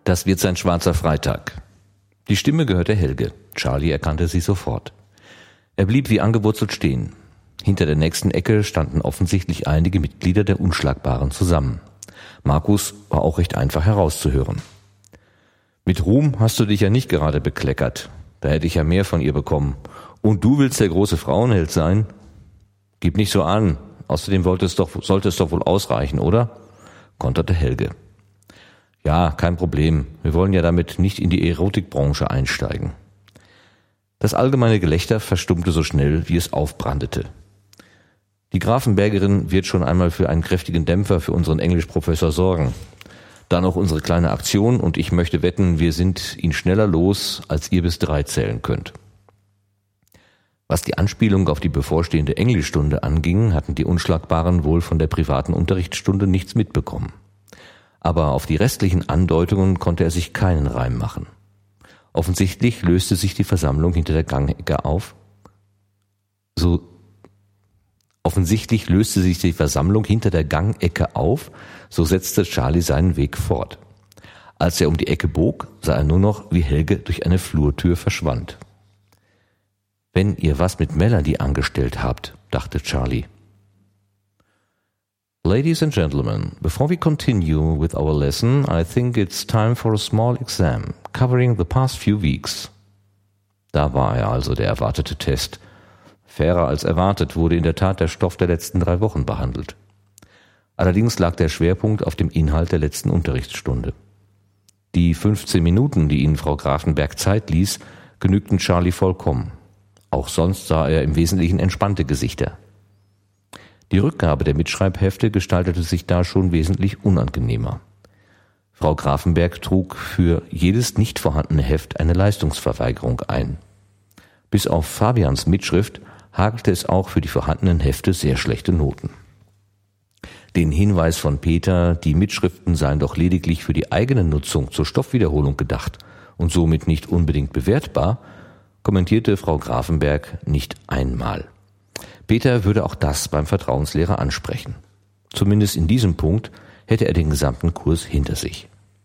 Das wird sein schwarzer Freitag. Die Stimme gehörte Helge. Charlie erkannte sie sofort. Er blieb wie angewurzelt stehen. Hinter der nächsten Ecke standen offensichtlich einige Mitglieder der Unschlagbaren zusammen. Markus war auch recht einfach herauszuhören. Mit Ruhm hast du dich ja nicht gerade bekleckert. Da hätte ich ja mehr von ihr bekommen. Und du willst der große Frauenheld sein? Gib nicht so an. Außerdem sollte es doch wohl ausreichen, oder? Konterte Helge. Ja, kein Problem. Wir wollen ja damit nicht in die Erotikbranche einsteigen. Das allgemeine Gelächter verstummte so schnell, wie es aufbrandete. Die Grafenbergerin wird schon einmal für einen kräftigen Dämpfer für unseren Englischprofessor sorgen. Dann noch unsere kleine Aktion und ich möchte wetten, wir sind ihn schneller los, als ihr bis 3 zählen könnt. Was die Anspielung auf die bevorstehende Englischstunde anging, hatten die Unschlagbaren wohl von der privaten Unterrichtsstunde nichts mitbekommen. Aber auf die restlichen Andeutungen konnte er sich keinen Reim machen. Offensichtlich löste sich die Versammlung hinter der Gangecke auf. So setzte Charlie seinen Weg fort. Als er um die Ecke bog, sah er nur noch, wie Helge durch eine Flurtür verschwand. Wenn ihr was mit Melanie angestellt habt, dachte Charlie. Ladies and gentlemen, before we continue with our lesson, I think it's time for a small exam, covering the past few weeks. Da war er also, der erwartete Test. Fairer als erwartet wurde in der Tat der Stoff der letzten 3 Wochen behandelt. Allerdings lag der Schwerpunkt auf dem Inhalt der letzten Unterrichtsstunde. Die 15 Minuten, die ihnen Frau Grafenberg Zeit ließ, genügten Charlie vollkommen. Auch sonst sah er im Wesentlichen entspannte Gesichter. Die Rückgabe der Mitschreibhefte gestaltete sich da schon wesentlich unangenehmer. Frau Grafenberg trug für jedes nicht vorhandene Heft eine Leistungsverweigerung ein. Bis auf Fabians Mitschrift hagelte es auch für die vorhandenen Hefte sehr schlechte Noten. Den Hinweis von Peter, die Mitschriften seien doch lediglich für die eigene Nutzung zur Stoffwiederholung gedacht und somit nicht unbedingt bewertbar, kommentierte Frau Grafenberg nicht einmal. Peter würde auch das beim Vertrauenslehrer ansprechen. Zumindest in diesem Punkt hätte er den gesamten Kurs hinter sich.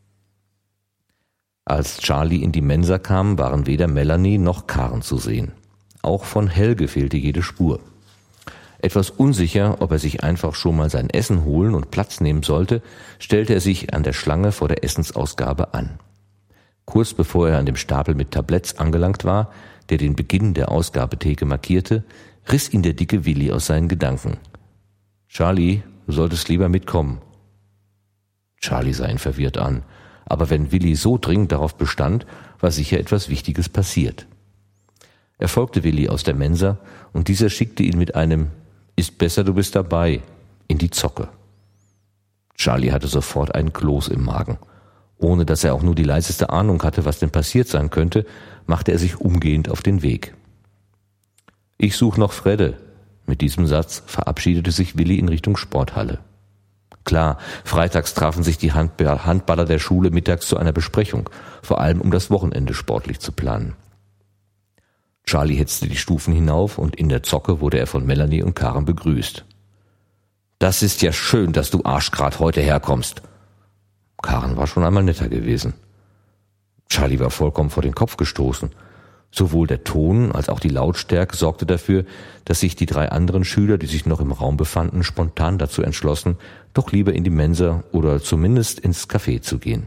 Als Charlie in die Mensa kam, waren weder Melanie noch Karen zu sehen. Auch von Helge fehlte jede Spur. Etwas unsicher, ob er sich einfach schon mal sein Essen holen und Platz nehmen sollte, stellte er sich an der Schlange vor der Essensausgabe an. Kurz bevor er an dem Stapel mit Tabletts angelangt war, der den Beginn der Ausgabetheke markierte, riss ihn der dicke Willi aus seinen Gedanken. »Charlie, du solltest lieber mitkommen.« Charlie sah ihn verwirrt an, aber wenn Willi so dringend darauf bestand, war sicher etwas Wichtiges passiert. Er folgte Willi aus der Mensa und dieser schickte ihn mit einem »Ist besser, du bist dabei« in die Zocke. Charlie hatte sofort einen Kloß im Magen. Ohne dass er auch nur die leiseste Ahnung hatte, was denn passiert sein könnte, machte er sich umgehend auf den Weg. »Ich such noch Fredde.« Mit diesem Satz verabschiedete sich Willi in Richtung Sporthalle. Klar, freitags trafen sich die Handballer der Schule mittags zu einer Besprechung, vor allem um das Wochenende sportlich zu planen. Charlie hetzte die Stufen hinauf und in der Zocke wurde er von Melanie und Karen begrüßt. »Das ist ja schön, dass du Arschgrad heute herkommst.« Karen war schon einmal netter gewesen. Charlie war vollkommen vor den Kopf gestoßen. Sowohl der Ton als auch die Lautstärke sorgte dafür, dass sich die 3 anderen Schüler, die sich noch im Raum befanden, spontan dazu entschlossen, doch lieber in die Mensa oder zumindest ins Café zu gehen.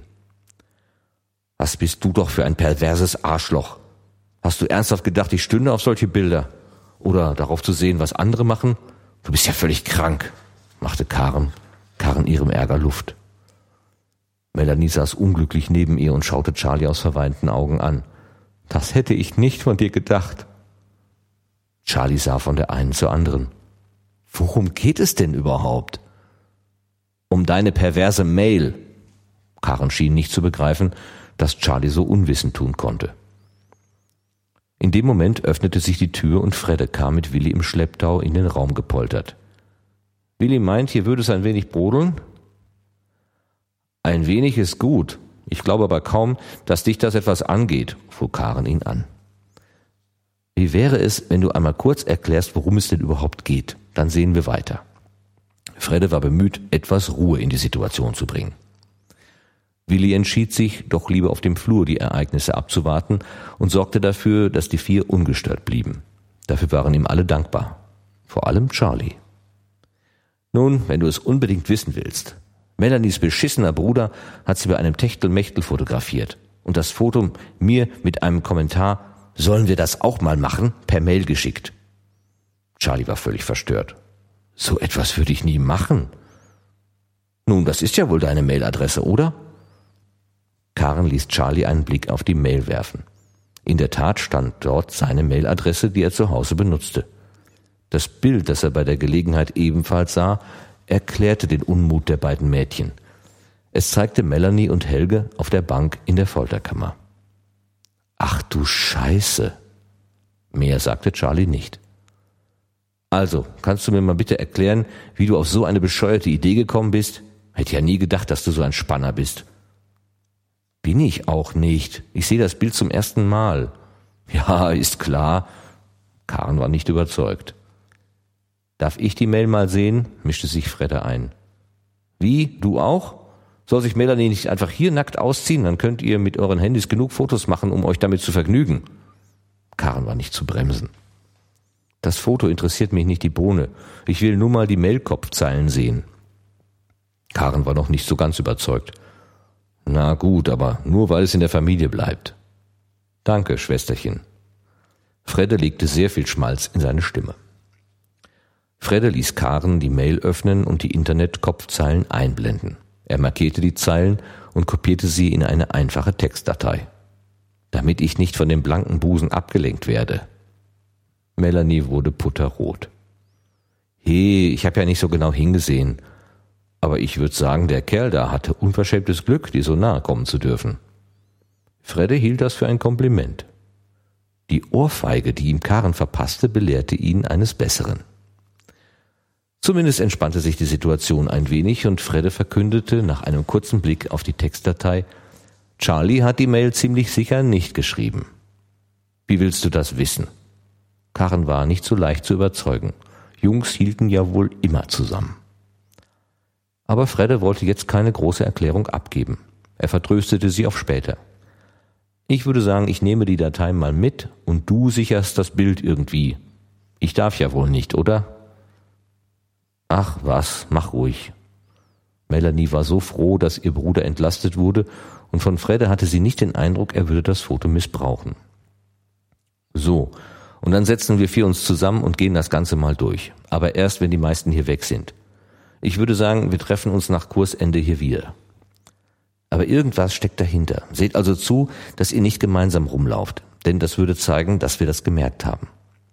»Was bist du doch für ein perverses Arschloch? Hast du ernsthaft gedacht, ich stünde auf solche Bilder? Oder darauf zu sehen, was andere machen? Du bist ja völlig krank«, machte Karen ihrem Ärger Luft. Melanie saß unglücklich neben ihr und schaute Charlie aus verweinten Augen an. »Das hätte ich nicht von dir gedacht.« Charlie sah von der einen zur anderen. »Worum geht es denn überhaupt?« »Um deine perverse Mail.« Karen schien nicht zu begreifen, dass Charlie so unwissend tun konnte. In dem Moment öffnete sich die Tür und Fredde kam mit Willi im Schlepptau in den Raum gepoltert. »Willi meint, hier würde es ein wenig brodeln?« »Ein wenig ist gut. Ich glaube aber kaum, dass dich das etwas angeht«, fuhr Karen ihn an. »Wie wäre es, wenn du einmal kurz erklärst, worum es denn überhaupt geht? Dann sehen wir weiter.« Fredde war bemüht, etwas Ruhe in die Situation zu bringen. Willi entschied sich, doch lieber auf dem Flur die Ereignisse abzuwarten und sorgte dafür, dass die 4 ungestört blieben. Dafür waren ihm alle dankbar. Vor allem Charlie. Nun, wenn du es unbedingt wissen willst. Melanies beschissener Bruder hat sie bei einem Techtelmechtel fotografiert und das Foto mir mit einem Kommentar, sollen wir das auch mal machen, per Mail geschickt. Charlie war völlig verstört. So etwas würde ich nie machen. Nun, das ist ja wohl deine Mailadresse, oder? Karen ließ Charlie einen Blick auf die Mail werfen. In der Tat stand dort seine Mailadresse, die er zu Hause benutzte. Das Bild, das er bei der Gelegenheit ebenfalls sah, erklärte den Unmut der beiden Mädchen. Es zeigte Melanie und Helge auf der Bank in der Folterkammer. Ach du Scheiße! Mehr sagte Charlie nicht. Also, kannst du mir mal bitte erklären, wie du auf so eine bescheuerte Idee gekommen bist? Hätte ja nie gedacht, dass du so ein Spanner bist. Bin ich auch nicht. Ich sehe das Bild zum ersten Mal. Ja, ist klar. Karen war nicht überzeugt. Darf ich die Mail mal sehen? Mischte sich Fredde ein. Wie? Du auch? Soll sich Melanie nicht einfach hier nackt ausziehen? Dann könnt ihr mit euren Handys genug Fotos machen, um euch damit zu vergnügen. Karen war nicht zu bremsen. Das Foto interessiert mich nicht die Bohne. Ich will nur mal die Mailkopfzeilen sehen. Karen war noch nicht so ganz überzeugt. Na gut, aber nur weil es in der Familie bleibt. Danke, Schwesterchen. Fredde legte sehr viel Schmalz in seine Stimme. Fredde ließ Karen die Mail öffnen und die Internetkopfzeilen einblenden. Er markierte die Zeilen und kopierte sie in eine einfache Textdatei. Damit ich nicht von dem blanken Busen abgelenkt werde. Melanie wurde putterrot. Hey, ich habe ja nicht so genau hingesehen. Aber ich würde sagen, der Kerl da hatte unverschämtes Glück, dir so nahe kommen zu dürfen. Fredde hielt das für ein Kompliment. Die Ohrfeige, die ihm Karen verpasste, belehrte ihn eines Besseren. Zumindest entspannte sich die Situation ein wenig und Fredde verkündete nach einem kurzen Blick auf die Textdatei, Charlie hat die Mail ziemlich sicher nicht geschrieben. Wie willst du das wissen? Karen war nicht so leicht zu überzeugen. Jungs hielten ja wohl immer zusammen. Aber Fredde wollte jetzt keine große Erklärung abgeben. Er vertröstete sie auf später. Ich würde sagen, ich nehme die Datei mal mit und du sicherst das Bild irgendwie. Ich darf ja wohl nicht, oder? Ach was, mach ruhig. Melanie war so froh, dass ihr Bruder entlastet wurde und von Fredde hatte sie nicht den Eindruck, er würde das Foto missbrauchen. So, und dann setzen wir 4 uns zusammen und gehen das Ganze mal durch. Aber erst, wenn die meisten hier weg sind. Ich würde sagen, wir treffen uns nach Kursende hier wieder. Aber irgendwas steckt dahinter. Seht also zu, dass ihr nicht gemeinsam rumlauft, denn das würde zeigen, dass wir das gemerkt haben.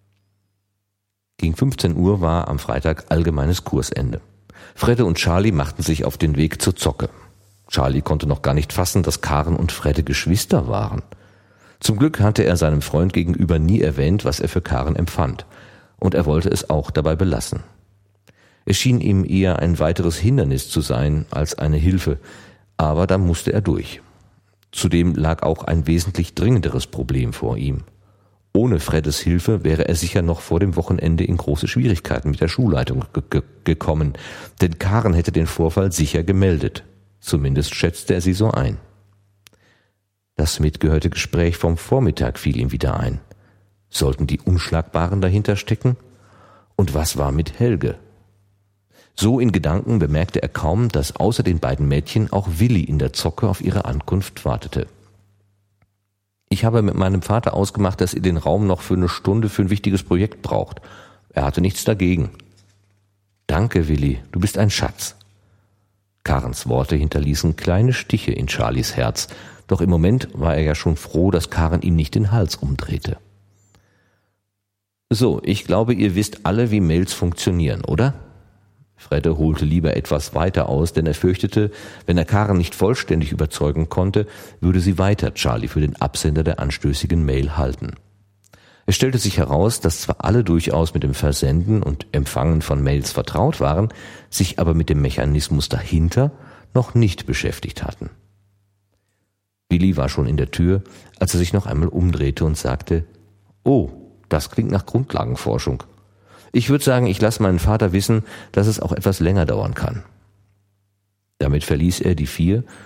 Gegen 15 Uhr war am Freitag allgemeines Kursende. Fredde und Charlie machten sich auf den Weg zur Zocke. Charlie konnte noch gar nicht fassen, dass Karen und Fredde Geschwister waren. Zum Glück hatte er seinem Freund gegenüber nie erwähnt, was er für Karen empfand. Und er wollte es auch dabei belassen. Es schien ihm eher ein weiteres Hindernis zu sein als eine Hilfe, aber da musste er durch. Zudem lag auch ein wesentlich dringenderes Problem vor ihm. Ohne Freddes Hilfe wäre er sicher noch vor dem Wochenende in große Schwierigkeiten mit der Schulleitung gekommen, denn Karen hätte den Vorfall sicher gemeldet. Zumindest schätzte er sie so ein. Das mitgehörte Gespräch vom Vormittag fiel ihm wieder ein. Sollten die Unschlagbaren dahinter stecken? Und was war mit Helge? So in Gedanken bemerkte er kaum, dass außer den beiden Mädchen auch Willi in der Zocke auf ihre Ankunft wartete. Ich habe mit meinem Vater ausgemacht, dass ihr den Raum noch für eine Stunde für ein wichtiges Projekt braucht. Er hatte nichts dagegen. Danke, Willi, du bist ein Schatz. Karens Worte hinterließen kleine Stiche in Charlies Herz, doch im Moment war er ja schon froh, dass Karen ihm nicht den Hals umdrehte. So, ich glaube, ihr wisst alle, wie Mails funktionieren, oder? Fredde holte lieber etwas weiter aus, denn er fürchtete, wenn er Karen nicht vollständig überzeugen konnte, würde sie weiter Charlie für den Absender der anstößigen Mail halten. Es stellte sich heraus, dass zwar alle durchaus mit dem Versenden und Empfangen von Mails vertraut waren, sich aber mit dem Mechanismus dahinter noch nicht beschäftigt hatten. Willi war schon in der Tür, als er sich noch einmal umdrehte und sagte, »Oh, das klingt nach Grundlagenforschung. Ich würde sagen, ich lasse meinen Vater wissen, dass es auch etwas länger dauern kann.« Damit verließ er die 4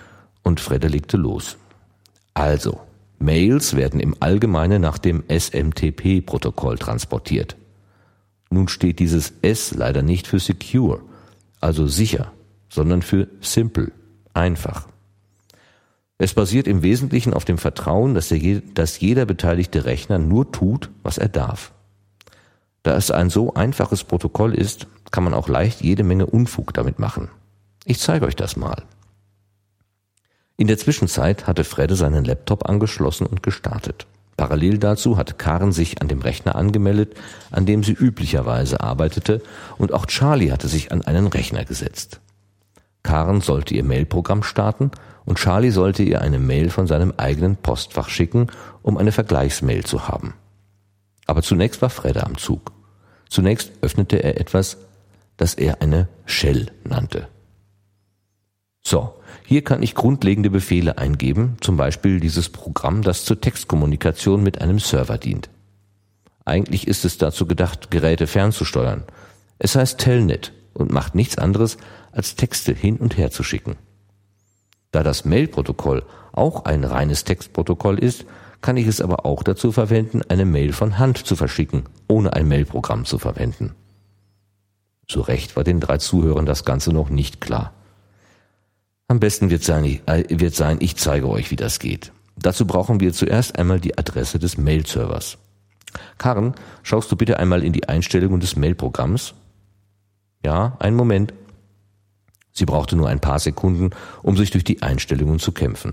und Fredde legte los. Also, Mails werden im Allgemeinen nach dem SMTP-Protokoll transportiert. Nun steht dieses S leider nicht für secure, also sicher, sondern für simple, einfach. Es basiert im Wesentlichen auf dem Vertrauen, dass jeder beteiligte Rechner nur tut, was er darf. Da es ein so einfaches Protokoll ist, kann man auch leicht jede Menge Unfug damit machen. Ich zeige euch das mal. In der Zwischenzeit hatte Fredde seinen Laptop angeschlossen und gestartet. Parallel dazu hat Karen sich an dem Rechner angemeldet, an dem sie üblicherweise arbeitete, und auch Charlie hatte sich an einen Rechner gesetzt. Karen sollte ihr Mailprogramm starten und Charlie sollte ihr eine Mail von seinem eigenen Postfach schicken, um eine Vergleichsmail zu haben. Aber zunächst war Fredde am Zug. Zunächst öffnete er etwas, das er eine Shell nannte. So, hier kann ich grundlegende Befehle eingeben, zum Beispiel dieses Programm, das zur Textkommunikation mit einem Server dient. Eigentlich ist es dazu gedacht, Geräte fernzusteuern. Es heißt Telnet und macht nichts anderes, als Texte hin und her zu schicken. Da das Mail-Protokoll auch ein reines Textprotokoll ist, kann ich es aber auch dazu verwenden, eine Mail von Hand zu verschicken, ohne ein Mailprogramm zu verwenden. So recht war den 3 Zuhörern das Ganze noch nicht klar. Am besten wird sein, ich zeige euch, wie das geht. Dazu brauchen wir zuerst einmal die Adresse des Mail-Servers. Karen, schaust du bitte einmal in die Einstellungen des Mailprogramms? Ja, einen Moment. Sie brauchte nur ein paar Sekunden, um sich durch die Einstellungen zu kämpfen.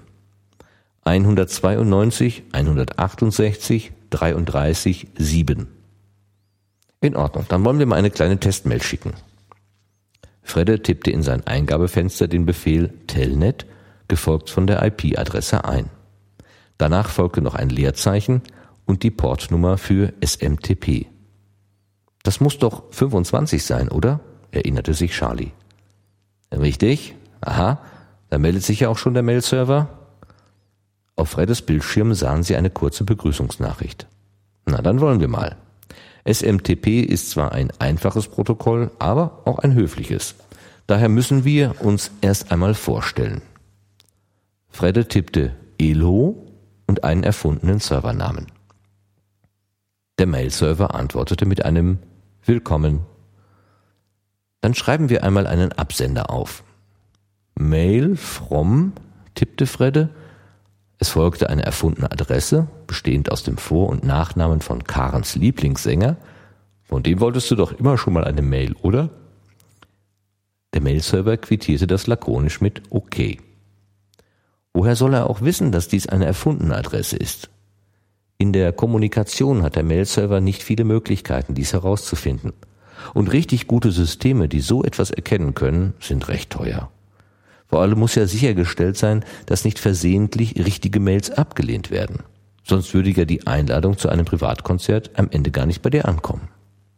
192, 168, 33, 7. In Ordnung, dann wollen wir mal eine kleine Testmail schicken. Fredde tippte in sein Eingabefenster den Befehl Telnet, gefolgt von der IP-Adresse ein. Danach folgte noch ein Leerzeichen und die Portnummer für SMTP. Das muss doch 25 sein, oder? Erinnerte sich Charlie. Richtig? Aha, da meldet sich ja auch schon der Mail-Server. Auf Freddes Bildschirm sahen sie eine kurze Begrüßungsnachricht. Na, dann wollen wir mal. SMTP ist zwar ein einfaches Protokoll, aber auch ein höfliches. Daher müssen wir uns erst einmal vorstellen. Fredde tippte Elo und einen erfundenen Servernamen. Der Mail-Server antwortete mit einem Willkommen. Dann schreiben wir einmal einen Absender auf. Mail from, tippte Fredde. Es folgte eine erfundene Adresse, bestehend aus dem Vor- und Nachnamen von Karens Lieblingssänger. Von dem wolltest du doch immer schon mal eine Mail, oder? Der Mail-Server quittierte das lakonisch mit OK. Woher soll er auch wissen, dass dies eine erfundene Adresse ist? In der Kommunikation hat der Mail-Server nicht viele Möglichkeiten, dies herauszufinden. Und richtig gute Systeme, die so etwas erkennen können, sind recht teuer. Vor allem muss ja sichergestellt sein, dass nicht versehentlich richtige Mails abgelehnt werden. Sonst würde ja die Einladung zu einem Privatkonzert am Ende gar nicht bei dir ankommen.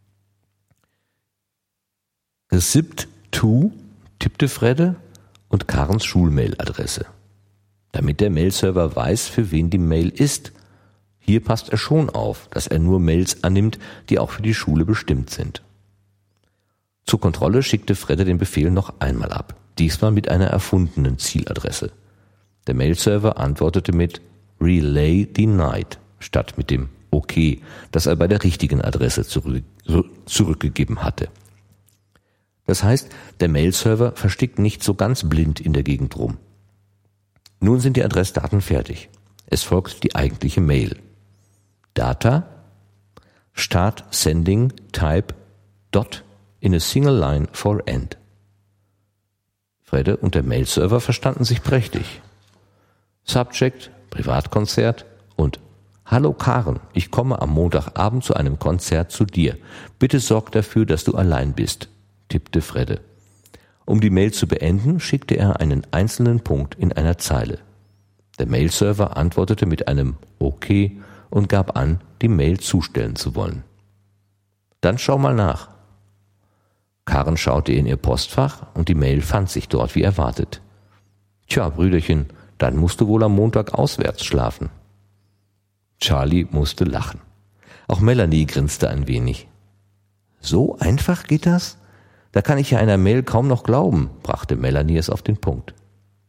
Zipped to, tippte Fredde und Karens Schulmail-Adresse. Damit der Mail-Server weiß, für wen die Mail ist. Hier passt er schon auf, dass er nur Mails annimmt, die auch für die Schule bestimmt sind. Zur Kontrolle schickte Fredde den Befehl noch einmal ab. Diesmal mit einer erfundenen Zieladresse. Der Mail-Server antwortete mit Relay denied statt mit dem OK, das er bei der richtigen Adresse zurückgegeben hatte. Das heißt, der Mail-Server versteckt nicht so ganz blind in der Gegend rum. Nun sind die Adressdaten fertig. Es folgt die eigentliche Mail. Data, Start Sending Type Dot in a single line for end. Fredde und der Mail-Server verstanden sich prächtig. Subject, Privatkonzert und Hallo Karen, ich komme am Montagabend zu einem Konzert zu dir. Bitte sorg dafür, dass du allein bist, tippte Fredde. Um die Mail zu beenden, schickte er einen einzelnen Punkt in einer Zeile. Der Mail-Server antwortete mit einem OK und gab an, die Mail zustellen zu wollen. Dann schau mal nach. Karen schaute in ihr Postfach und die Mail fand sich dort wie erwartet. Tja, Brüderchen, dann musst du wohl am Montag auswärts schlafen. Charlie musste lachen. Auch Melanie grinste ein wenig. So einfach geht das? Da kann ich ja einer Mail kaum noch glauben, brachte Melanie es auf den Punkt.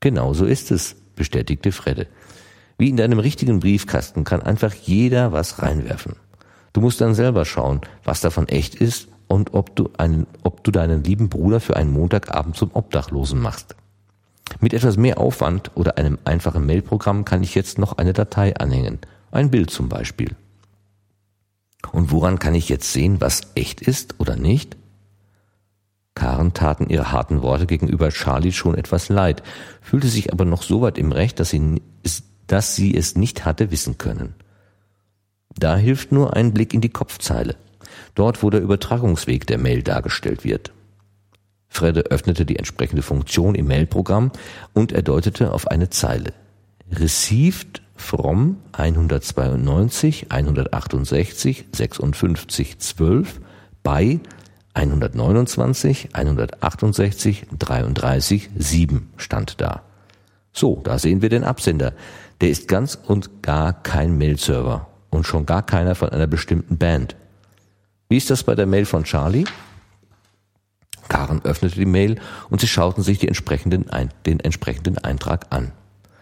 Genau so ist es, bestätigte Fredde. Wie in deinem richtigen Briefkasten kann einfach jeder was reinwerfen. Du musst dann selber schauen, was davon echt ist und ob du deinen lieben Bruder für einen Montagabend zum Obdachlosen machst. Mit etwas mehr Aufwand oder einem einfachen Mailprogramm kann ich jetzt noch eine Datei anhängen. Ein Bild zum Beispiel. Und woran kann ich jetzt sehen, was echt ist oder nicht? Karen taten ihre harten Worte gegenüber Charlie schon etwas leid, fühlte sich aber noch so weit im Recht, dass sie es nicht hatte wissen können. Da hilft nur ein Blick in die Kopfzeile, dort wo der Übertragungsweg der Mail dargestellt wird. Fredde öffnete die entsprechende Funktion im Mailprogramm und er deutete auf eine Zeile. Received from 192 168 56 12 by 129 168 33 7 stand da. So, da sehen wir den Absender. Der ist ganz und gar kein Mail-Server und schon gar keiner von einer bestimmten Band. Wie ist das bei der Mail von Charlie? Karen öffnete die Mail und sie schauten sich den entsprechenden Eintrag an.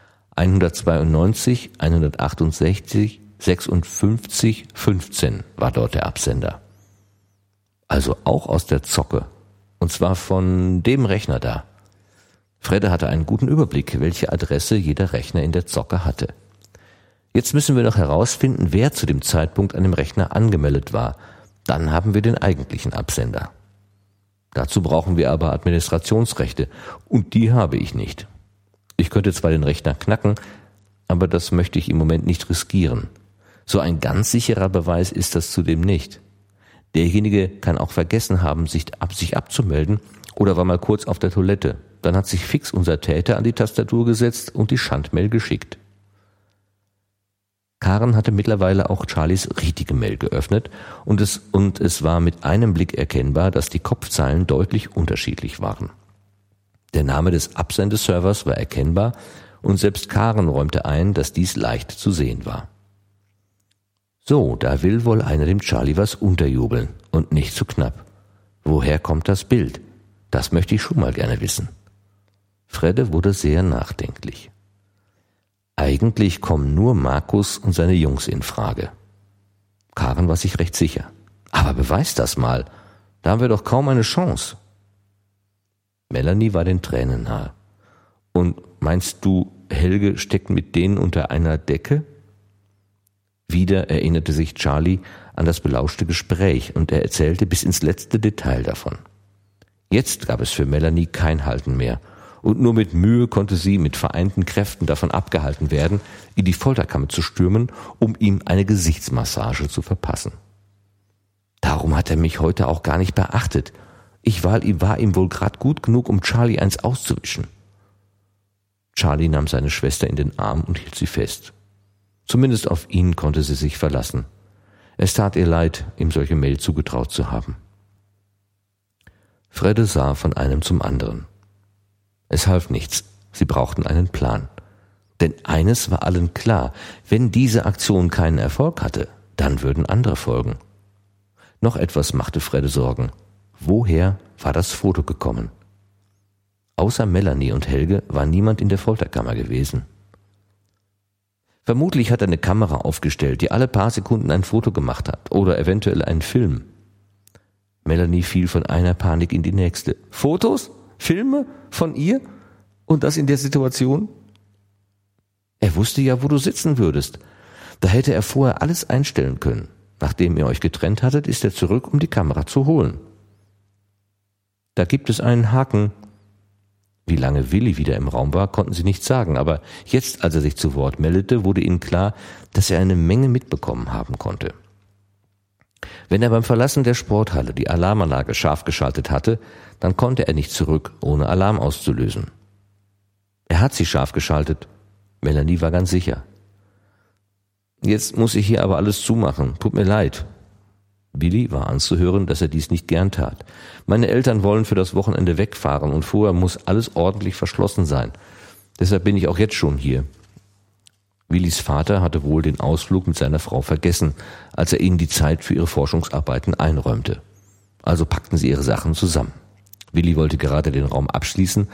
192, 168, 56, 15 war dort der Absender. Also auch aus der Zocke. Und zwar von dem Rechner da. Fredde hatte einen guten Überblick, welche Adresse jeder Rechner in der Zocke hatte. Jetzt müssen wir noch herausfinden, wer zu dem Zeitpunkt an dem Rechner angemeldet war. Dann haben wir den eigentlichen Absender. Dazu brauchen wir aber Administrationsrechte und die habe ich nicht. Ich könnte zwar den Rechner knacken, aber das möchte ich im Moment nicht riskieren. So ein ganz sicherer Beweis ist das zudem nicht. Derjenige kann auch vergessen haben, sich abzumelden oder war mal kurz auf der Toilette. Dann hat sich fix unser Täter an die Tastatur gesetzt und die Schandmail geschickt. Karen hatte mittlerweile auch Charlies richtige Mail geöffnet und es war mit einem Blick erkennbar, dass die Kopfzeilen deutlich unterschiedlich waren. Der Name des Absendeservers war erkennbar und selbst Karen räumte ein, dass dies leicht zu sehen war. So, da will wohl einer dem Charlie was unterjubeln und nicht zu knapp. Woher kommt das Bild? Das möchte ich schon mal gerne wissen. Fredde wurde sehr nachdenklich. Eigentlich kommen nur Markus und seine Jungs in Frage. Karen war sich recht sicher. Aber beweis das mal. Da haben wir doch kaum eine Chance. Melanie war den Tränen nahe. Und meinst du, Helge steckt mit denen unter einer Decke? Wieder erinnerte sich Charlie an das belauschte Gespräch und er erzählte bis ins letzte Detail davon. Jetzt gab es für Melanie kein Halten mehr. Und nur mit Mühe konnte sie mit vereinten Kräften davon abgehalten werden, in die Folterkammer zu stürmen, um ihm eine Gesichtsmassage zu verpassen. Darum hat er mich heute auch gar nicht beachtet. Ich war ihm wohl grad gut genug, um Charlie eins auszuwischen. Charlie nahm seine Schwester in den Arm und hielt sie fest. Zumindest auf ihn konnte sie sich verlassen. Es tat ihr leid, ihm solche Mail zugetraut zu haben. Fredde sah von einem zum anderen. Es half nichts, sie brauchten einen Plan. Denn eines war allen klar, wenn diese Aktion keinen Erfolg hatte, dann würden andere folgen. Noch etwas machte Fredde Sorgen. Woher war das Foto gekommen? Außer Melanie und Helge war niemand in der Folterkammer gewesen. Vermutlich hat er eine Kamera aufgestellt, die alle paar Sekunden ein Foto gemacht hat oder eventuell einen Film. Melanie fiel von einer Panik in die nächste. Fotos? Filme? Von ihr? Und das in der Situation? Er wusste ja, wo du sitzen würdest. Da hätte er vorher alles einstellen können. Nachdem ihr euch getrennt hattet, ist er zurück, um die Kamera zu holen. Da gibt es einen Haken. Wie lange Willi wieder im Raum war, konnten sie nicht sagen, aber jetzt, als er sich zu Wort meldete, wurde ihnen klar, dass er eine Menge mitbekommen haben konnte. Wenn er beim Verlassen der Sporthalle die Alarmanlage scharf geschaltet hatte, dann konnte er nicht zurück, ohne Alarm auszulösen. Er hat sie scharf geschaltet. Melanie war ganz sicher. Jetzt muss ich hier aber alles zumachen. Tut mir leid. Willi war anzuhören, dass er dies nicht gern tat. Meine Eltern wollen für das Wochenende wegfahren und vorher muss alles ordentlich verschlossen sein. Deshalb bin ich auch jetzt schon hier. Willis Vater hatte wohl den Ausflug mit seiner Frau vergessen, als er ihnen die Zeit für ihre Forschungsarbeiten einräumte. Also packten sie ihre Sachen zusammen. Willi wollte gerade den Raum abschließen,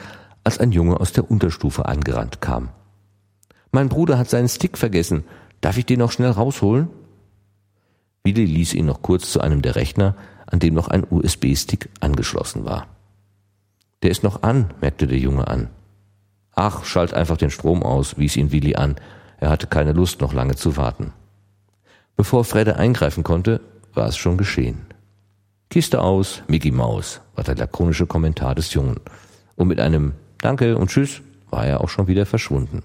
als ein Junge aus der Unterstufe angerannt kam. »Mein Bruder hat seinen Stick vergessen. Darf ich den noch schnell rausholen?« Willi ließ ihn noch kurz zu einem der Rechner, an dem noch ein USB-Stick angeschlossen war. »Der ist noch an«, merkte der Junge an. »Ach, schalt einfach den Strom aus«, wies ihn Willi an. Er hatte keine Lust, noch lange zu warten. Bevor Fredde eingreifen konnte, war es schon geschehen. »Kiste aus, Mickey Maus«, war der lakonische Kommentar des Jungen. Und mit einem »Danke und Tschüss« war er auch schon wieder verschwunden.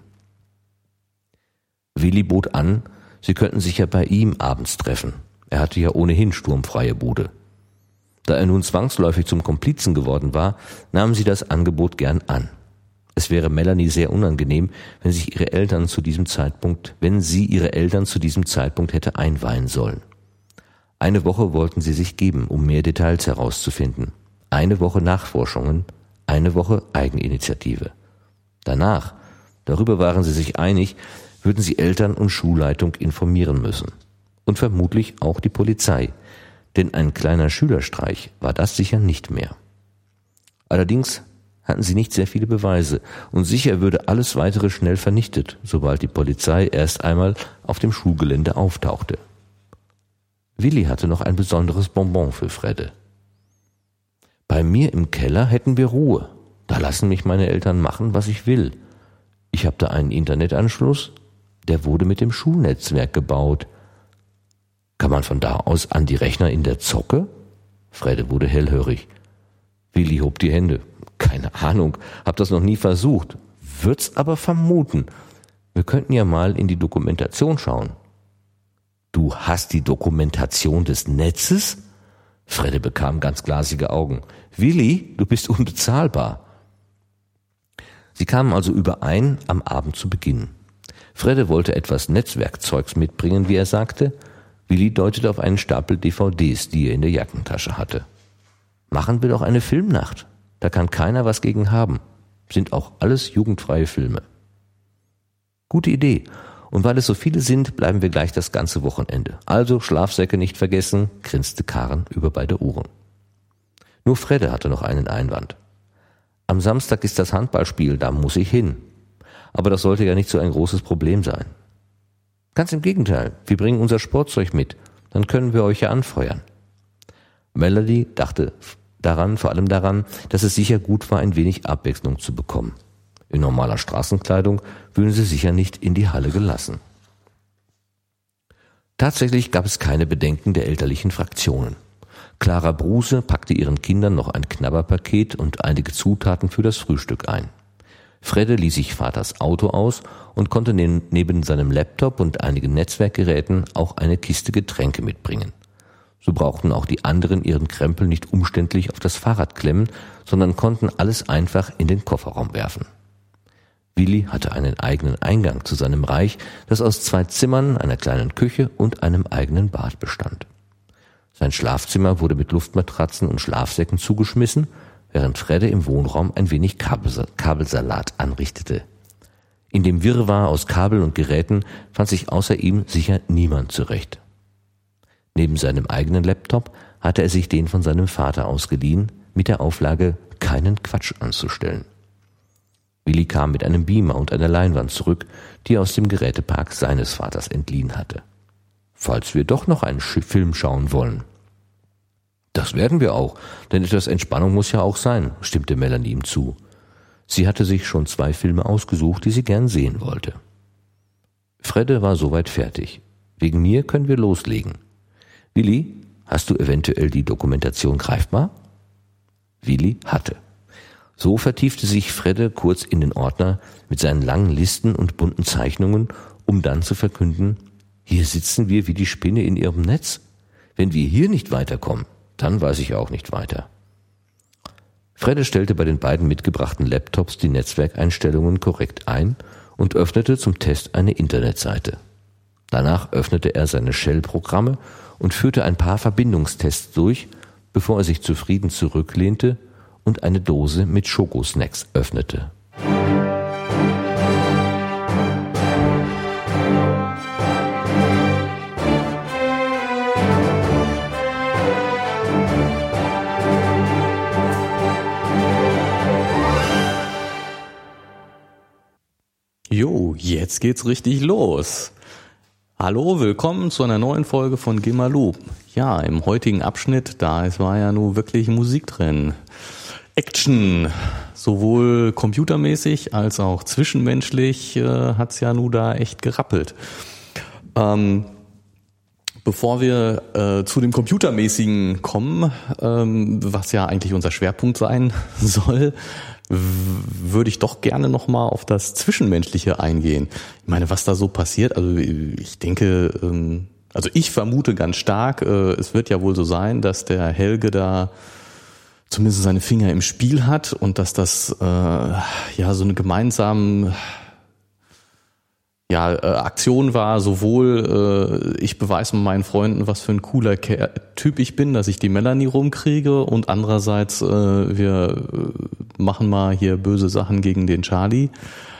Willi bot an, sie könnten sich ja bei ihm abends treffen. Er hatte ja ohnehin sturmfreie Bude. Da er nun zwangsläufig zum Komplizen geworden war, nahm sie das Angebot gern an. Es wäre Melanie sehr unangenehm, wenn sie ihre Eltern zu diesem Zeitpunkt hätte einweihen sollen. Eine Woche wollten sie sich geben, um mehr Details herauszufinden. Eine Woche Nachforschungen, eine Woche Eigeninitiative. Danach, darüber waren sie sich einig, würden sie Eltern und Schulleitung informieren müssen. Und vermutlich auch die Polizei. Denn ein kleiner Schülerstreich war das sicher nicht mehr. Allerdings hatten sie nicht sehr viele Beweise und sicher würde alles weitere schnell vernichtet, sobald die Polizei erst einmal auf dem Schulgelände auftauchte. Willi hatte noch ein besonderes Bonbon für Fredde. »Bei mir im Keller hätten wir Ruhe. Da lassen mich meine Eltern machen, was ich will. Ich habe da einen Internetanschluss, der wurde mit dem Schulnetzwerk gebaut. Kann man von da aus an die Rechner in der Zocke?« Fredde wurde hellhörig. Willi hob die Hände. »Keine Ahnung, hab das noch nie versucht. Würd's aber vermuten. Wir könnten ja mal in die Dokumentation schauen.« »Du hast die Dokumentation des Netzes?« Fredde bekam ganz glasige Augen. »Willi, du bist unbezahlbar.« Sie kamen also überein, am Abend zu beginnen. Fredde wollte etwas Netzwerkzeugs mitbringen, wie er sagte. Willi deutete auf einen Stapel DVDs, die er in der Jackentasche hatte. »Machen wir doch eine Filmnacht. Da kann keiner was gegen haben. Sind auch alles jugendfreie Filme.« »Gute Idee. Und weil es so viele sind, bleiben wir gleich das ganze Wochenende. Also Schlafsäcke nicht vergessen«, grinste Karen über beide Ohren. Nur Fredde hatte noch einen Einwand. »Am Samstag ist das Handballspiel, da muss ich hin. Aber das sollte ja nicht so ein großes Problem sein.« »Ganz im Gegenteil, wir bringen unser Sportzeug mit, dann können wir euch ja anfeuern.« Melanie dachte vor allem daran, dass es sicher gut war, ein wenig Abwechslung zu bekommen. In normaler Straßenkleidung würden sie sicher nicht in die Halle gelassen. Tatsächlich gab es keine Bedenken der elterlichen Fraktionen. Clara Bruse packte ihren Kindern noch ein Knabberpaket und einige Zutaten für das Frühstück ein. Fredde ließ sich Vaters Auto aus und konnte neben seinem Laptop und einigen Netzwerkgeräten auch eine Kiste Getränke mitbringen. So brauchten auch die anderen ihren Krempel nicht umständlich auf das Fahrrad klemmen, sondern konnten alles einfach in den Kofferraum werfen. Willi hatte einen eigenen Eingang zu seinem Reich, das aus 2 Zimmern, einer kleinen Küche und einem eigenen Bad bestand. Sein Schlafzimmer wurde mit Luftmatratzen und Schlafsäcken zugeschmissen, während Fredde im Wohnraum ein wenig Kabelsalat anrichtete. In dem Wirrwarr aus Kabel und Geräten fand sich außer ihm sicher niemand zurecht. Neben seinem eigenen Laptop hatte er sich den von seinem Vater ausgeliehen, mit der Auflage, keinen Quatsch anzustellen. Willi kam mit einem Beamer und einer Leinwand zurück, die er aus dem Gerätepark seines Vaters entliehen hatte. »Falls wir doch noch einen Film schauen wollen.« »Das werden wir auch, denn etwas Entspannung muss ja auch sein«, stimmte Melanie ihm zu. Sie hatte sich schon 2 Filme ausgesucht, die sie gern sehen wollte. Fredde war soweit fertig. »Wegen mir können wir loslegen.« »Willi, hast du eventuell die Dokumentation greifbar?« Willi hatte. So vertiefte sich Fredde kurz in den Ordner mit seinen langen Listen und bunten Zeichnungen, um dann zu verkünden: »Hier sitzen wir wie die Spinne in ihrem Netz. Wenn wir hier nicht weiterkommen, dann weiß ich auch nicht weiter.« Fredde stellte bei den beiden mitgebrachten Laptops die Netzwerkeinstellungen korrekt ein und öffnete zum Test eine Internetseite. Danach öffnete er seine Shell-Programme und führte ein paar Verbindungstests durch, bevor er sich zufrieden zurücklehnte und eine Dose mit Schokosnacks öffnete. Jetzt geht's richtig los. Hallo, willkommen zu einer neuen Folge von Gimalou. Ja, im heutigen Abschnitt, war ja nun wirklich Musik drin. Action, sowohl computermäßig als auch zwischenmenschlich hat's ja nun da echt gerappelt. Bevor wir zu dem Computermäßigen kommen, was ja eigentlich unser Schwerpunkt sein soll, würde ich doch gerne nochmal auf das Zwischenmenschliche eingehen. Ich meine, was da so passiert, also ich denke, also ich vermute ganz stark, es wird ja wohl so sein, dass der Helge da zumindest seine Finger im Spiel hat und dass das ja so eine gemeinsame Aktion war, sowohl ich beweise meinen Freunden, was für ein cooler Typ ich bin, dass ich die Melanie rumkriege, und andererseits wir machen mal hier böse Sachen gegen den Charlie.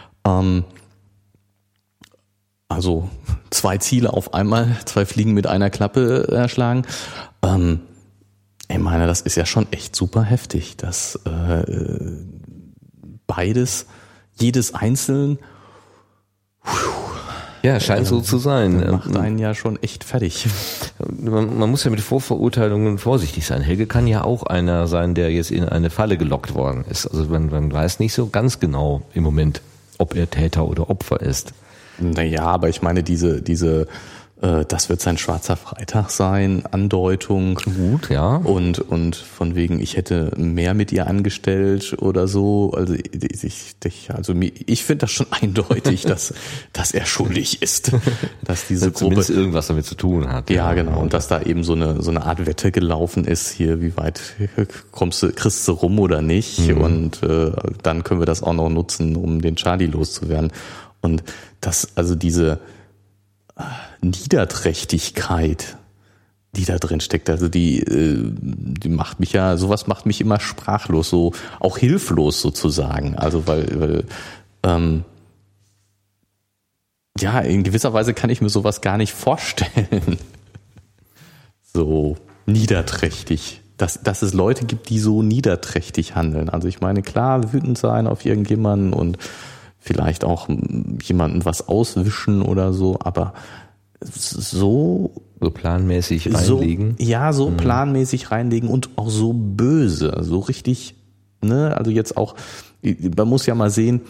Also 2 Ziele auf einmal, 2 Fliegen mit einer Klappe erschlagen. Ich meine, das ist ja schon echt super heftig, dass beides, jedes einzeln, ja, scheint so zu sein. Macht einen ja schon echt fertig. Man muss ja mit Vorverurteilungen vorsichtig sein. Helge kann ja auch einer sein, der jetzt in eine Falle gelockt worden ist. Also man weiß nicht so ganz genau im Moment, ob er Täter oder Opfer ist. Naja, aber ich meine, diese das wird sein schwarzer Freitag sein, Andeutung. Gut, ja. Und von wegen, ich hätte mehr mit ihr angestellt oder so. Also ich finde das schon eindeutig, dass er schuldig ist, dass diese Gruppe zumindest irgendwas damit zu tun hat. Ja, genau. Und dass da eben so eine Art Wette gelaufen ist hier, wie weit kriegst du rum oder nicht. Mhm. Und dann können wir das auch noch nutzen, um den Charlie loszuwerden. Und das, also diese Niederträchtigkeit, die da drin steckt, also die macht mich ja, sowas macht mich immer sprachlos, so auch hilflos sozusagen. Also weil ja, in gewisser Weise kann ich mir sowas gar nicht vorstellen. So niederträchtig. Dass es Leute gibt, die so niederträchtig handeln. Also ich meine, klar, wütend sein auf irgendjemanden und vielleicht auch jemanden was auswischen oder so, aber so planmäßig reinlegen. So planmäßig reinlegen und auch so böse, so richtig, ne, also jetzt auch, man muss ja mal sehen,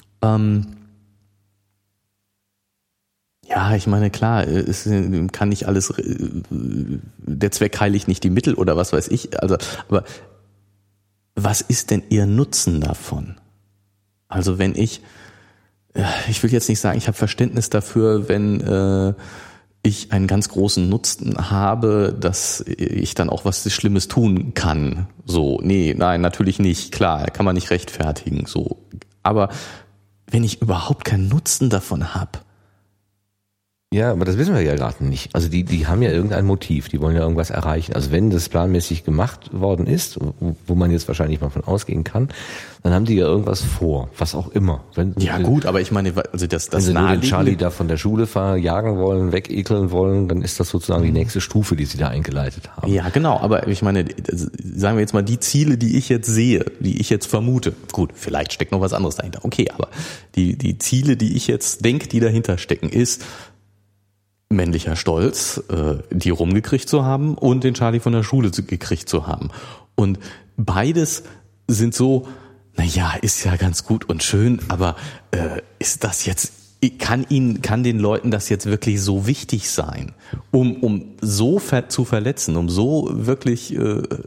ja, ich meine, klar, es kann nicht alles, der Zweck heiligt nicht die Mittel oder was weiß ich, also, aber was ist denn ihr Nutzen davon? Also wenn ich will jetzt nicht sagen, ich habe Verständnis dafür, wenn ich einen ganz großen Nutzen habe, dass ich dann auch was Schlimmes tun kann. So, nein, natürlich nicht. Klar, kann man nicht rechtfertigen. So, aber wenn ich überhaupt keinen Nutzen davon habe. Ja, aber das wissen wir ja gerade nicht. Also die haben ja irgendein Motiv, die wollen ja irgendwas erreichen. Also wenn das planmäßig gemacht worden ist, wo man jetzt wahrscheinlich mal von ausgehen kann, dann haben die ja irgendwas vor, was auch immer. Gut, aber ich meine, also das wenn sie nur den Charlie da von der Schule jagen wollen, wegekeln wollen, dann ist das sozusagen die nächste Stufe, die sie da eingeleitet haben. Ja, genau, aber ich meine, sagen wir jetzt mal, die Ziele, die ich jetzt sehe, die ich jetzt vermute, gut, vielleicht steckt noch was anderes dahinter, okay, aber die Ziele, die ich jetzt denke, die dahinter stecken, ist männlicher Stolz, die rumgekriegt zu haben und den Charlie von der Schule gekriegt zu haben. Und beides sind so, naja, ist ja ganz gut und schön, aber ist das jetzt, kann den Leuten das jetzt wirklich so wichtig sein, um so zu verletzen, um so wirklich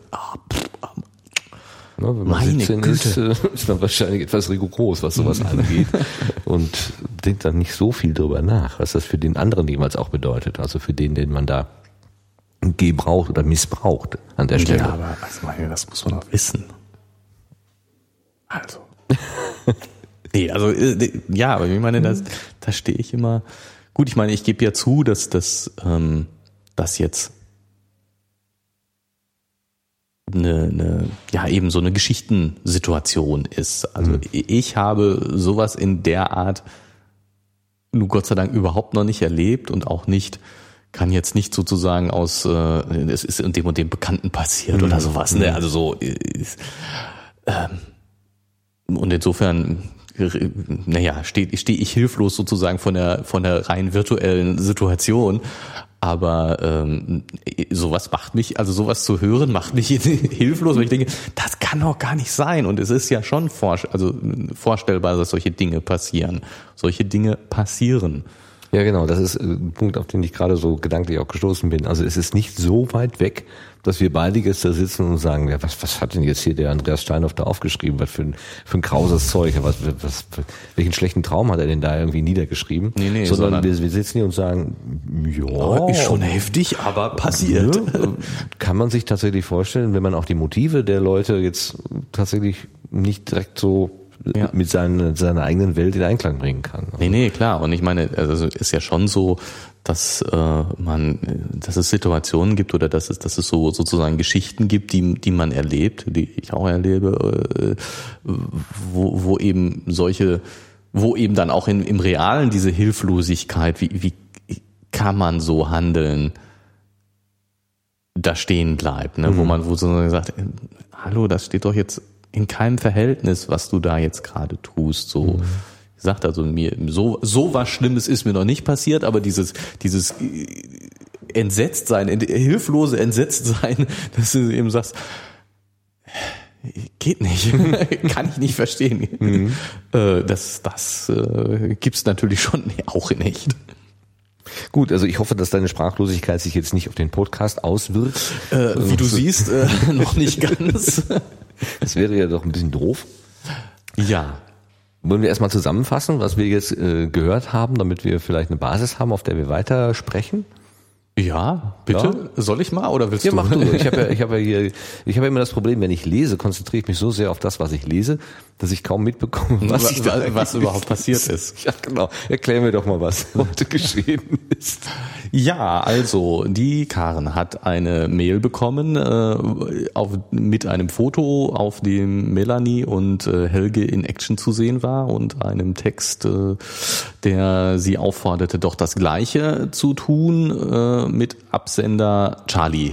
wenn man 17 ist man wahrscheinlich etwas rigoros, was sowas angeht und denkt dann nicht so viel drüber nach, was das für den anderen jeweils auch bedeutet, also für den man da gebraucht oder missbraucht an der Stelle. Ja, aber das muss man doch wissen. Also. Nee, also ja, aber ich meine, da stehe ich immer. Gut, ich meine, ich gebe ja zu, dass das jetzt eben so eine Geschichtensituation ist. Also ich habe sowas in der Art nur Gott sei Dank überhaupt noch nicht erlebt und auch nicht, kann jetzt nicht sozusagen aus, es ist in dem und dem Bekannten passiert oder sowas, ne? Also so, und insofern stehe ich hilflos sozusagen von der rein virtuellen Situation. Aber sowas zu hören, macht mich hilflos, weil ich denke, das kann doch gar nicht sein. Und es ist ja schon vorstellbar, dass solche Dinge passieren. Solche Dinge passieren. Ja, genau, das ist ein Punkt, auf den ich gerade so gedanklich auch gestoßen bin. Also es ist nicht so weit weg, dass wir beide jetzt da sitzen und sagen, ja, was hat denn jetzt hier der Andreas Steinhoff da aufgeschrieben? Was für ein krauses Zeug? Welchen schlechten Traum hat er denn da irgendwie niedergeschrieben? Nee, sondern wir sitzen hier und sagen, ja, ist schon heftig, aber passiert. Ja, kann man sich tatsächlich vorstellen, wenn man auch die Motive der Leute jetzt tatsächlich nicht direkt so mit seiner eigenen Welt in Einklang bringen kann. Nee, klar. Und ich meine, also ist ja schon so, dass es Situationen gibt oder dass es so sozusagen Geschichten gibt, die man erlebt, die ich auch erlebe, wo eben dann auch im Realen diese Hilflosigkeit, wie kann man so handeln, da stehen bleibt, ne? Wo sozusagen sagt, hallo, das steht doch jetzt in keinem Verhältnis, was du da jetzt gerade tust. So, ich sagte also mir, so was Schlimmes ist mir noch nicht passiert, aber dieses Entsetztsein, hilflose Entsetztsein, dass du eben sagst, geht nicht, kann ich nicht verstehen. Das gibt's natürlich schon auch in echt. Gut, also ich hoffe, dass deine Sprachlosigkeit sich jetzt nicht auf den Podcast auswirkt. Wie du siehst, noch nicht ganz. Das wäre ja doch ein bisschen doof. Ja. Wollen wir erstmal zusammenfassen, was wir jetzt gehört haben, damit wir vielleicht eine Basis haben, auf der wir weiter sprechen? Ja, bitte. Ja. Soll ich mal oder willst du? Ja, mach du. Ich habe ja immer das Problem, wenn ich lese, konzentriere ich mich so sehr auf das, was ich lese, dass ich kaum mitbekomme, was überhaupt passiert ist. Ja, genau. Erklär mir doch mal, was heute geschehen ist. Ja, also die Karen hat eine Mail bekommen mit einem Foto, auf dem Melanie und Helge in Action zu sehen war und einem Text, der sie aufforderte, doch das Gleiche zu tun mit Absender Charlie.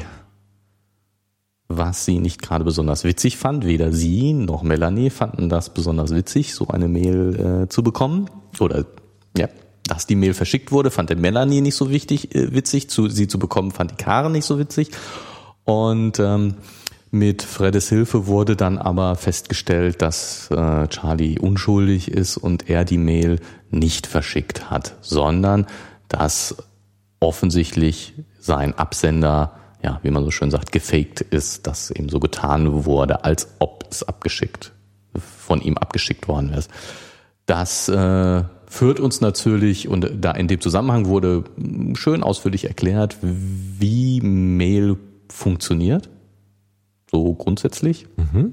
Was sie nicht gerade besonders witzig fand, weder sie noch Melanie fanden das besonders witzig, so eine Mail zu bekommen. Oder ja, dass die Mail verschickt wurde, fand der Melanie nicht so witzig, sie zu bekommen, fand die Karen nicht so witzig. Und mit Freddes Hilfe wurde dann aber festgestellt, dass Charlie unschuldig ist und er die Mail nicht verschickt hat, sondern dass offensichtlich sein Absender, ja, wie man so schön sagt, gefaked ist, dass eben so getan wurde, als ob es von ihm abgeschickt worden wäre. Das führt uns natürlich, und da in dem Zusammenhang wurde schön ausführlich erklärt, wie Mail funktioniert, so grundsätzlich.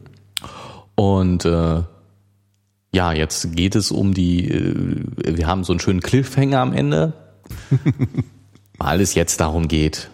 Und jetzt geht es um wir haben so einen schönen Cliffhanger am Ende, weil es jetzt darum geht,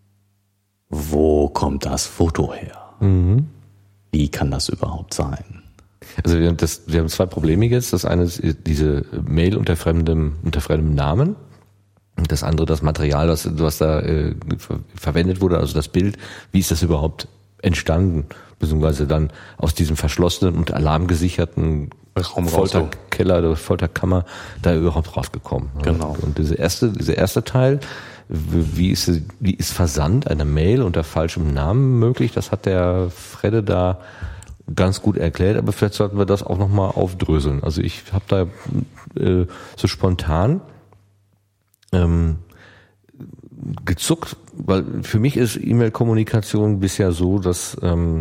wo kommt das Foto her? Wie kann das überhaupt sein? Also wir haben zwei Probleme jetzt. Das eine ist diese Mail unter fremdem Namen. Und das andere das Material, was da verwendet wurde, also das Bild. Wie ist das überhaupt entstanden? Beziehungsweise dann aus diesem verschlossenen und alarmgesicherten Folterkeller oder Folterkammer da überhaupt rausgekommen. Genau. Und dieser erste Teil, wie ist Versand einer Mail unter falschem Namen möglich? Das hat der Fredde da ganz gut erklärt, aber vielleicht sollten wir das auch nochmal aufdröseln. Also ich habe da so spontan gezuckt, weil für mich ist E-Mail-Kommunikation bisher so, dass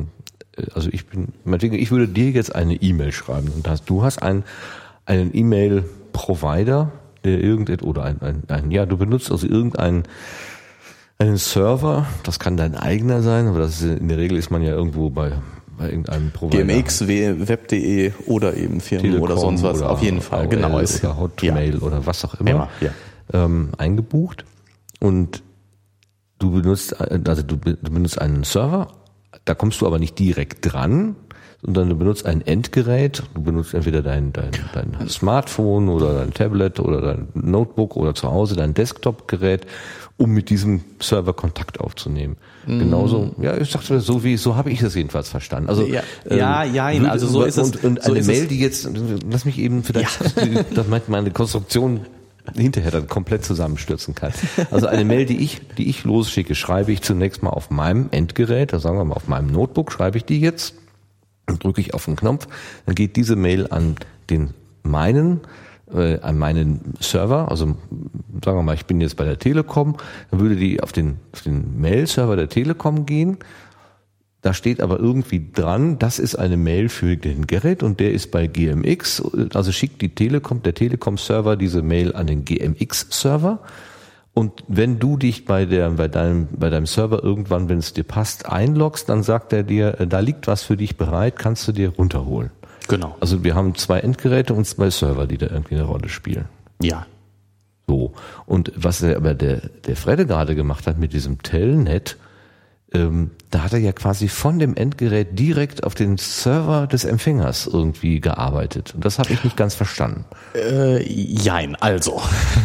ich würde dir jetzt eine E-Mail schreiben und du hast einen E-Mail-Provider, der du benutzt also irgendeinen Server, das kann dein eigener sein, aber in der Regel ist man ja irgendwo bei irgendeinem Provider. GMX, Web.de oder eben Firmen Telekom oder sonst was, auf jeden Fall. Genau, ist oder Hotmail oder was auch immer. Eingebucht und du benutzt einen Server, da kommst du aber nicht direkt dran, sondern du benutzt ein Endgerät, du benutzt entweder dein Smartphone oder dein Tablet oder dein Notebook oder zu Hause dein Desktop-Gerät um mit diesem Server Kontakt aufzunehmen. Genauso, ja, ich sagte, so habe ich das jedenfalls verstanden. Also also so ist es. Und so eine ist Mail, es. die jetzt, lass mich eben vielleicht, dass meine Konstruktion hinterher dann komplett zusammenstürzen kann. Also eine Mail, die ich losschicke, schreibe ich zunächst mal auf meinem Endgerät, da sagen wir mal auf meinem Notebook, schreibe ich die jetzt, dann drücke ich auf den Knopf, dann geht diese Mail an meinen Server, also sagen wir mal, ich bin jetzt bei der Telekom, dann würde die auf den Mail-Server der Telekom gehen. Da steht aber irgendwie dran, das ist eine Mail für den Gerrit und der ist bei GMX, also schickt der Telekom-Server diese Mail an den GMX-Server. Und wenn du dich bei deinem Server irgendwann, wenn es dir passt, einloggst, dann sagt er dir, da liegt was für dich bereit, kannst du dir runterholen. Genau. Also wir haben 2 Endgeräte und 2 Server, die da irgendwie eine Rolle spielen. Ja. So. Und was aber der Fredde gerade gemacht hat mit diesem Telnet, da hat er ja quasi von dem Endgerät direkt auf den Server des Empfängers irgendwie gearbeitet. Und das habe ich nicht ganz verstanden. Jein, also.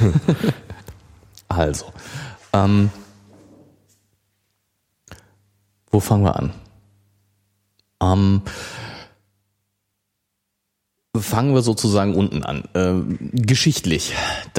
Wo fangen wir an? Fangen wir sozusagen unten an. Geschichtlich.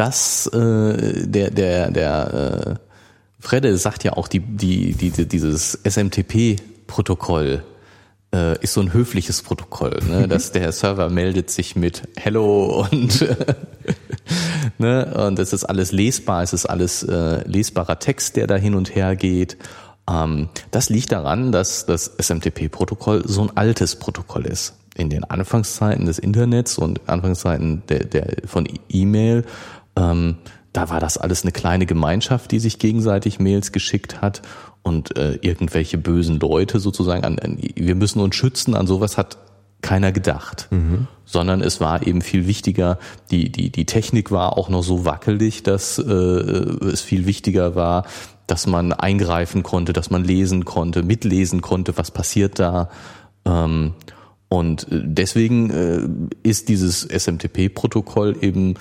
Der Fredde sagt ja auch, dieses SMTP-Protokoll ist so ein höfliches Protokoll, ne? Dass der Server meldet sich mit Hello und ne? Und es ist alles lesbar, es ist alles lesbarer Text, der da hin und her geht. Das liegt daran, dass das SMTP-Protokoll so ein altes Protokoll ist. In den Anfangszeiten des Internets und Anfangszeiten von E-Mail, da war das alles eine kleine Gemeinschaft, die sich gegenseitig Mails geschickt hat und irgendwelche bösen Leute sozusagen, wir müssen uns schützen, an sowas hat keiner gedacht. Sondern es war eben viel wichtiger, die Technik war auch noch so wackelig, dass es viel wichtiger war, dass man eingreifen konnte, dass man lesen konnte, mitlesen konnte, was passiert da. Und deswegen ist dieses SMTP-Protokoll eben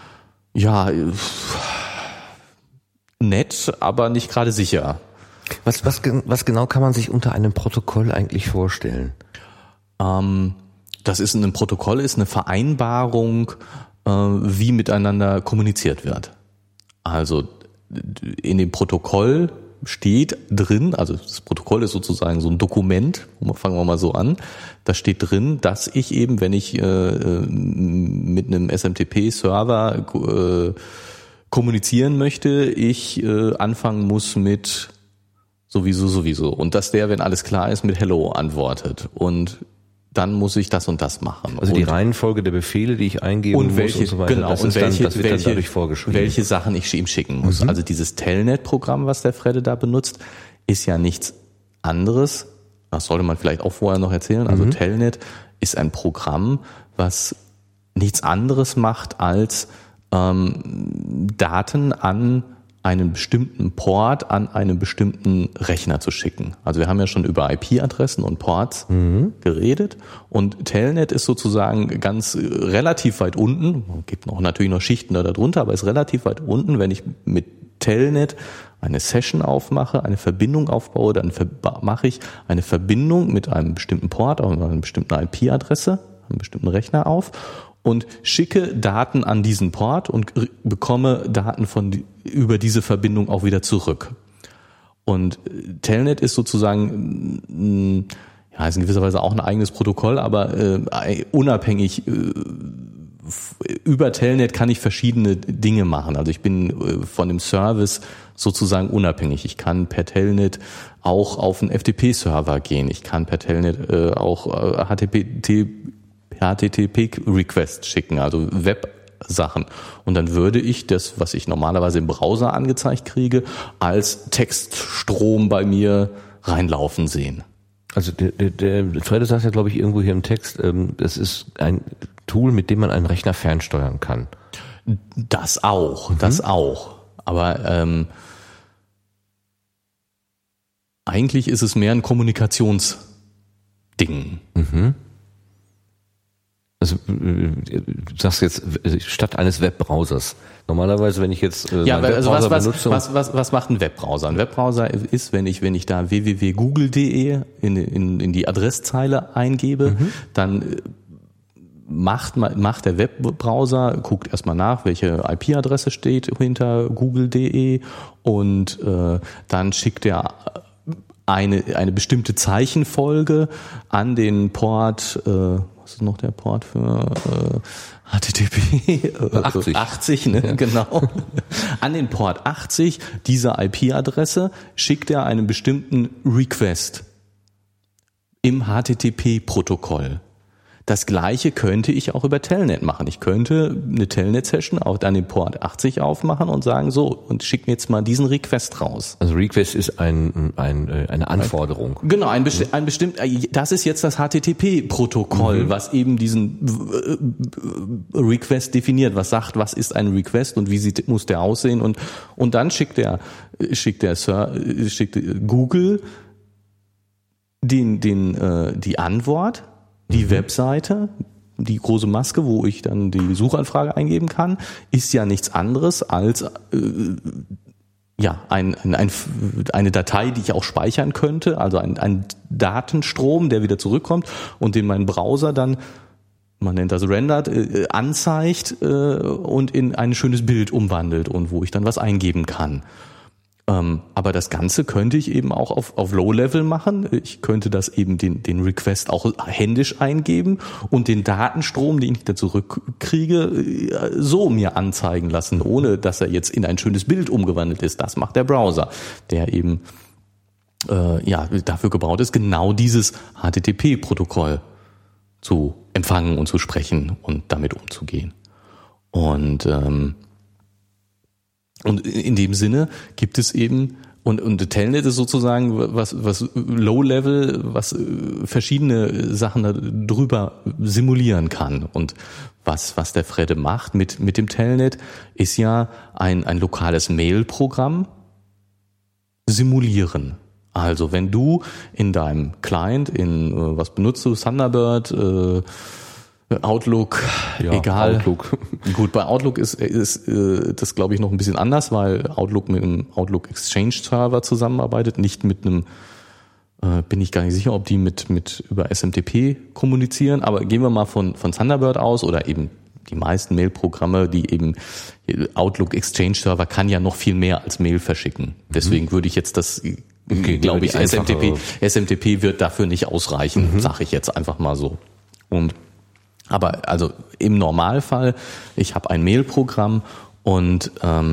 nett, aber nicht gerade sicher. Was genau kann man sich unter einem Protokoll eigentlich vorstellen? Das ist ein Protokoll, ist eine Vereinbarung, wie miteinander kommuniziert wird. Also in dem Protokoll steht drin, also das Protokoll ist sozusagen so ein Dokument, fangen wir mal so an, da steht drin, dass ich eben, wenn ich mit einem SMTP-Server kommunizieren möchte, ich anfangen muss mit sowieso und dass der, wenn alles klar ist, mit Hello antwortet und dann muss ich das und das machen. Also die Reihenfolge der Befehle, die ich eingeben muss und so weiter, genau, das wird dann dadurch vorgeschrieben. Welche Sachen ich ihm schicken muss. Also dieses Telnet-Programm, was der Fredde da benutzt, ist ja nichts anderes. Das sollte man vielleicht auch vorher noch erzählen. Also Telnet ist ein Programm, was nichts anderes macht, als Daten an einen bestimmten Port an einen bestimmten Rechner zu schicken. Also wir haben ja schon über IP-Adressen und Ports geredet und Telnet ist sozusagen ganz relativ weit unten, es gibt natürlich noch Schichten da drunter, aber ist relativ weit unten. Wenn ich mit Telnet eine Session aufmache, eine Verbindung aufbaue, dann mache ich eine Verbindung mit einem bestimmten Port, auch einer bestimmten IP-Adresse, einem bestimmten Rechner auf und schicke Daten an diesen Port und bekomme Daten über diese Verbindung auch wieder zurück. Und Telnet ist sozusagen, ist in gewisser Weise auch ein eigenes Protokoll, aber unabhängig über Telnet kann ich verschiedene Dinge machen. Also ich bin von dem Service sozusagen unabhängig. Ich kann per Telnet auch auf einen FTP-Server gehen. Ich kann per Telnet auch HTTP-Request schicken, also Web-Sachen. Und dann würde ich das, was ich normalerweise im Browser angezeigt kriege, als Textstrom bei mir reinlaufen sehen. Also der Fredde sagt ja, glaube ich, irgendwo hier im Text, das ist ein Tool, mit dem man einen Rechner fernsteuern kann. Das auch. Aber eigentlich ist es mehr ein Kommunikationsding. Also du sagst jetzt statt eines Webbrowsers. Normalerweise, wenn ich jetzt meinen Webbrowser benutze, was macht ein Webbrowser? Ein Webbrowser ist, wenn ich da www.google.de in die Adresszeile eingebe, dann macht der Webbrowser, guckt erstmal nach, welche IP-Adresse steht hinter google.de und dann schickt er eine bestimmte Zeichenfolge an den Port, was ist noch der Port für HTTP? 80, ne? Ja. Genau. An den Port 80 dieser IP-Adresse schickt er einen bestimmten Request im HTTP-Protokoll. Das Gleiche könnte ich auch über Telnet machen. Ich könnte eine Telnet-Session auch an den Port 80 aufmachen und sagen, so, und schick mir jetzt mal diesen Request raus. Also Request ist eine Anforderung. Genau, ein bestimmt, das ist jetzt das HTTP-Protokoll, was eben diesen Request definiert, was sagt, was ist ein Request und wie muss der aussehen und dann schickt Google die Antwort, die Webseite, die große Maske, wo ich dann die Suchanfrage eingeben kann, ist ja nichts anderes als eine Datei, die ich auch speichern könnte, also ein Datenstrom, der wieder zurückkommt und den mein Browser dann, man nennt das rendered, anzeigt und in ein schönes Bild umwandelt und wo ich dann was eingeben kann. Aber das Ganze könnte ich eben auch auf Low-Level machen. Ich könnte das eben den Request auch händisch eingeben und den Datenstrom, den ich da zurückkriege, so mir anzeigen lassen, ohne dass er jetzt in ein schönes Bild umgewandelt ist. Das macht der Browser, der eben dafür gebaut ist, genau dieses HTTP-Protokoll zu empfangen und zu sprechen und damit umzugehen. Und in dem Sinne gibt es eben, und Telnet ist sozusagen was Low-Level, was verschiedene Sachen drüber simulieren kann. Und was der Fredde macht mit dem Telnet, ist ja ein lokales Mail-Programm simulieren. Also wenn du in deinem Client, was benutzt du, Thunderbird, Outlook, ja, egal. Outlook. Gut, bei Outlook ist das, glaube ich, noch ein bisschen anders, weil Outlook mit einem Outlook Exchange Server zusammenarbeitet, nicht mit einem, bin ich gar nicht sicher, ob die mit über SMTP kommunizieren, aber gehen wir mal von Thunderbird aus oder eben die meisten Mail-Programme, die eben Outlook Exchange Server kann ja noch viel mehr als Mail verschicken. Deswegen würde ich jetzt glaube ich, SMTP wird dafür nicht ausreichen, sage ich jetzt einfach mal so. Aber also im Normalfall, ich habe ein Mail-Programm und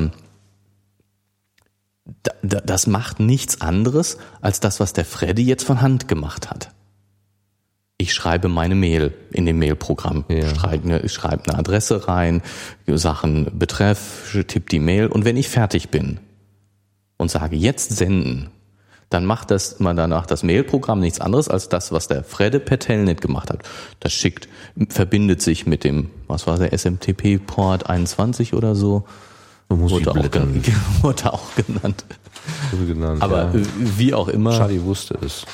das macht nichts anderes als das, was der Freddy jetzt von Hand gemacht hat. Ich schreibe meine Mail in dem Mail-Programm, ich schreibe eine Adresse rein, Sachen Betreff, tippe die Mail und wenn ich fertig bin und sage jetzt senden, dann macht danach das Mail-Programm nichts anderes als das, was der Fredde per Telnet gemacht hat. Das verbindet sich mit dem, was war der, SMTP-Port 21 oder so. Wurde auch genannt. Aber ja. Wie auch immer. Charlie wusste es.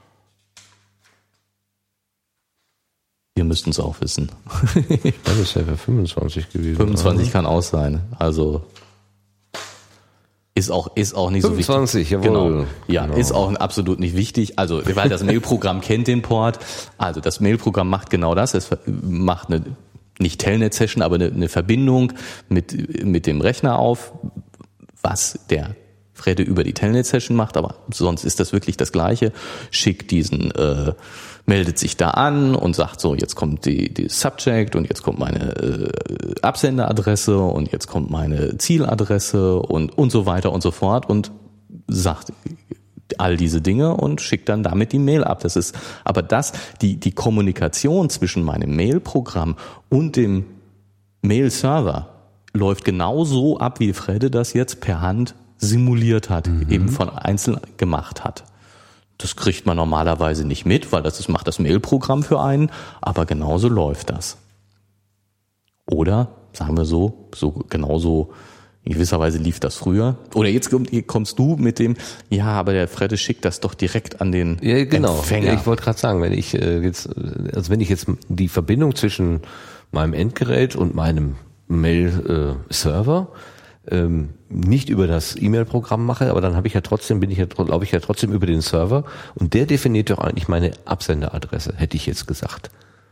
Wir müssten es auch wissen. Das ist ja 25 gewesen. 25 kann auch sein. Also ist auch nicht 25, so wichtig. 25, jawohl. Genau. Ja, genau. Ist auch absolut nicht wichtig. Also, weil das Mailprogramm kennt den Port. Also, das Mailprogramm macht genau das. Es macht nicht Telnet-Session, aber eine Verbindung mit dem Rechner auf, was der Fredde über die Telnet-Session macht, aber sonst ist das wirklich das Gleiche. Schickt meldet sich da an und sagt so, jetzt kommt die Subject und jetzt kommt meine Absenderadresse und jetzt kommt meine Zieladresse und so weiter und so fort und sagt all diese Dinge und schickt dann damit die Mail ab. Das ist aber die Kommunikation zwischen meinem Mailprogramm und dem Mail-Server läuft genauso ab, wie Fredde das jetzt per Hand simuliert hat, eben von einzeln gemacht hat. Das kriegt man normalerweise nicht mit, weil das macht das Mail-Programm für einen, aber genauso läuft das. Oder, sagen wir so genauso In gewisser Weise lief das früher. Oder jetzt kommst du mit dem, ja, aber der Fredde schickt das doch direkt an den Empfänger. Ich wollte gerade sagen, wenn ich jetzt die Verbindung zwischen meinem Endgerät und meinem Mail-Server nicht über das E-Mail-Programm mache, aber dann laufe ich ja trotzdem über den Server und der definiert doch eigentlich meine Absenderadresse, hätte ich jetzt gesagt.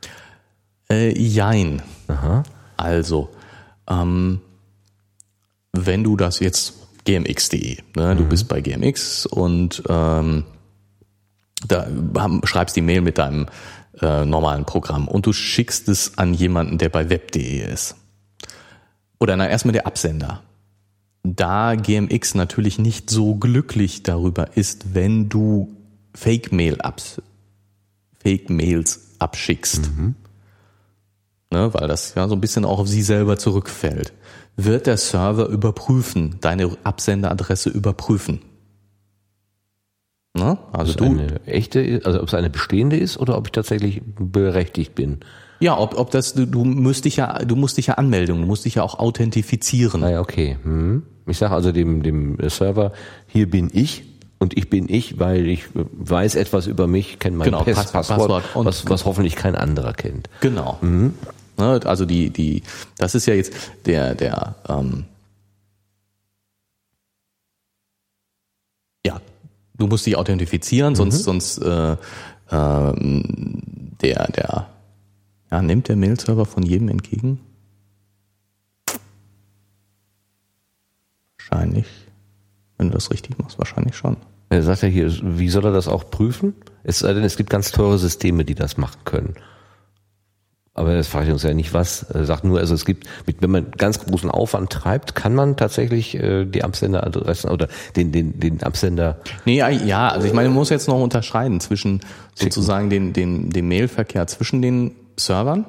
Jein. Aha. Also, wenn du das jetzt gmx.de, ne, du bist bei gmx und schreibst die Mail mit deinem normalen Programm und du schickst es an jemanden, der bei web.de ist. Oder erstmal der Absender. Da GMX natürlich nicht so glücklich darüber ist, wenn du Fake-Mails abschickst, ne, weil das ja so ein bisschen auch auf sie selber zurückfällt, wird der Server überprüfen, deine Absenderadresse überprüfen. Ne? Also ob es eine bestehende ist oder ob ich tatsächlich berechtigt bin. Ja, ob das, du musst dich ja anmelden, du musst dich ja auch authentifizieren. Ah ja, okay. Ich sage also dem Server, hier bin ich und ich bin ich, weil ich weiß etwas über mich, kenne mein Passwort, was hoffentlich kein anderer kennt. Genau. Also das ist ja jetzt du musst dich authentifizieren, sonst nimmt der Mail-Server von jedem entgegen? Wahrscheinlich. Wenn du das richtig machst, wahrscheinlich schon. Er sagt ja hier, wie soll er das auch prüfen? Es sei denn, es gibt ganz teure Systeme, die das machen können. Aber das frage ich uns ja nicht was. Er sagt nur, also es gibt, wenn man ganz großen Aufwand treibt, kann man tatsächlich die Absenderadressen oder den Absender. Nee, ja, also ich meine, man muss jetzt noch unterscheiden zwischen sozusagen dem Mailverkehr zwischen den Servern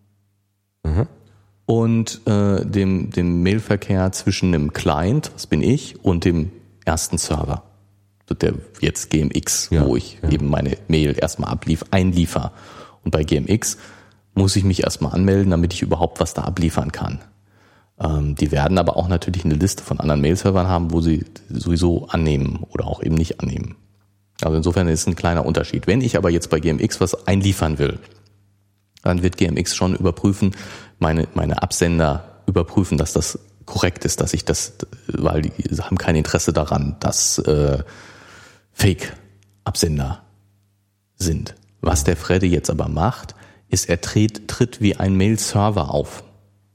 und dem Mailverkehr zwischen dem Client, das bin ich, und dem ersten Server. Der jetzt GMX, wo ich eben meine Mail erstmal einliefer. Und bei GMX muss ich mich erstmal anmelden, damit ich überhaupt was da abliefern kann. Die werden aber auch natürlich eine Liste von anderen Mail-Servern haben, wo sie sowieso annehmen oder auch eben nicht annehmen. Also insofern ist ein kleiner Unterschied. Wenn ich aber jetzt bei GMX was einliefern will, dann wird GMX schon überprüfen, meine Absender überprüfen, dass das korrekt ist, dass ich das, weil die haben kein Interesse daran, dass Fake-Absender sind. Was der Fredde jetzt aber macht, ist, er tritt wie ein Mail-Server auf.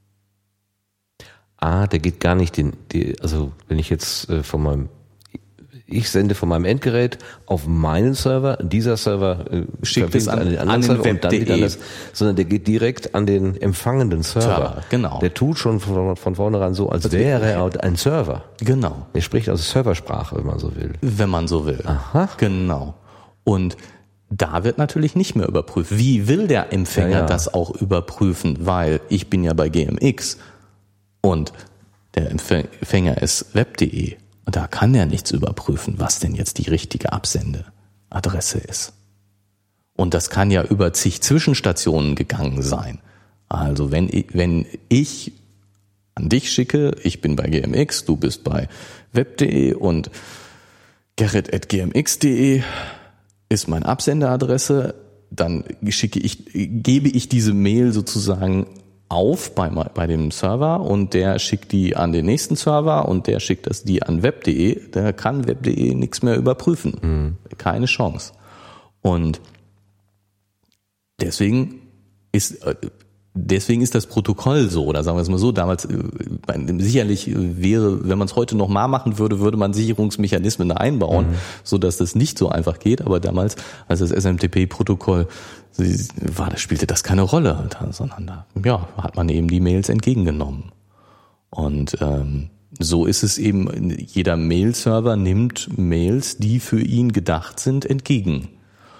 Der geht gar nicht also wenn ich jetzt ich sende von meinem Endgerät auf meinen Server, dieser Server schickt es an den anderen Server und dann wieder das, sondern der geht direkt an den empfangenden Server. Genau. Der tut schon von vornherein so, als wäre er ein Server. Genau. Er spricht also Serversprache, wenn man so will. Wenn man so will. Aha. Genau. Und da wird natürlich nicht mehr überprüft. Wie will der Empfänger das auch überprüfen? Weil ich bin ja bei GMX und der Empfänger ist web.de. Und da kann er nichts überprüfen, was denn jetzt die richtige Absendeadresse ist. Und das kann ja über zig Zwischenstationen gegangen sein. Also wenn ich an dich schicke, ich bin bei GMX, du bist bei web.de und gerrit@gmx.de ist meine Absenderadresse, dann gebe ich diese Mail sozusagen auf bei dem Server und der schickt die an den nächsten Server und der schickt die an web.de, da kann web.de nichts mehr überprüfen. Keine Chance. Und deswegen ist das Protokoll so, oder sagen wir es mal so, damals sicherlich wäre, wenn man es heute noch mal machen würde man Sicherungsmechanismen einbauen, so dass das nicht so einfach geht, aber damals, als das SMTP-Protokoll spielte das keine Rolle, sondern da hat man eben die Mails entgegengenommen. Und so ist es eben, jeder Mail-Server nimmt Mails, die für ihn gedacht sind, entgegen.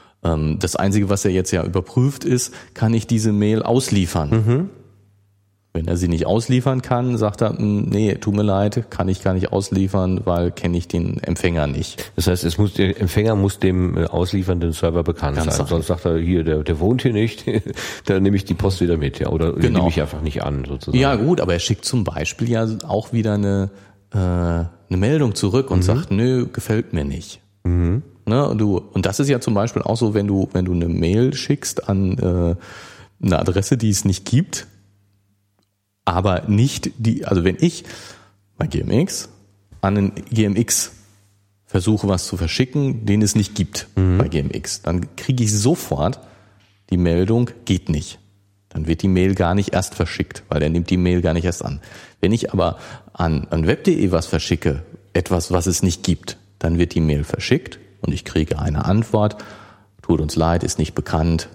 Das Einzige, was er jetzt ja überprüft, ist, kann ich diese Mail ausliefern? Wenn er sie nicht ausliefern kann, sagt er, nee, tut mir leid, kann ich gar nicht ausliefern, weil kenne ich den Empfänger nicht. Das heißt, der Empfänger muss dem ausliefernden Server bekannt sein. Sonst sagt er, hier, der wohnt hier nicht, dann nehme ich die Post wieder mit, ja, oder nehme ich einfach nicht an, sozusagen. Ja gut, aber er schickt zum Beispiel ja auch wieder eine Meldung zurück und sagt, nö, gefällt mir nicht. Ne, und das ist ja zum Beispiel auch so, wenn du eine Mail schickst an eine Adresse, die es nicht gibt, aber nicht also wenn ich bei GMX an einen GMX versuche, was zu verschicken, den es nicht gibt bei GMX, dann kriege ich sofort die Meldung, geht nicht. Dann wird die Mail gar nicht erst verschickt, weil er nimmt die Mail gar nicht erst an. Wenn ich aber an web.de was verschicke, etwas, was es nicht gibt, dann wird die Mail verschickt und ich kriege eine Antwort, tut uns leid, ist nicht bekannt.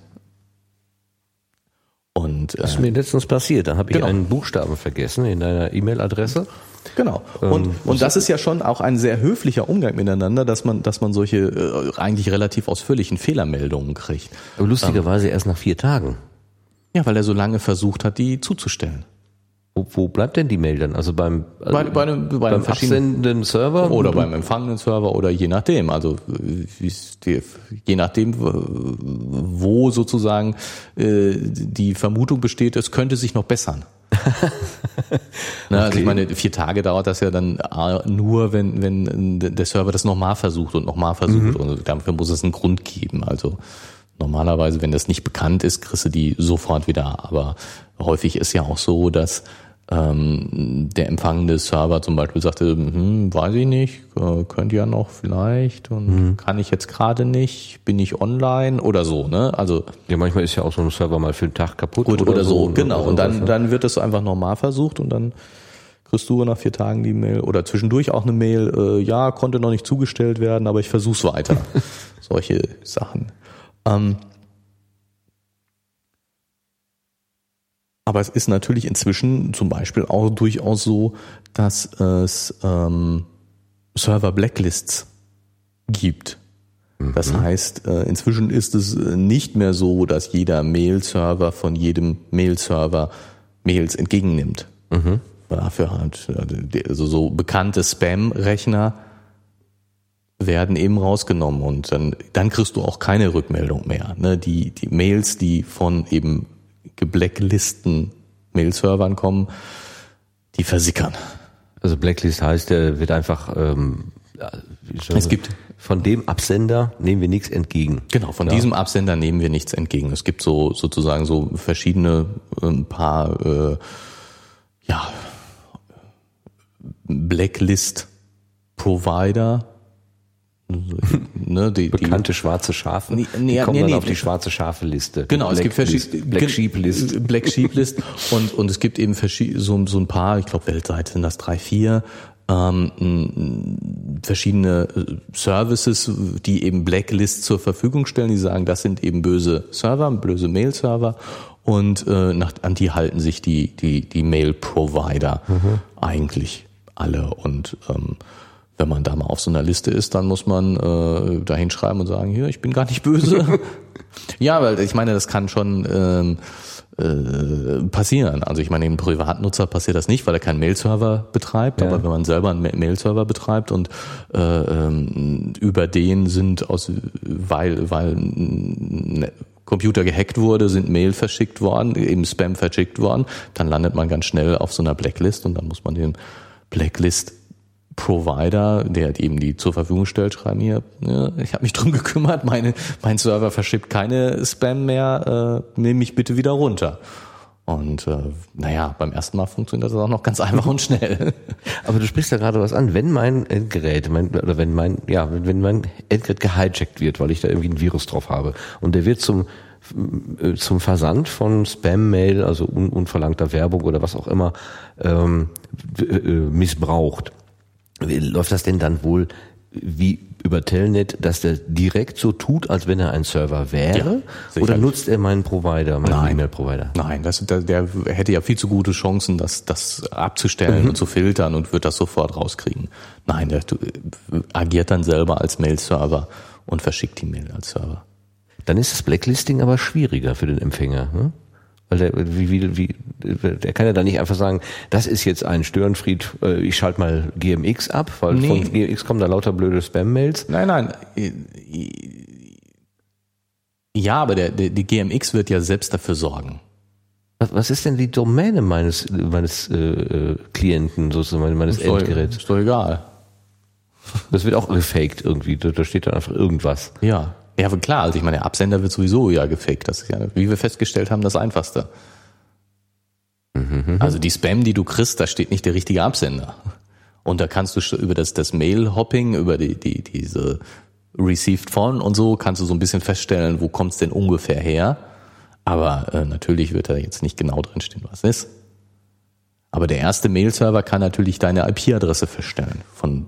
Und das ist mir letztens passiert, da habe ich einen Buchstaben vergessen in deiner E-Mail-Adresse. Genau. Und das ist ja schon auch ein sehr höflicher Umgang miteinander, dass man solche eigentlich relativ ausführlichen Fehlermeldungen kriegt. Aber lustigerweise erst nach 4 Tagen. Ja, weil er so lange versucht hat, die zuzustellen. Wo bleibt denn die Mail dann? Also beim absendenden Server? Oder beim empfangenden Server oder je nachdem. Also je nachdem, wo sozusagen die Vermutung besteht, es könnte sich noch bessern. Also ich meine, 4 Tage dauert das ja dann nur, wenn der Server das nochmal versucht und nochmal versucht. Und dafür muss es einen Grund geben. Also normalerweise, wenn das nicht bekannt ist, kriegst du die sofort wieder. Aber häufig ist ja auch so, dass der empfangende Server zum Beispiel sagte, weiß ich nicht, könnt ihr ja noch vielleicht und kann ich jetzt gerade nicht, bin ich online oder so, ne? Also ja, manchmal ist ja auch so ein Server mal für einen Tag kaputt oder so, genau. Und dann wird das einfach normal versucht und dann kriegst du nach 4 Tagen die Mail oder zwischendurch auch eine Mail, ja, konnte noch nicht zugestellt werden, aber ich versuch's weiter. Solche Sachen. Aber es ist natürlich inzwischen zum Beispiel auch durchaus so, dass es Server-Blacklists gibt. Das heißt, inzwischen ist es nicht mehr so, dass jeder Mail-Server von jedem Mail-Server Mails entgegennimmt. Dafür halt also so bekannte Spam-Rechner werden eben rausgenommen und dann kriegst du auch keine Rückmeldung mehr. Ne? Die Mails, die von eben geblacklisten Mail-Servern kommen, die versickern. Also Blacklist heißt, der wird einfach es gibt von dem Absender nehmen wir nichts entgegen. Genau, von diesem Absender nehmen wir nichts entgegen. Es gibt sozusagen so verschiedene paar Blacklist-Provider. Ne, bekannte schwarze Schafe. Die kommen dann auf die schwarze Schafe-Liste. Genau, es gibt verschiedene Black Sheep List. Black Sheep List und es gibt eben so ein paar, ich glaube weltweit sind das 3, 4 verschiedene Services, die eben Blacklist zur Verfügung stellen, die sagen, das sind eben böse Server, böse Mail-Server und an die halten sich die Mail-Provider eigentlich alle und wenn man da mal auf so einer Liste ist, dann muss man da hinschreiben und sagen, hier, ich bin gar nicht böse. Ja, weil ich meine, das kann schon passieren. Also ich meine, dem Privatnutzer passiert das nicht, weil er keinen Mail-Server betreibt, aber wenn man selber einen Mail-Server betreibt und über den sind weil Computer gehackt wurde, sind Mail verschickt worden, eben Spam verschickt worden, dann landet man ganz schnell auf so einer Blacklist und dann muss man den Blacklist-Provider, der eben die zur Verfügung stellt, schreiben hier, ja, ich habe mich drum gekümmert, mein Server verschickt keine Spam mehr, nehme mich bitte wieder runter. Und beim ersten Mal funktioniert das auch noch ganz einfach und schnell. Aber du sprichst da gerade was an, wenn mein Endgerät, wenn mein Endgerät gehijackt wird, weil ich da irgendwie ein Virus drauf habe und der wird zum Versand von Spam-Mail, also unverlangter Werbung oder was auch immer, missbraucht. Läuft das denn dann wohl wie über Telnet, dass der direkt so tut, als wenn er ein Server wäre? Ja, oder nutzt er meinen Provider, meinen E-Mail-Provider? Nein, der hätte ja viel zu gute Chancen, das abzustellen und zu filtern und wird das sofort rauskriegen. Nein, der agiert dann selber als Mail-Server und verschickt die Mail als Server. Dann ist das Blacklisting aber schwieriger für den Empfänger, ne? Weil der kann ja da nicht einfach sagen, das ist jetzt ein Störenfried, ich schalte mal GMX ab, weil von GMX kommen da lauter blöde Spam-Mails. Nein. Ja, aber die GMX wird ja selbst dafür sorgen. Was ist denn die Domäne meines Klienten, sozusagen meines Endgeräts? Ist doch egal. Das wird auch gefaked irgendwie, da steht dann einfach irgendwas. Ja, aber klar, also ich meine, der Absender wird sowieso ja gefaked. Das ist ja, wie wir festgestellt haben, das Einfachste. Also die Spam, die du kriegst, da steht nicht der richtige Absender. Und da kannst du über das Mail-Hopping, über diese Received von und so, kannst du so ein bisschen feststellen, wo kommt's denn ungefähr her. Aber natürlich wird da jetzt nicht genau drinstehen, was ist. Aber der erste Mail-Server kann natürlich deine IP-Adresse feststellen, von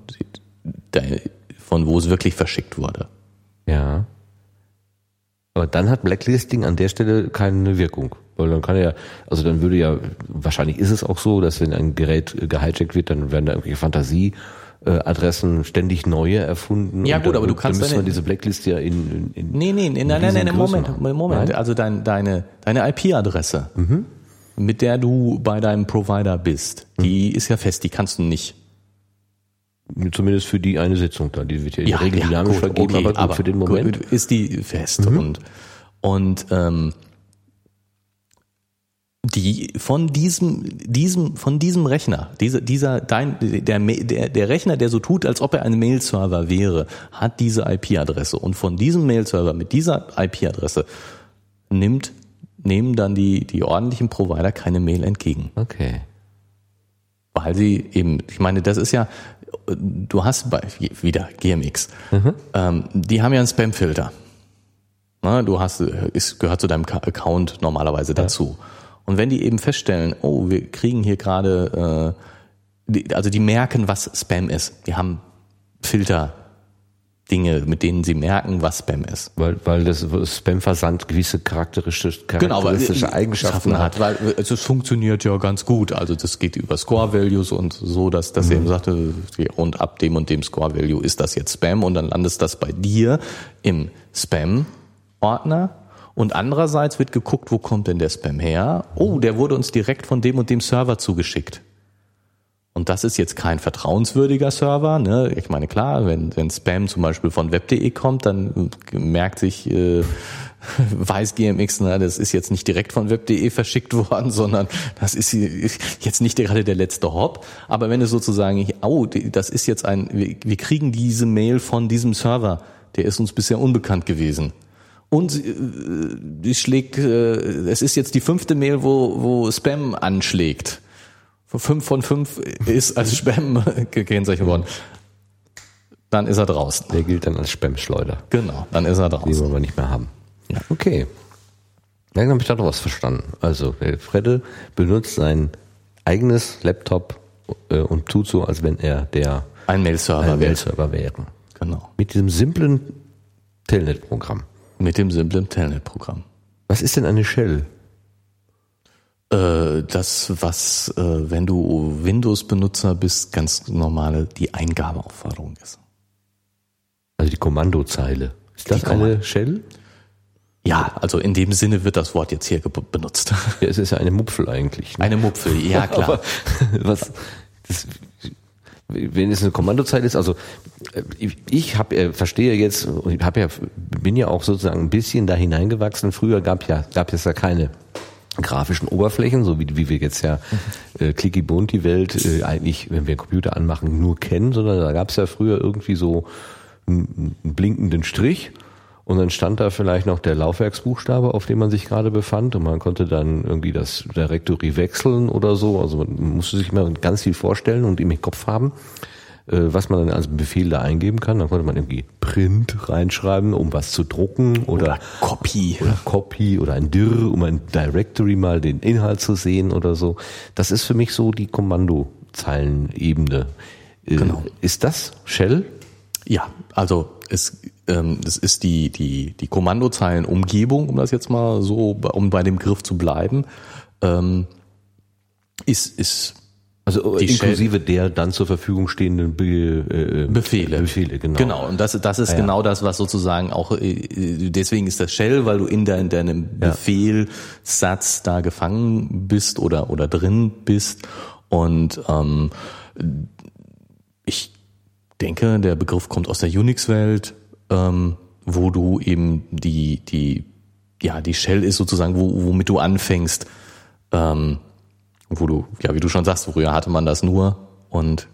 wo es wirklich verschickt wurde. Ja. Aber dann hat Blacklisting an der Stelle keine Wirkung. Weil dann dann würde ja, wahrscheinlich ist es auch so, dass wenn ein Gerät gehijackt wird, dann werden da irgendwelche Fantasieadressen ständig neue erfunden. Ja gut, aber du kannst dann müssen wir diese Blacklist ja in Nein, Moment. Nein? Also deine IP-Adresse, mit der du bei deinem Provider bist, die ist ja fest, die kannst du nicht. Zumindest für die eine Sitzung da, die wird ja in der Regel dynamisch vergeben, okay, aber für den Moment ist die fest und die von diesem Rechner, der Rechner, der so tut, als ob er ein Mail-Server wäre, hat diese IP-Adresse und von diesem Mail-Server mit dieser IP-Adresse nehmen dann die ordentlichen Provider keine Mail entgegen. Okay. Weil sie eben, ich meine, das ist ja, du hast wieder GMX, die haben ja einen Spam-Filter. Gehört zu deinem Account normalerweise dazu. Und wenn die eben feststellen, oh, wir kriegen hier gerade, also die merken, was Spam ist. Die haben Filter-Dinge, mit denen sie merken, was Spam ist. Weil das Spam-Versand gewisse charakteristische Eigenschaften hat. Weil es funktioniert ja ganz gut. Also das geht über Score-Values und so, dass eben sagte, und ab dem und dem Score-Value ist das jetzt Spam und dann landest das bei dir im Spam-Ordner. Und andererseits wird geguckt, wo kommt denn der Spam her? Oh, der wurde uns direkt von dem und dem Server zugeschickt. Und das ist jetzt kein vertrauenswürdiger Server, ne? Ich meine, klar, wenn Spam zum Beispiel von web.de kommt, dann weiß GMX, das ist jetzt nicht direkt von web.de verschickt worden, sondern das ist jetzt nicht gerade der letzte Hop. Aber wenn es sozusagen, das ist jetzt wir kriegen diese Mail von diesem Server, der ist uns bisher unbekannt gewesen. Und es ist jetzt die 5. Mail, wo Spam anschlägt. 5 von 5 ist als Spam gekennzeichnet worden. Dann ist er draußen. Der gilt dann als Spam-Schleuder. Genau, dann ist er draußen. Die wollen wir nicht mehr haben. Ja. Okay. Dann habe ich da noch was verstanden. Also, der Fredde benutzt sein eigenes Laptop und tut so, als wenn er ein Mail-Server wäre. Genau. Mit diesem simplen Telnet-Programm. Was ist denn eine Shell? Das, was, wenn du Windows-Benutzer bist, ganz normale, die Eingabeaufforderung ist. Also die Kommandozeile. Ist das eine Shell? Ja, also in dem Sinne wird das Wort jetzt hier benutzt. Ja, es ist ja eine Mupfel eigentlich. Ne? Eine Mupfel, ja klar. Aber wenn es eine Kommandozeile ist, also verstehe jetzt, bin ja auch sozusagen ein bisschen da hineingewachsen. Früher gab es ja keine grafischen Oberflächen, so wie wir jetzt ja clicky bunt die Welt eigentlich, wenn wir einen Computer anmachen, nur kennen, sondern da gab es ja früher irgendwie so einen blinkenden Strich und dann stand da vielleicht noch der Laufwerksbuchstabe, auf dem man sich gerade befand und man konnte dann irgendwie das Directory wechseln oder so, also man musste sich mal ganz viel vorstellen und im Kopf haben, was man dann als Befehl da eingeben kann. Dann konnte man irgendwie Print reinschreiben, um was zu drucken oder Copy oder ein Dir, um ein Directory mal den Inhalt zu sehen oder so. Das ist für mich so die Kommandozeilenebene. Genau. Ist das Shell? Ja, also es ist die Kommandozeilenumgebung, um das jetzt mal so, um bei dem Begriff zu bleiben, ist Also inklusive der dann zur Verfügung stehenden Befehle, genau. Genau, und das ist genau das, was sozusagen auch, deswegen ist das Shell, weil du in deinem Befehlssatz da gefangen bist oder drin bist. Und ich denke, der Begriff kommt aus der Unix-Welt, wo du eben die Shell ist sozusagen, womit du anfängst, wo du, wie du schon sagst, früher hatte man das nur und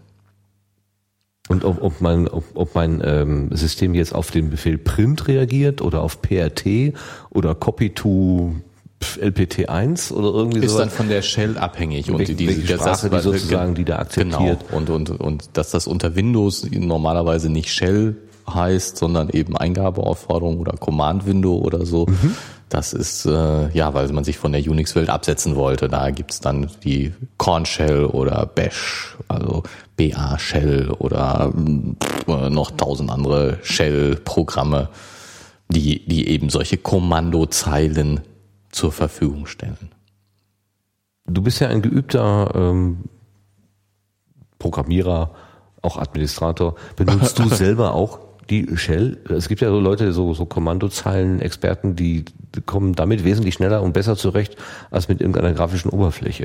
ob mein System jetzt auf den Befehl Print reagiert oder auf PRT oder Copy to LPT1 oder irgendwie so. Ist dann von der Shell abhängig und die Sprache, die sozusagen die da akzeptiert. Genau. Und dass das unter Windows normalerweise nicht Shell heißt, sondern eben Eingabeaufforderung oder Command Window oder so. Das ist, weil man sich von der Unix-Welt absetzen wollte. Da gibt's dann die Corn Shell oder Bash, also BA Shell oder noch 1000 andere Shell-Programme, die eben solche Kommandozeilen zur Verfügung stellen. Du bist ja ein geübter Programmierer, auch Administrator. Benutzt du selber auch die Shell? Es gibt ja so Leute, so Kommandozeilen-Experten, die kommen damit wesentlich schneller und besser zurecht als mit irgendeiner grafischen Oberfläche.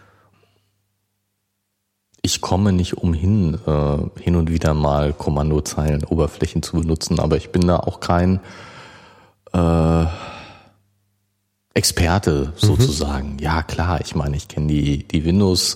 Ich komme nicht umhin, hin und wieder mal Kommandozeilen-Oberflächen zu benutzen, aber ich bin da auch kein Experte sozusagen. Ja, klar, ich meine, ich kenne die Windows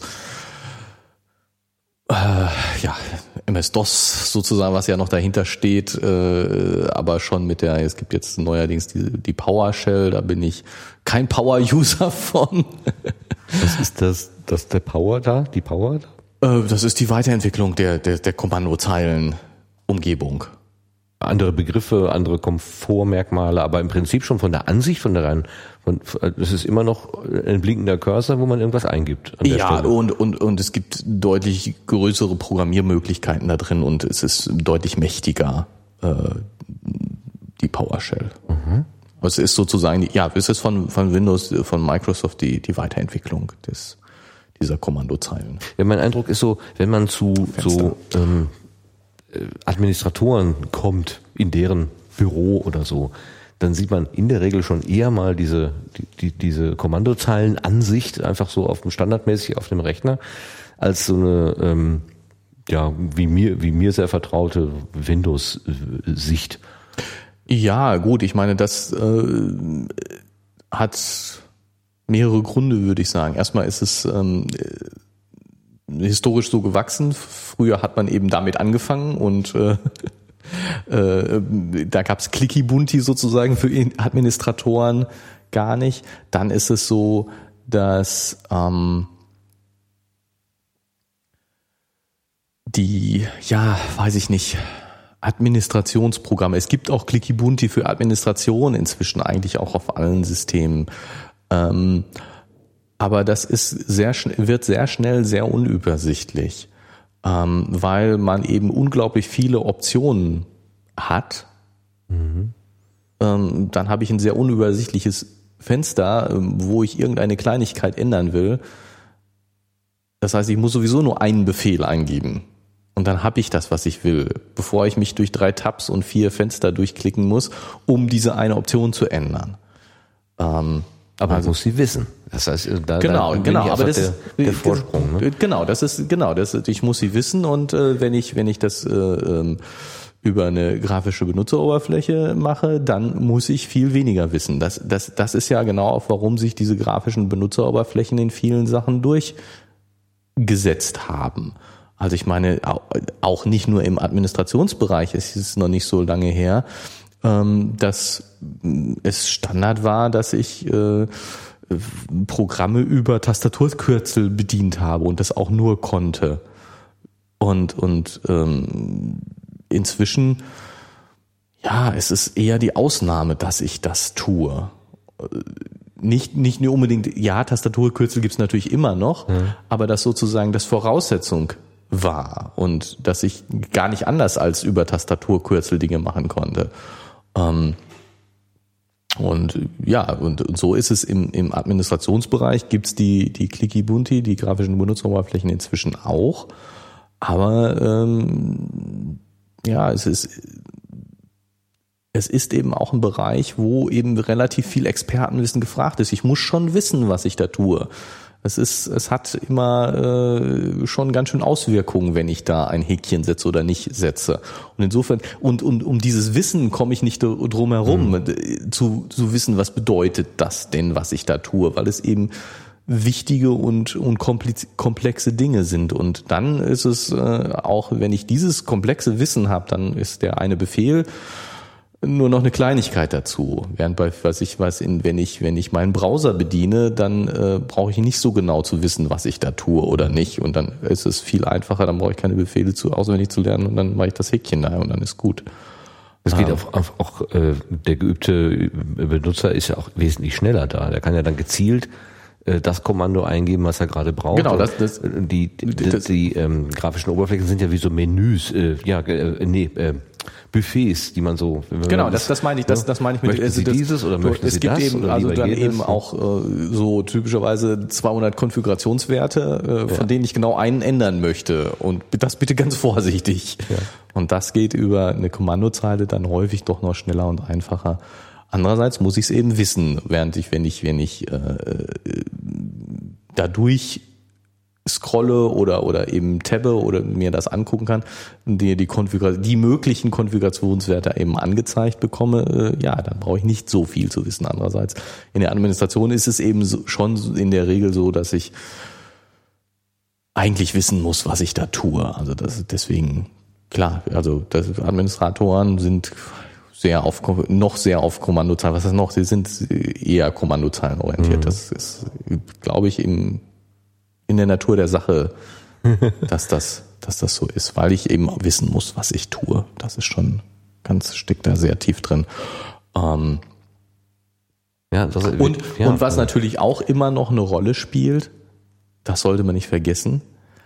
MS-DOS sozusagen, was ja noch dahinter steht, aber schon es gibt jetzt neuerdings die PowerShell, da bin ich kein Power-User von. Was ist das der Power da? Die Power da? Das ist die Weiterentwicklung der Kommandozeilen-Umgebung. Andere Begriffe, andere Komfortmerkmale, aber im Prinzip schon von der Ansicht, das ist immer noch ein blinkender Cursor, wo man irgendwas eingibt. Ja, und es gibt deutlich größere Programmiermöglichkeiten da drin und es ist deutlich mächtiger, die PowerShell. Es ist sozusagen, es ist von Windows, von Microsoft die Weiterentwicklung dieser Kommandozeilen. Ja, mein Eindruck ist so, wenn man zu Administratoren kommt in deren Büro oder so, dann sieht man in der Regel schon eher mal diese Kommandozeilenansicht einfach so standardmäßig auf dem Rechner als so eine wie mir sehr vertraute Windows-Sicht. Ja, gut, ich meine, das hat mehrere Gründe, würde ich sagen. Erstmal ist es historisch so gewachsen. Früher hat man eben damit angefangen und da gab's Clicky-Bunti sozusagen für Administratoren gar nicht. Dann ist es so, dass Administrationsprogramme. Es gibt auch Clicky-Bunti für Administration inzwischen eigentlich auch auf allen Systemen. Aber das ist wird sehr schnell sehr unübersichtlich, weil man eben unglaublich viele Optionen hat. Dann habe ich ein sehr unübersichtliches Fenster, wo ich irgendeine Kleinigkeit ändern will. Das heißt, ich muss sowieso nur einen Befehl eingeben. Und dann habe ich das, was ich will, bevor ich mich durch 3 Tabs und 4 Fenster durchklicken muss, um diese eine Option zu ändern. Aber man muss sie wissen. Das heißt, genau. Aber das ist der Vorsprung. Ne? Ich muss sie wissen und wenn ich das über eine grafische Benutzeroberfläche mache, dann muss ich viel weniger wissen. Das ist ja genau auch, warum sich diese grafischen Benutzeroberflächen in vielen Sachen durchgesetzt haben. Also ich meine, auch nicht nur im Administrationsbereich, es ist noch nicht so lange her, dass es Standard war, dass ich Programme über Tastaturkürzel bedient habe und das auch nur konnte. Und inzwischen, es ist eher die Ausnahme, dass ich das tue. Nicht nur unbedingt, Tastaturkürzel gibt's natürlich immer noch, aber das sozusagen das Voraussetzung war und dass ich gar nicht anders als über Tastaturkürzel Dinge machen konnte. Und ja, und so ist es im Administrationsbereich, gibt's die Clicky Bunti, die grafischen Benutzeroberflächen inzwischen auch. Aber ja, es ist eben auch ein Bereich, wo eben relativ viel Expertenwissen gefragt ist. Ich muss schon wissen, was ich da tue. Es hat immer schon ganz schön Auswirkungen, wenn ich da ein Häkchen setze oder nicht setze. Und insofern, und um dieses Wissen komme ich nicht drum herum, zu wissen, was bedeutet das denn, was ich da tue, weil es eben wichtige und komplexe Dinge sind. Und dann ist es auch, wenn ich dieses komplexe Wissen habe, dann ist der eine Befehl nur noch eine Kleinigkeit dazu. Während wenn ich meinen Browser bediene, dann brauche ich nicht so genau zu wissen, was ich da tue oder nicht. Und dann ist es viel einfacher, dann brauche ich keine Befehle auswendig zu lernen und dann mache ich das Häkchen da und dann ist gut. Es geht auch der geübte Benutzer ist ja auch wesentlich schneller da. Der kann ja dann gezielt das Kommando eingeben, was er gerade braucht. Genau, die grafischen Oberflächen sind ja wie so Menüs, Buffets, die man so. Genau, das meine ich. Das meine ich mit. Möchten Sie dieses oder möchten Sie das? Es gibt eben oder also dann jenes? eben auch so typischerweise 200 Konfigurationswerte, von denen ich genau einen ändern möchte und das bitte ganz vorsichtig. Ja. Und das geht über eine Kommandozeile dann häufig doch noch schneller und einfacher. Andererseits muss ich es eben wissen, wenn ich dadurch scrolle oder eben tabbe oder mir das angucken kann, die möglichen Konfigurationswerte eben angezeigt bekomme, dann brauche ich nicht so viel zu wissen. Andererseits in der Administration ist es eben schon in der Regel so, dass ich eigentlich wissen muss, was ich da tue. Also das ist deswegen klar. Also Administratoren sind noch sehr auf Kommandozeilen. Was heißt noch? Sie sind eher Kommandozeilen orientiert. Das ist, glaube ich, in der Natur der Sache, dass das so ist, weil ich eben wissen muss, was ich tue. Das ist schon steckt da sehr tief drin. Und was natürlich auch immer noch eine Rolle spielt, das sollte man nicht vergessen,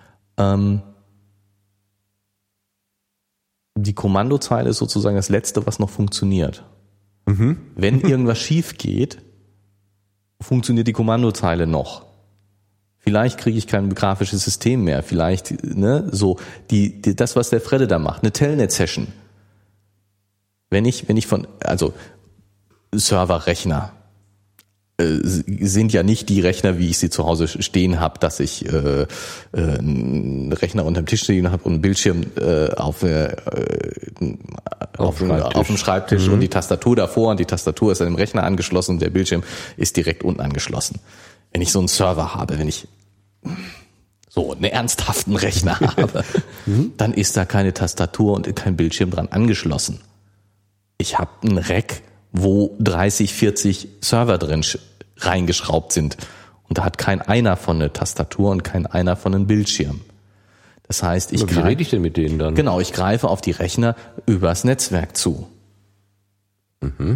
die Kommandozeile ist sozusagen das Letzte, was noch funktioniert. Mhm. Wenn irgendwas schief geht, funktioniert die Kommandozeile noch. Vielleicht kriege ich kein grafisches System mehr. Vielleicht, das, was der Fredde da macht, eine Telnet-Session. Wenn ich Serverrechner sind ja nicht die Rechner, wie ich sie zu Hause stehen habe, dass ich einen Rechner unterm Tisch stehen habe und einen Bildschirm auf dem Schreibtisch und die Tastatur davor und die Tastatur ist an dem Rechner angeschlossen und der Bildschirm ist direkt unten angeschlossen. Wenn ich so einen Server habe, wenn ich so einen ernsthaften Rechner habe, dann ist da keine Tastatur und kein Bildschirm dran angeschlossen. Ich habe ein Rack, wo 30, 40 Server drin reingeschraubt sind. Und da hat kein einer von eine Tastatur und kein einer von einem Bildschirm. Das heißt, wie rede ich denn mit denen dann? Genau, ich greife auf die Rechner übers Netzwerk zu. Mhm.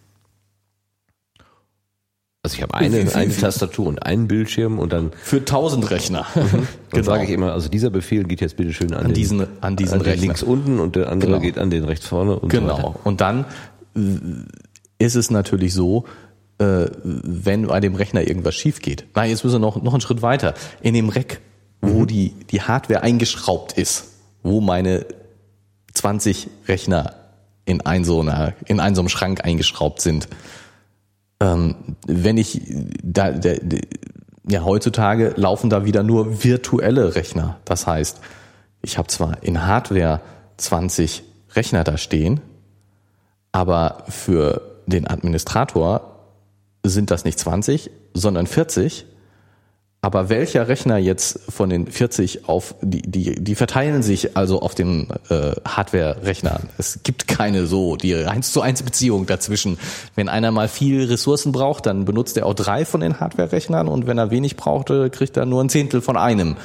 Also ich habe eine Tastatur und einen Bildschirm und dann für 1000 Rechner. Dann sage ich immer, also dieser Befehl geht jetzt bitte schön an diesen Rechner links unten und der andere geht an den rechts vorne und so weiter. Genau. Und dann ist es natürlich so, wenn bei dem Rechner irgendwas schief geht. Nein, jetzt müssen wir noch einen Schritt weiter. In dem Rack, wo die Hardware eingeschraubt ist, wo meine 20 Rechner in so einem Schrank eingeschraubt sind, wenn ich heutzutage laufen da wieder nur virtuelle Rechner. Das heißt, ich habe zwar in Hardware 20 Rechner da stehen, aber für den Administrator sind das nicht 20, sondern 40. Aber welcher Rechner jetzt von den 40 die verteilen sich also auf den Hardware-Rechnern. Es gibt keine so die 1:1 Beziehung dazwischen. Wenn einer mal viel Ressourcen braucht, dann benutzt er auch 3 von den Hardware-Rechnern und wenn er wenig braucht, kriegt er nur ein Zehntel von einem.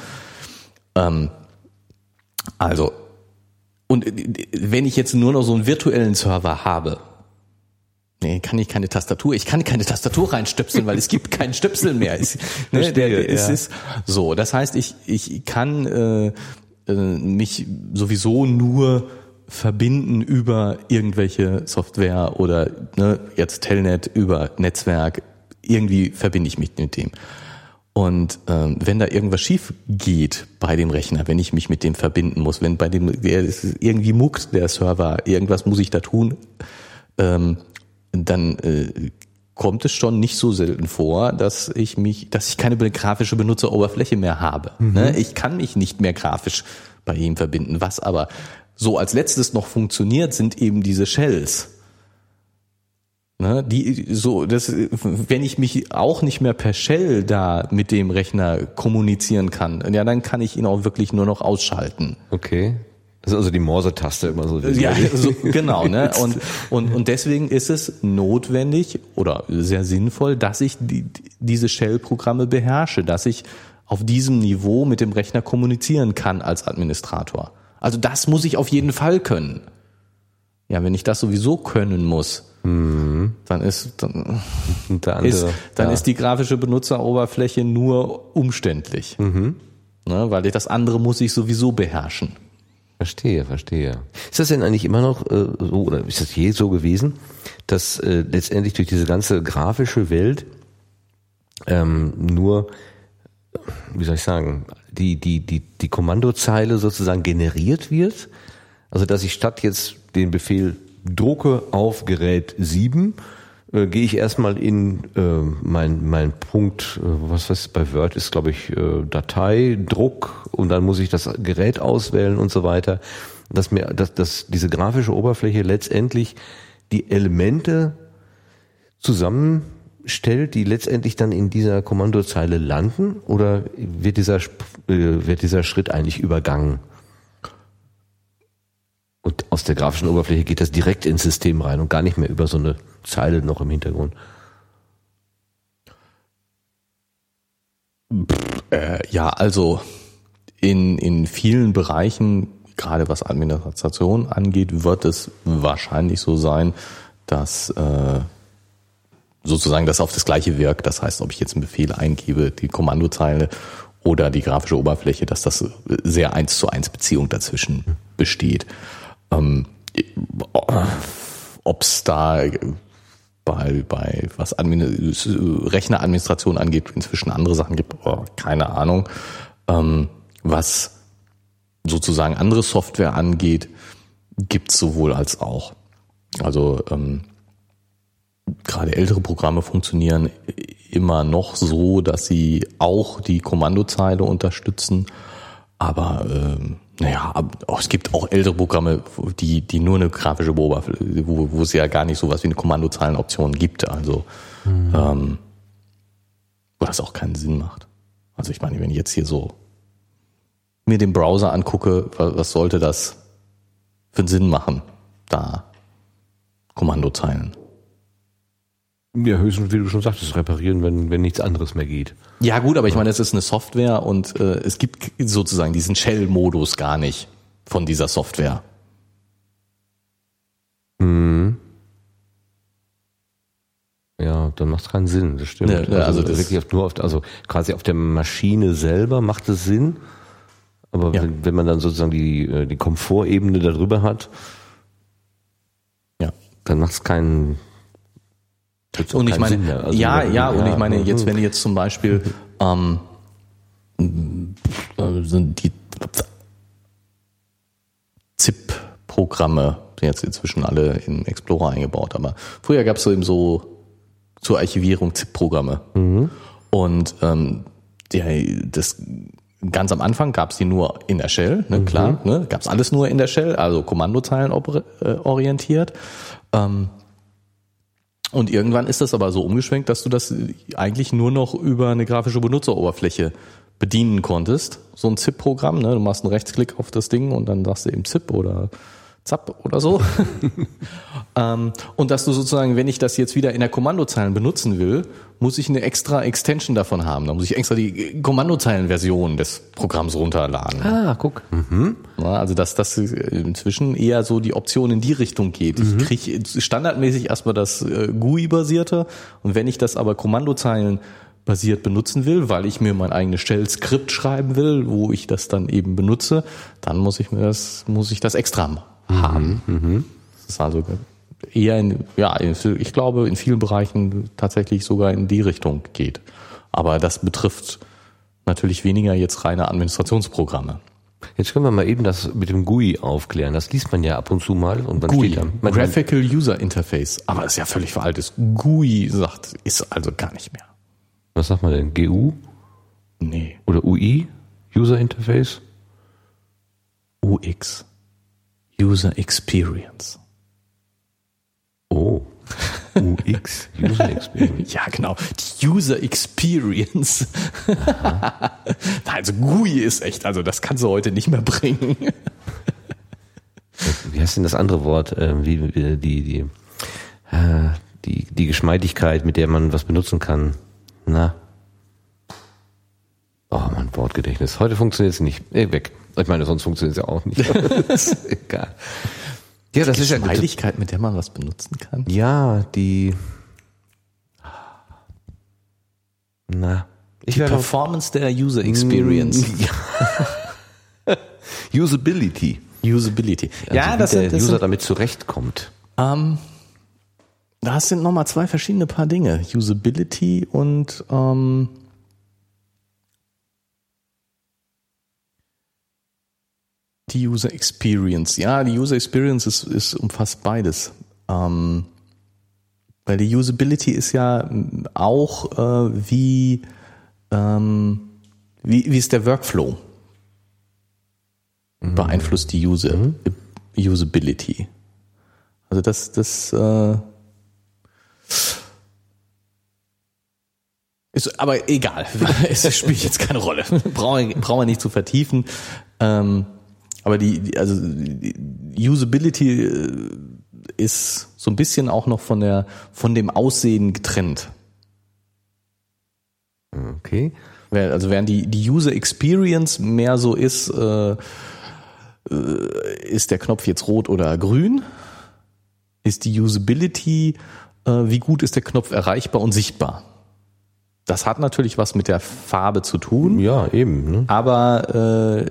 Und wenn ich jetzt nur noch so einen virtuellen Server habe, kann ich keine Tastatur reinstöpseln, weil es gibt keinen Stöpsel mehr. Es ist so. Das heißt, ich kann mich sowieso nur verbinden über irgendwelche Software oder jetzt Telnet über Netzwerk. Irgendwie verbinde ich mich mit dem. Und wenn da irgendwas schief geht bei dem Rechner, wenn ich mich mit dem verbinden muss, wenn bei dem der irgendwie muckt, der Server, irgendwas muss ich da tun, dann kommt es schon nicht so selten vor, dass ich keine grafische Benutzeroberfläche mehr habe. Ne? Ich kann mich nicht mehr grafisch bei ihm verbinden. Was aber so als letztes noch funktioniert, sind eben diese Shells. Ne? Wenn ich mich auch nicht mehr per Shell da mit dem Rechner kommunizieren kann, ja, dann kann ich ihn auch wirklich nur noch ausschalten. Okay. Das ist also die Morse-Taste immer so. Ja, genau, ne? Und deswegen ist es notwendig oder sehr sinnvoll, dass ich diese Shell-Programme beherrsche, dass ich auf diesem Niveau mit dem Rechner kommunizieren kann als Administrator. Also das muss ich auf jeden Fall können. Ja, wenn ich das sowieso können muss, dann ist die grafische Benutzeroberfläche nur umständlich. Ne? Weil das andere muss ich sowieso beherrschen. Verstehe. Ist das denn eigentlich immer noch so, oder ist das je so gewesen, dass letztendlich durch diese ganze grafische Welt nur, wie soll ich sagen, die Kommandozeile sozusagen generiert wird? Also dass ich statt jetzt den Befehl drucke auf Gerät 7, gehe ich erstmal in mein Punkt, was bei Word ist, glaube ich, Datei, Druck, und dann muss ich das Gerät auswählen und so weiter, dass diese grafische Oberfläche letztendlich die Elemente zusammenstellt, die letztendlich dann in dieser Kommandozeile landen, oder wird dieser Schritt eigentlich übergangen? Und aus der grafischen Oberfläche geht das direkt ins System rein und gar nicht mehr über so eine Zeile noch im Hintergrund. Ja, also in vielen Bereichen, gerade was Administration angeht, wird es wahrscheinlich so sein, dass sozusagen das auf das Gleiche wirkt. Das heißt, ob ich jetzt einen Befehl eingebe, die Kommandozeile oder die grafische Oberfläche, dass das sehr 1:1 Beziehung dazwischen besteht. Ob es da bei was Rechneradministration angeht, inzwischen andere Sachen gibt, keine Ahnung. Was sozusagen andere Software angeht, gibt's sowohl als auch. Also gerade ältere Programme funktionieren immer noch so, dass sie auch die Kommandozeile unterstützen, aber es gibt auch ältere Programme, die nur eine grafische Oberfläche, wo es ja gar nicht sowas wie eine Kommandozeilenoption gibt, also wo das auch keinen Sinn macht. Also ich meine, wenn ich jetzt hier so mir den Browser angucke, was sollte das für einen Sinn machen, da Kommandozeilen? Ja, höchstens, wie du schon sagtest, reparieren, wenn nichts anderes mehr geht. Ja gut, aber ich meine, es ist eine Software und es gibt sozusagen diesen Shell-Modus gar nicht von dieser Software. Ja, dann macht es keinen Sinn, das stimmt. Ja, also das wirklich also quasi auf der Maschine selber macht es Sinn, aber ja, wenn man dann sozusagen die Komfortebene darüber hat, ja, dann macht es keinen. Und ich meine, also, und ich meine, jetzt, wenn jetzt zum Beispiel sind die ZIP-Programme, sind jetzt inzwischen alle in Explorer eingebaut, aber früher gab es so eben so zur Archivierung ZIP-Programme. Und das ganz am Anfang gab es die nur in der Shell, ne, klar, ne, gab es alles nur in der Shell, also Kommandozeilen orientiert. Und irgendwann ist das aber so umgeschwenkt, dass du das eigentlich nur noch über eine grafische Benutzeroberfläche bedienen konntest. So ein ZIP-Programm, ne? Du machst einen Rechtsklick auf das Ding und dann sagst du eben ZIP oder ZAP oder so. Und dass du sozusagen, wenn ich das jetzt wieder in der Kommandozeilen benutzen will, muss ich eine extra Extension davon haben. Da muss ich extra die Kommandozeilenversion des Programms runterladen. Ah, guck. Ja, also dass das inzwischen eher so die Option in die Richtung geht. Ich kriege standardmäßig erstmal das GUI-basierte und wenn ich das aber Kommandozeilen basiert benutzen will, weil ich mir mein eigenes Shell-Skript schreiben will, wo ich das dann eben benutze, dann muss ich das extra haben. Das ist also eher ich glaube, in vielen Bereichen tatsächlich sogar in die Richtung geht. Aber das betrifft natürlich weniger jetzt reine Administrationsprogramme. Jetzt können wir mal eben das mit dem GUI aufklären. Das liest man ja ab und zu mal. Und GUI, Graphical User Interface. Aber das ist ja völlig veraltet. GUI ist also gar nicht mehr. Was sagt man denn? GU? Nee. Oder UI? User Interface? UX. User Experience. Oh. UX, User Experience. Ja, genau. Die User Experience. Also GUI ist echt, also das kannst du heute nicht mehr bringen. Wie heißt denn das andere Wort? Die Geschmeidigkeit, mit der man was benutzen kann. Na? Oh Mann, Wortgedächtnis. Heute funktioniert es nicht. Weg. Ich meine, sonst funktioniert es ja auch nicht. Ist egal. Ja, das ist ja Geschmeidigkeit, mit der man was benutzen kann. Ja, die Performance der User Experience. Ja. Usability. Ja, also der User damit zurechtkommt. Das sind nochmal zwei verschiedene Paar Dinge. Usability und die User Experience. Ja, die User Experience ist umfasst beides. Weil die Usability ist ja auch wie ist der Workflow beeinflusst die Usability. Also das ist aber egal. Es spielt jetzt keine Rolle. Brauchen wir nicht zu vertiefen. Aber die Usability ist so ein bisschen auch noch von dem Aussehen getrennt. Okay. Also während die User Experience mehr so ist der Knopf jetzt rot oder grün, ist die Usability, wie gut ist der Knopf erreichbar und sichtbar. Das hat natürlich was mit der Farbe zu tun. Ja, eben. Ne? Aber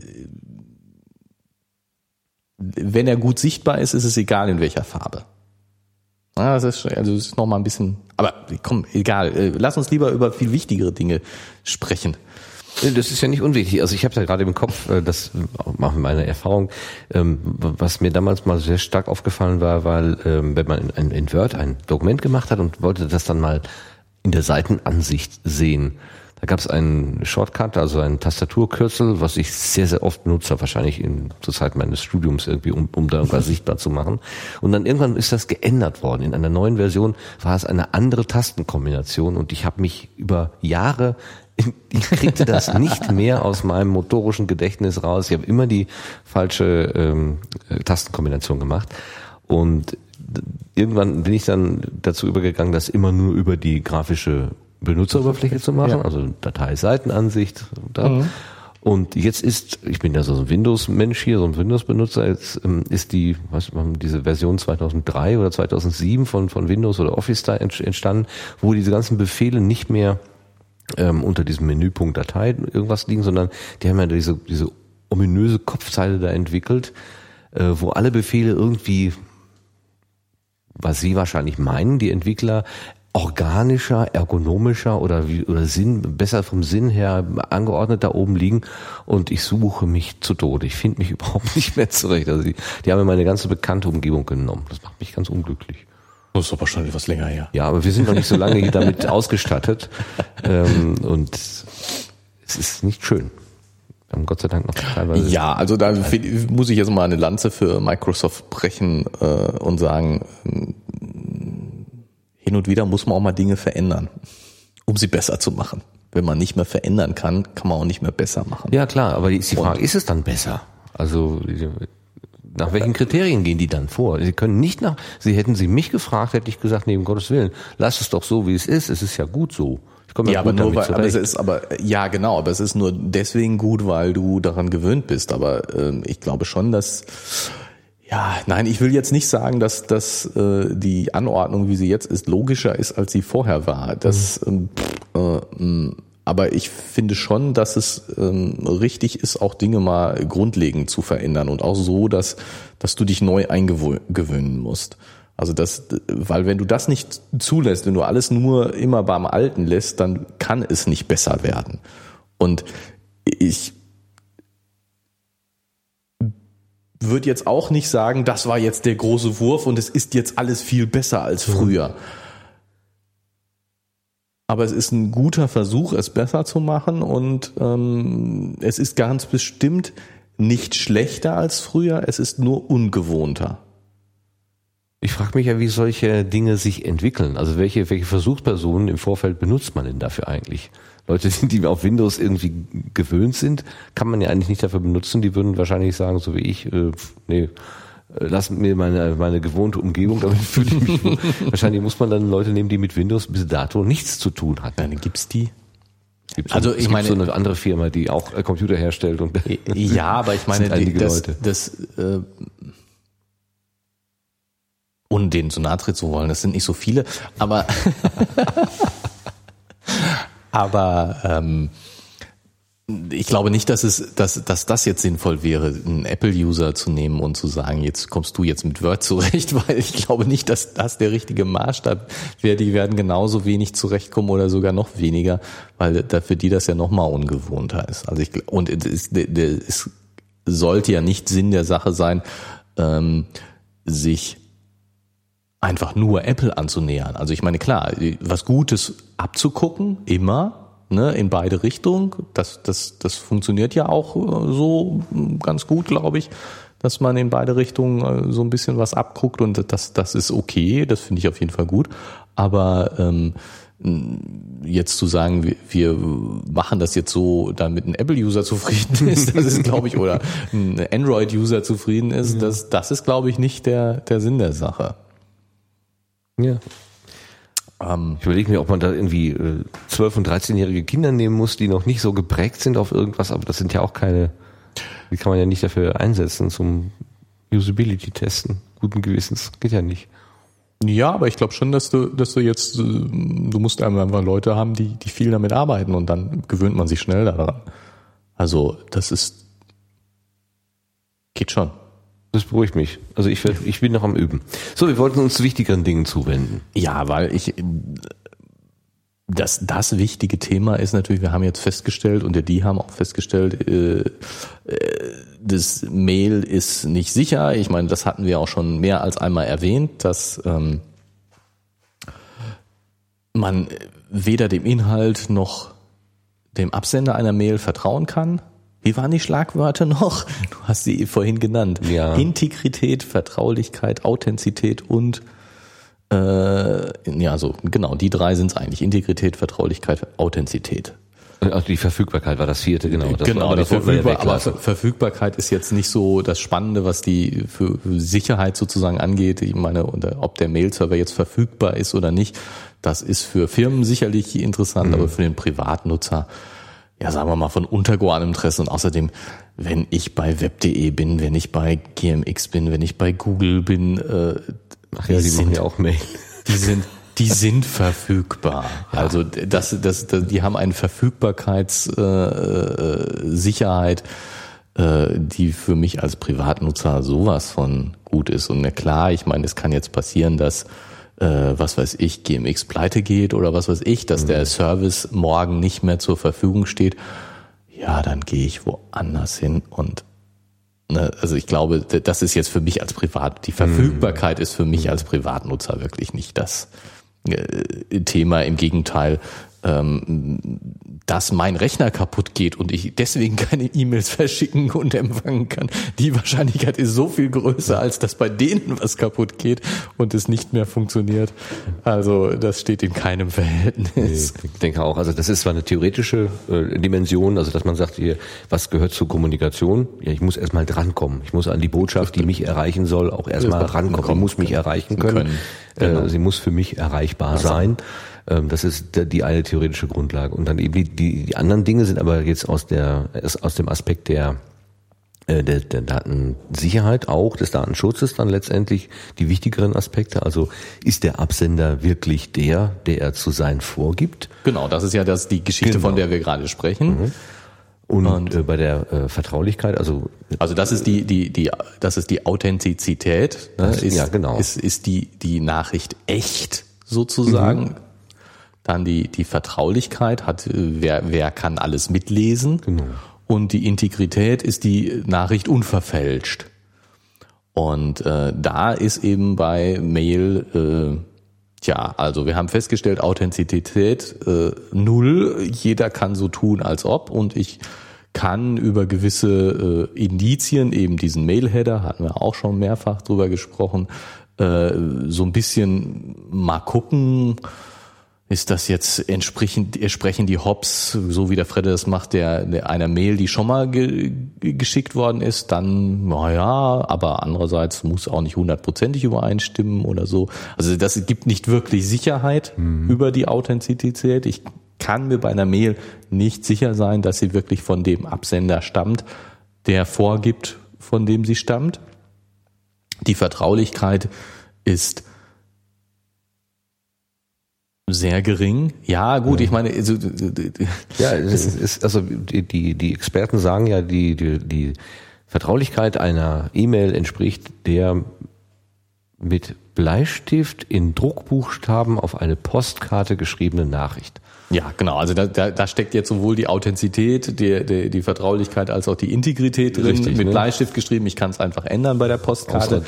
wenn er gut sichtbar ist, ist es egal, in welcher Farbe. Ja, das ist noch mal ein bisschen, aber komm, egal. Lass uns lieber über viel wichtigere Dinge sprechen. Das ist ja nicht unwichtig. Also ich habe da gerade im Kopf, das auch meine Erfahrung, was mir damals mal sehr stark aufgefallen war, weil wenn man in Word ein Dokument gemacht hat und wollte das dann mal in der Seitenansicht sehen, da gab es einen Shortcut, also ein Tastaturkürzel, was ich sehr, sehr oft benutzt habe, wahrscheinlich zur Zeit meines Studiums irgendwie, um da irgendwas sichtbar zu machen. Und dann irgendwann ist das geändert worden. In einer neuen Version war es eine andere Tastenkombination und ich habe mich über Jahre, ich kriegte das nicht mehr aus meinem motorischen Gedächtnis raus. Ich habe immer die falsche Tastenkombination gemacht und irgendwann bin ich dann dazu übergegangen, das immer nur über die grafische Benutzeroberfläche zu machen, also Datei, Seitenansicht. Und jetzt ich bin ja so ein Windows-Mensch hier, so ein Windows-Benutzer, jetzt ist diese Version 2003 oder 2007 von Windows oder Office da entstanden, wo diese ganzen Befehle nicht mehr unter diesem Menüpunkt Datei irgendwas liegen, sondern die haben ja diese ominöse Kopfzeile da entwickelt, wo alle Befehle irgendwie, was sie wahrscheinlich meinen, die Entwickler, organischer, ergonomischer oder besser vom Sinn her angeordnet da oben liegen und ich suche mich zu Tode. Ich finde mich überhaupt nicht mehr zurecht. Also die haben mir meine ganze bekannte Umgebung genommen. Das macht mich ganz unglücklich. Das ist aber schon etwas länger her. Ja, aber wir sind noch nicht so lange hier damit ausgestattet und es ist nicht schön. Wir haben Gott sei Dank noch teilweise. Ja, also da muss ich jetzt mal eine Lanze für Microsoft brechen und sagen, hin und wieder muss man auch mal Dinge verändern, um sie besser zu machen. Wenn man nicht mehr verändern kann, kann man auch nicht mehr besser machen. Ja klar, aber die Frage, ist es dann besser? Also nach welchen Kriterien gehen die dann vor? Sie hätten sie mich gefragt, hätte ich gesagt, nee, um Gottes Willen, lass es doch so, wie es ist ja gut so. Ich komme ja, gut damit zurecht. Aber es ist nur deswegen gut, weil du daran gewöhnt bist. Aber ich glaube schon, dass ich will jetzt nicht sagen, dass die Anordnung, wie sie jetzt ist, logischer ist, als sie vorher war. Aber ich finde schon, dass es richtig ist, auch Dinge mal grundlegend zu verändern und auch so, dass du dich neu eingewöhnen musst. Also weil wenn du das nicht zulässt, wenn du alles nur immer beim Alten lässt, dann kann es nicht besser werden. Und ich würde jetzt auch nicht sagen, das war jetzt der große Wurf und es ist jetzt alles viel besser als früher. Aber es ist ein guter Versuch, es besser zu machen und es ist ganz bestimmt nicht schlechter als früher, es ist nur ungewohnter. Ich frage mich ja, wie solche Dinge sich entwickeln. Also welche Versuchspersonen im Vorfeld benutzt man denn dafür eigentlich? Leute, die auf Windows irgendwie gewöhnt sind, kann man ja eigentlich nicht dafür benutzen. Die würden wahrscheinlich sagen, so wie ich, lass mir meine gewohnte Umgebung, damit fühle ich mich wohl. Wahrscheinlich muss man dann Leute nehmen, die mit Windows bis dato nichts zu tun hatten. Dann gibt's die? Es gibt so eine andere Firma, die auch Computer herstellt und ja, aber ich meine, Leute. Ohne denen zu nahe treten zu wollen, das sind nicht so viele, aber ich glaube nicht, dass das jetzt sinnvoll wäre, einen Apple-User zu nehmen und zu sagen, jetzt kommst du jetzt mit Word zurecht, weil ich glaube nicht, dass das der richtige Maßstab wäre. Die werden genauso wenig zurechtkommen oder sogar noch weniger, weil für die das ja noch mal ungewohnter ist. Also es sollte ja nicht Sinn der Sache sein, sich einfach nur Apple anzunähern. Also ich meine, klar, was Gutes abzugucken, immer, ne, in beide Richtungen, das funktioniert ja auch so ganz gut, glaube ich, dass man in beide Richtungen so ein bisschen was abguckt und das ist okay, das finde ich auf jeden Fall gut. Aber jetzt zu sagen, wir machen das jetzt so, damit ein Apple-User zufrieden ist, das ist, glaube ich, oder ein Android-User zufrieden ist, das ist, glaube ich, nicht der Sinn der Sache. Ja. Ich überlege mir, ob man da irgendwie 12- und 13-jährige Kinder nehmen muss, die noch nicht so geprägt sind auf irgendwas, aber das sind ja auch keine, die kann man ja nicht dafür einsetzen zum Usability-Testen. Guten Gewissens, geht ja nicht. Ja, aber ich glaube schon, dass du jetzt, du musst einfach Leute haben, die viel damit arbeiten und dann gewöhnt man sich schnell daran. Also geht schon. Das beruhigt mich. Also ich bin noch am Üben. So, wir wollten uns zu wichtigeren Dingen zuwenden. Ja, weil das wichtige Thema ist natürlich, wir haben jetzt festgestellt und die haben auch festgestellt, das Mail ist nicht sicher. Ich meine, das hatten wir auch schon mehr als einmal erwähnt, dass man weder dem Inhalt noch dem Absender einer Mail vertrauen kann. Wie waren die Schlagwörter noch? Du hast sie vorhin genannt. Ja. Integrität, Vertraulichkeit, Authentizität und genau, die drei sind es eigentlich. Integrität, Vertraulichkeit, Authentizität. Also die Verfügbarkeit war das vierte, genau. Aber Verfügbarkeit ist jetzt nicht so das Spannende, was die für Sicherheit sozusagen angeht. Ich meine, ob der Mail-Server jetzt verfügbar ist oder nicht, das ist für Firmen sicherlich interessant, aber für den Privatnutzer, ja, sagen wir mal, von untergeordnetem Interesse. Und außerdem, wenn ich bei web.de bin, wenn ich bei GMX bin, wenn ich bei Google bin, die machen ja auch Mail. Die sind verfügbar. Ja. Also die haben eine Verfügbarkeitssicherheit, die für mich als Privatnutzer sowas von gut ist. Und na klar, ich meine, es kann jetzt passieren, dass was weiß ich, GMX pleite geht oder was weiß ich, dass der Service morgen nicht mehr zur Verfügung steht, ja, dann gehe ich woanders hin und also ich glaube, das ist jetzt für mich als die Verfügbarkeit ist für mich als Privatnutzer wirklich nicht das Thema. Im Gegenteil, dass mein Rechner kaputt geht und ich deswegen keine E-Mails verschicken und empfangen kann. Die Wahrscheinlichkeit ist so viel größer, als dass bei denen was kaputt geht und es nicht mehr funktioniert. Also das steht in keinem Verhältnis. Nee, ich denke auch, also das ist zwar eine theoretische Dimension, also dass man sagt, hier, was gehört zur Kommunikation? Ja, ich muss erstmal drankommen. Ich muss an die Botschaft, die mich erreichen soll, auch erstmal rankommen. Sie muss mich erreichen können. Genau. Sie muss für mich erreichbar sein. Das ist die eine theoretische Grundlage. Und dann eben die anderen Dinge sind aber jetzt aus dem Aspekt der der Datensicherheit auch, des Datenschutzes dann letztendlich die wichtigeren Aspekte. Also ist der Absender wirklich der er zu sein vorgibt? Genau, das ist ja die Geschichte, von der wir gerade sprechen. Und bei der Vertraulichkeit, also das ist das ist die Authentizität. Ne? Genau. Ist die Nachricht echt sozusagen? Dann die Vertraulichkeit hat, wer kann alles mitlesen? Genau. Und die Integrität ist die Nachricht unverfälscht. Und da ist eben bei Mail, also wir haben festgestellt, Authentizität 0, jeder kann so tun, als ob, und ich kann über gewisse Indizien, eben diesen Mail-Header, hatten wir auch schon mehrfach drüber gesprochen, so ein bisschen mal gucken, ist das jetzt sprechen die Hops, so wie der Fredde das macht, der einer Mail, die schon mal geschickt worden ist, dann, aber andererseits muss auch nicht 100% übereinstimmen oder so. Also das gibt nicht wirklich Sicherheit über die Authentizität. Ich kann mir bei einer Mail nicht sicher sein, dass sie wirklich von dem Absender stammt, der vorgibt, von dem sie stammt. Die Vertraulichkeit ist sehr gering. Ja, gut, ich meine, also die Experten sagen ja, die Vertraulichkeit einer E-Mail entspricht der mit Bleistift in Druckbuchstaben auf eine Postkarte geschriebene Nachricht. Ja, genau. Also da steckt jetzt sowohl die Authentizität, die Vertraulichkeit als auch die Integrität drin. Richtig, mit Bleistift geschrieben. Ich kann es einfach ändern bei der Postkarte.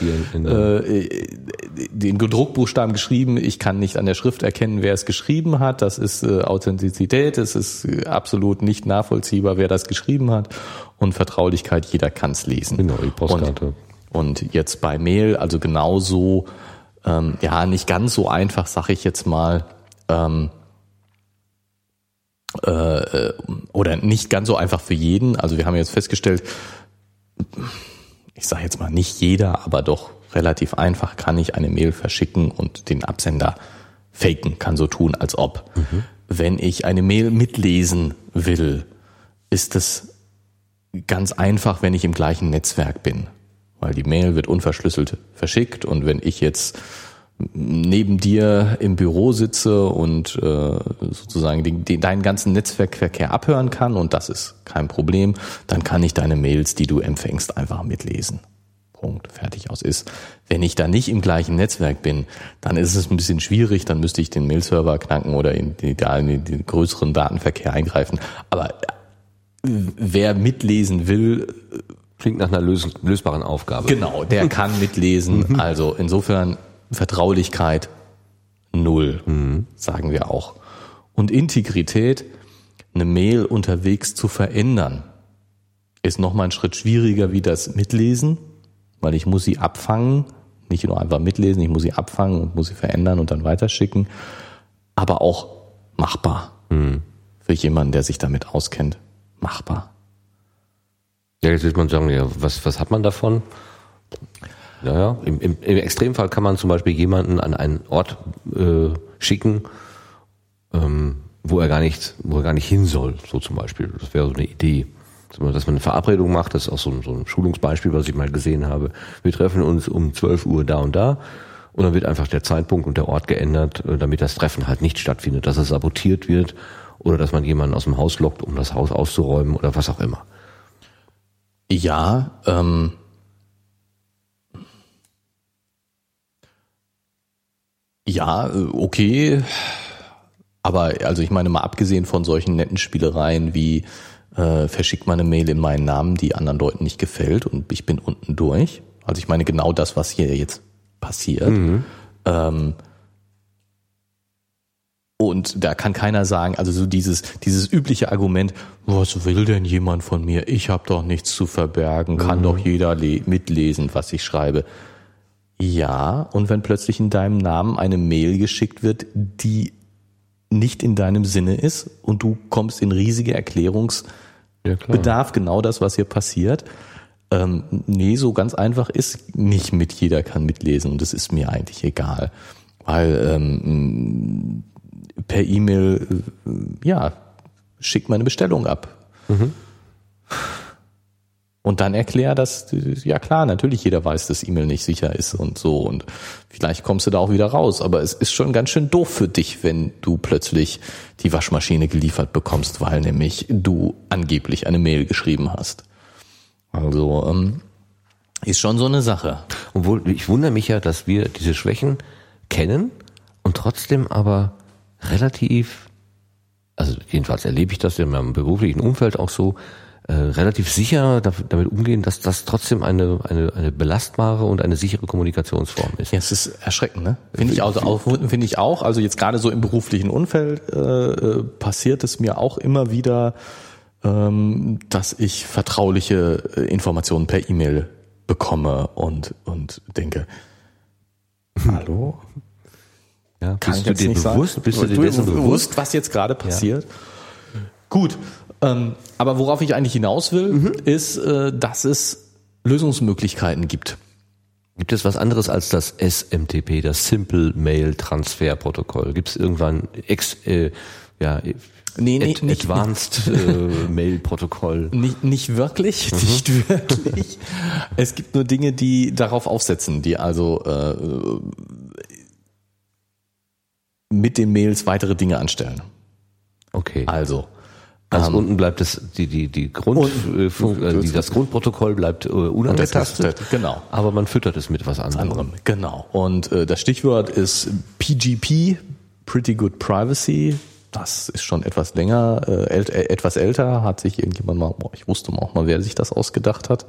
Den Druckbuchstaben geschrieben. Ich kann nicht an der Schrift erkennen, wer es geschrieben hat. Das ist Authentizität. Es ist absolut nicht nachvollziehbar, wer das geschrieben hat. Und Vertraulichkeit, jeder kann es lesen. Genau, die Postkarte. Und jetzt bei Mail, also genauso, nicht ganz so einfach, sag ich jetzt mal, oder nicht ganz so einfach für jeden. Also wir haben jetzt festgestellt, ich sage jetzt mal nicht jeder, aber doch relativ einfach kann ich eine Mail verschicken und den Absender faken, kann so tun, als ob. Wenn ich eine Mail mitlesen will, ist es ganz einfach, wenn ich im gleichen Netzwerk bin. Weil die Mail wird unverschlüsselt verschickt, und wenn ich jetzt neben dir im Büro sitze und sozusagen deinen ganzen Netzwerkverkehr abhören kann, und das ist kein Problem, dann kann ich deine Mails, die du empfängst, einfach mitlesen. Punkt, fertig, aus ist. Wenn ich da nicht im gleichen Netzwerk bin, dann ist es ein bisschen schwierig, dann müsste ich den Mail-Server knacken oder in den größeren Datenverkehr eingreifen. Aber wer mitlesen will, klingt nach einer lösbaren Aufgabe. Genau, der kann mitlesen. Also insofern Vertraulichkeit 0, sagen wir auch. Und Integrität, eine Mail unterwegs zu verändern, ist nochmal ein Schritt schwieriger wie das Mitlesen, weil ich muss sie abfangen, nicht nur einfach mitlesen, ich muss sie abfangen und muss sie verändern und dann weiterschicken, aber auch machbar. Für jemanden, der sich damit auskennt, machbar. Ja, jetzt wird man sagen, ja, was hat man davon? Naja, im Extremfall kann man zum Beispiel jemanden an einen Ort schicken, wo er gar nicht hin soll, so zum Beispiel. Das wäre so eine Idee. Dass man eine Verabredung macht, das ist auch so ein Schulungsbeispiel, was ich mal gesehen habe. Wir treffen uns um 12 Uhr da, und dann wird einfach der Zeitpunkt und der Ort geändert, damit das Treffen halt nicht stattfindet, dass es sabotiert wird oder dass man jemanden aus dem Haus lockt, um das Haus auszuräumen oder was auch immer. Ja, okay. Aber also ich meine, mal abgesehen von solchen netten Spielereien wie verschickt mal eine Mail in meinen Namen, die anderen Leuten nicht gefällt, und ich bin unten durch. Also ich meine genau das, was hier jetzt passiert. Und da kann keiner sagen, also so dieses übliche Argument, was will denn jemand von mir? Ich habe doch nichts zu verbergen, kann doch jeder mitlesen, was ich schreibe. Ja, und wenn plötzlich in deinem Namen eine Mail geschickt wird, die nicht in deinem Sinne ist, und du kommst in riesige Erklärungsbedarf, genau das, was hier passiert. So ganz einfach ist nicht jeder kann mitlesen, und das ist mir eigentlich egal. Weil per E-Mail, schick meine Bestellung ab. Und Und dann erklär, dass, ja klar, natürlich jeder weiß, dass E-Mail nicht sicher ist und so und vielleicht kommst du da auch wieder raus, aber es ist schon ganz schön doof für dich, wenn du plötzlich die Waschmaschine geliefert bekommst, weil nämlich du angeblich eine Mail geschrieben hast. Also ist schon so eine Sache. Obwohl, ich wundere mich ja, dass wir diese Schwächen kennen und trotzdem aber relativ, also jedenfalls erlebe ich das in meinem beruflichen Umfeld auch so, relativ sicher damit umgehen, dass das trotzdem eine belastbare und eine sichere Kommunikationsform ist. Ja, es ist erschreckend, ne? Finde ich auch. Also jetzt gerade so im beruflichen Umfeld passiert es mir auch immer wieder, dass ich vertrauliche Informationen per E-Mail bekomme und denke, hallo? Ja, Kann ich jetzt nicht bewusst? Bist du dir dessen bewusst, was jetzt gerade passiert? Ja. Gut. Aber worauf ich eigentlich hinaus will, ist, dass es Lösungsmöglichkeiten gibt. Gibt es was anderes als das SMTP, das Simple Mail Transfer Protokoll? Gibt es irgendwann Advanced Mail Protokoll? Nicht wirklich. Es gibt nur Dinge, die darauf aufsetzen, die also mit den Mails weitere Dinge anstellen. Okay. Also unten bleibt das das Grundprotokoll bleibt unangetastet, genau. Aber man füttert es mit was anderem. Genau. Und das Stichwort ist PGP, Pretty Good Privacy. Das ist schon etwas länger, etwas älter. Hat sich irgendjemand mal, ich wusste auch mal, wer sich das ausgedacht hat.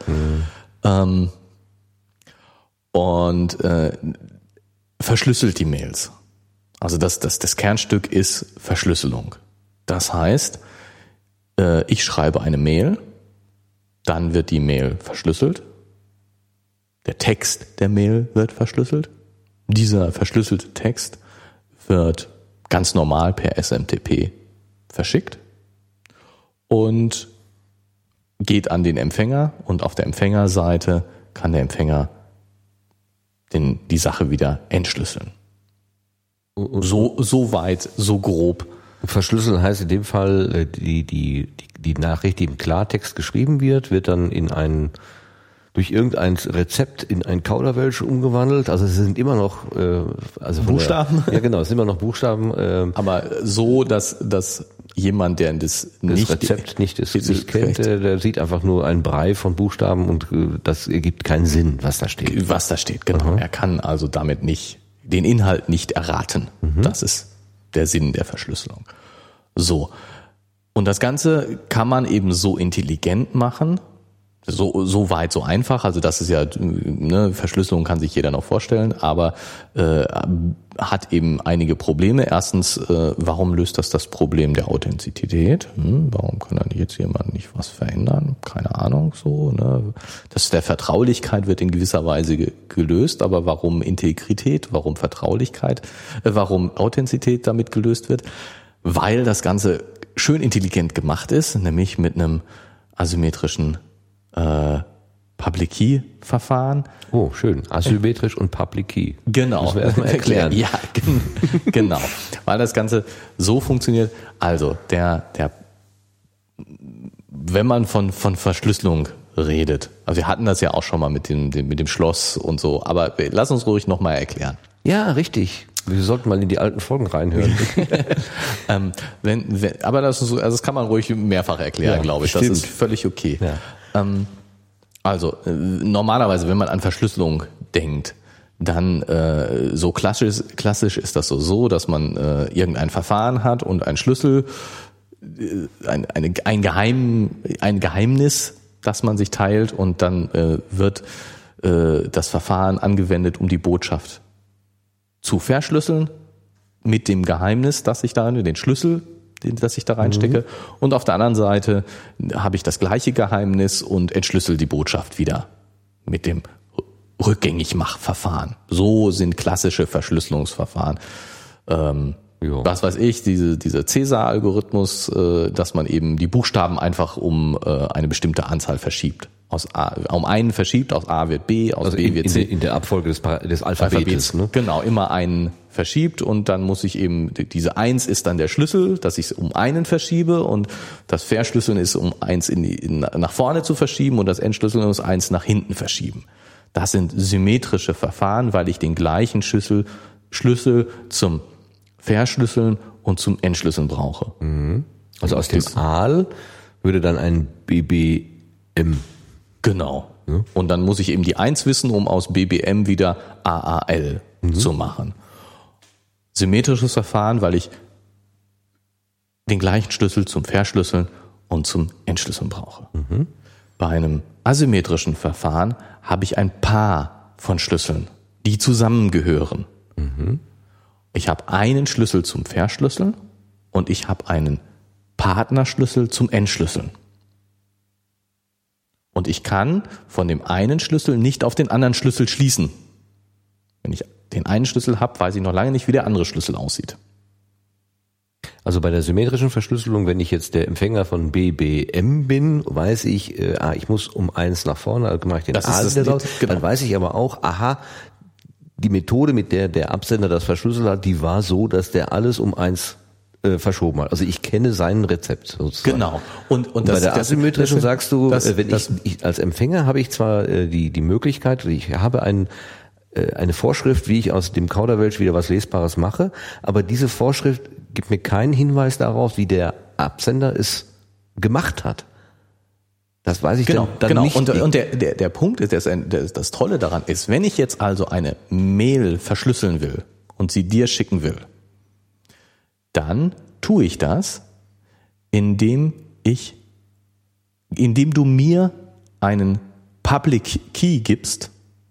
Und verschlüsselt die Mails. Also das Kernstück ist Verschlüsselung. Das heißt, ich schreibe eine Mail, dann wird die Mail verschlüsselt. Der Text der Mail wird verschlüsselt. Dieser verschlüsselte Text wird ganz normal per SMTP verschickt und geht an den Empfänger und auf der Empfängerseite kann der Empfänger die Sache wieder entschlüsseln. So weit, so grob. Verschlüsseln heißt in dem Fall, die Nachricht, die im Klartext geschrieben wird dann durch irgendein Rezept in ein Kauderwelsch umgewandelt. Also es sind immer noch Buchstaben. Ja genau, es sind immer noch Buchstaben. Aber so, dass jemand, der das Rezept nicht kennt, der sieht einfach nur einen Brei von Buchstaben und das ergibt keinen Sinn, was da steht. Was da steht, genau. Er kann also damit den Inhalt nicht erraten. Das ist der Sinn der Verschlüsselung. So. Und das Ganze kann man eben so intelligent machen, so weit, so einfach. Also das ist ja, Verschlüsselung kann sich jeder noch vorstellen, aber hat eben einige Probleme. Erstens, warum löst das Problem der Authentizität? Warum kann da jetzt jemand nicht was verändern? Keine Ahnung, so. Ne? Das der Vertraulichkeit wird in gewisser Weise gelöst, aber warum Integrität, warum Vertraulichkeit, warum Authentizität damit gelöst wird? Weil das Ganze schön intelligent gemacht ist, nämlich mit einem asymmetrischen Public Key Verfahren. Oh, schön. Asymmetrisch und Public Key. Genau. Das müssen wir erstmal erklären. Ja, genau. Weil das Ganze so funktioniert. Also, wenn man von Verschlüsselung redet, also wir hatten das ja auch schon mal mit dem Schloss und so, aber lass uns ruhig nochmal erklären. Ja, richtig. Wir sollten mal in die alten Folgen reinhören. Aber das kann man ruhig mehrfach erklären, glaube ich. Stimmt. Das ist völlig okay. Ja. Also normalerweise, wenn man an Verschlüsselung denkt, dann so klassisch ist das so, dass man irgendein Verfahren hat und ein Schlüssel, ein Geheimnis, das man sich teilt und dann wird das Verfahren angewendet, um die Botschaft zu verschlüsseln mit dem Geheimnis, das ich den Schlüssel, das ich da reinstecke. Und auf der anderen Seite habe ich das gleiche Geheimnis und entschlüssel die Botschaft wieder mit dem Rückgängigmachverfahren. So sind klassische Verschlüsselungsverfahren. Was weiß ich, dieser Cäsar-Algorithmus, dass man eben die Buchstaben einfach um eine bestimmte Anzahl verschiebt. um einen verschiebt, aus A wird B, aus B wird C. In der Abfolge des Alphabets. Ne? Genau, immer einen verschiebt und dann muss ich eben, diese 1 ist dann der Schlüssel, dass ich es um einen verschiebe und das Verschlüsseln ist, um 1 nach vorne zu verschieben und das Entschlüsseln ist 1 nach hinten verschieben. Das sind symmetrische Verfahren, weil ich den gleichen Schlüssel zum Verschlüsseln und zum Entschlüsseln brauche. Mhm. Also aus dem AAL würde dann ein BBM. Genau. Ja. Und dann muss ich eben die 1 wissen, um aus BBM wieder AAL zu machen. Symmetrisches Verfahren, weil ich den gleichen Schlüssel zum Verschlüsseln und zum Entschlüsseln brauche. Mhm. Bei einem asymmetrischen Verfahren habe ich ein Paar von Schlüsseln, die zusammengehören. Mhm. Ich habe einen Schlüssel zum Verschlüsseln und ich habe einen Partnerschlüssel zum Entschlüsseln. Und ich kann von dem einen Schlüssel nicht auf den anderen Schlüssel schließen. Wenn ich den einen Schlüssel habe, weiß ich noch lange nicht, wie der andere Schlüssel aussieht. Also bei der symmetrischen Verschlüsselung, wenn ich jetzt der Empfänger von BBM bin, weiß ich, ich muss um 1 nach vorne, also mache ich den A wieder raus. Genau. Dann weiß ich aber auch, die Methode, mit der der Absender das verschlüsselt hat, die war so, dass der alles um 1 verschoben hat. Also ich kenne sein Rezept sozusagen. Genau. Und bei der asymmetrischen sagst du, ich als Empfänger habe ich zwar die Möglichkeit, ich habe eine Vorschrift, wie ich aus dem Kauderwelsch wieder was Lesbares mache, aber diese Vorschrift gibt mir keinen Hinweis darauf, wie der Absender es gemacht hat. Das weiß ich dann nicht. Und der Punkt ist, das Tolle daran ist, wenn ich jetzt also eine Mail verschlüsseln will und sie dir schicken will, dann tue ich das, indem du mir einen Public Key gibst.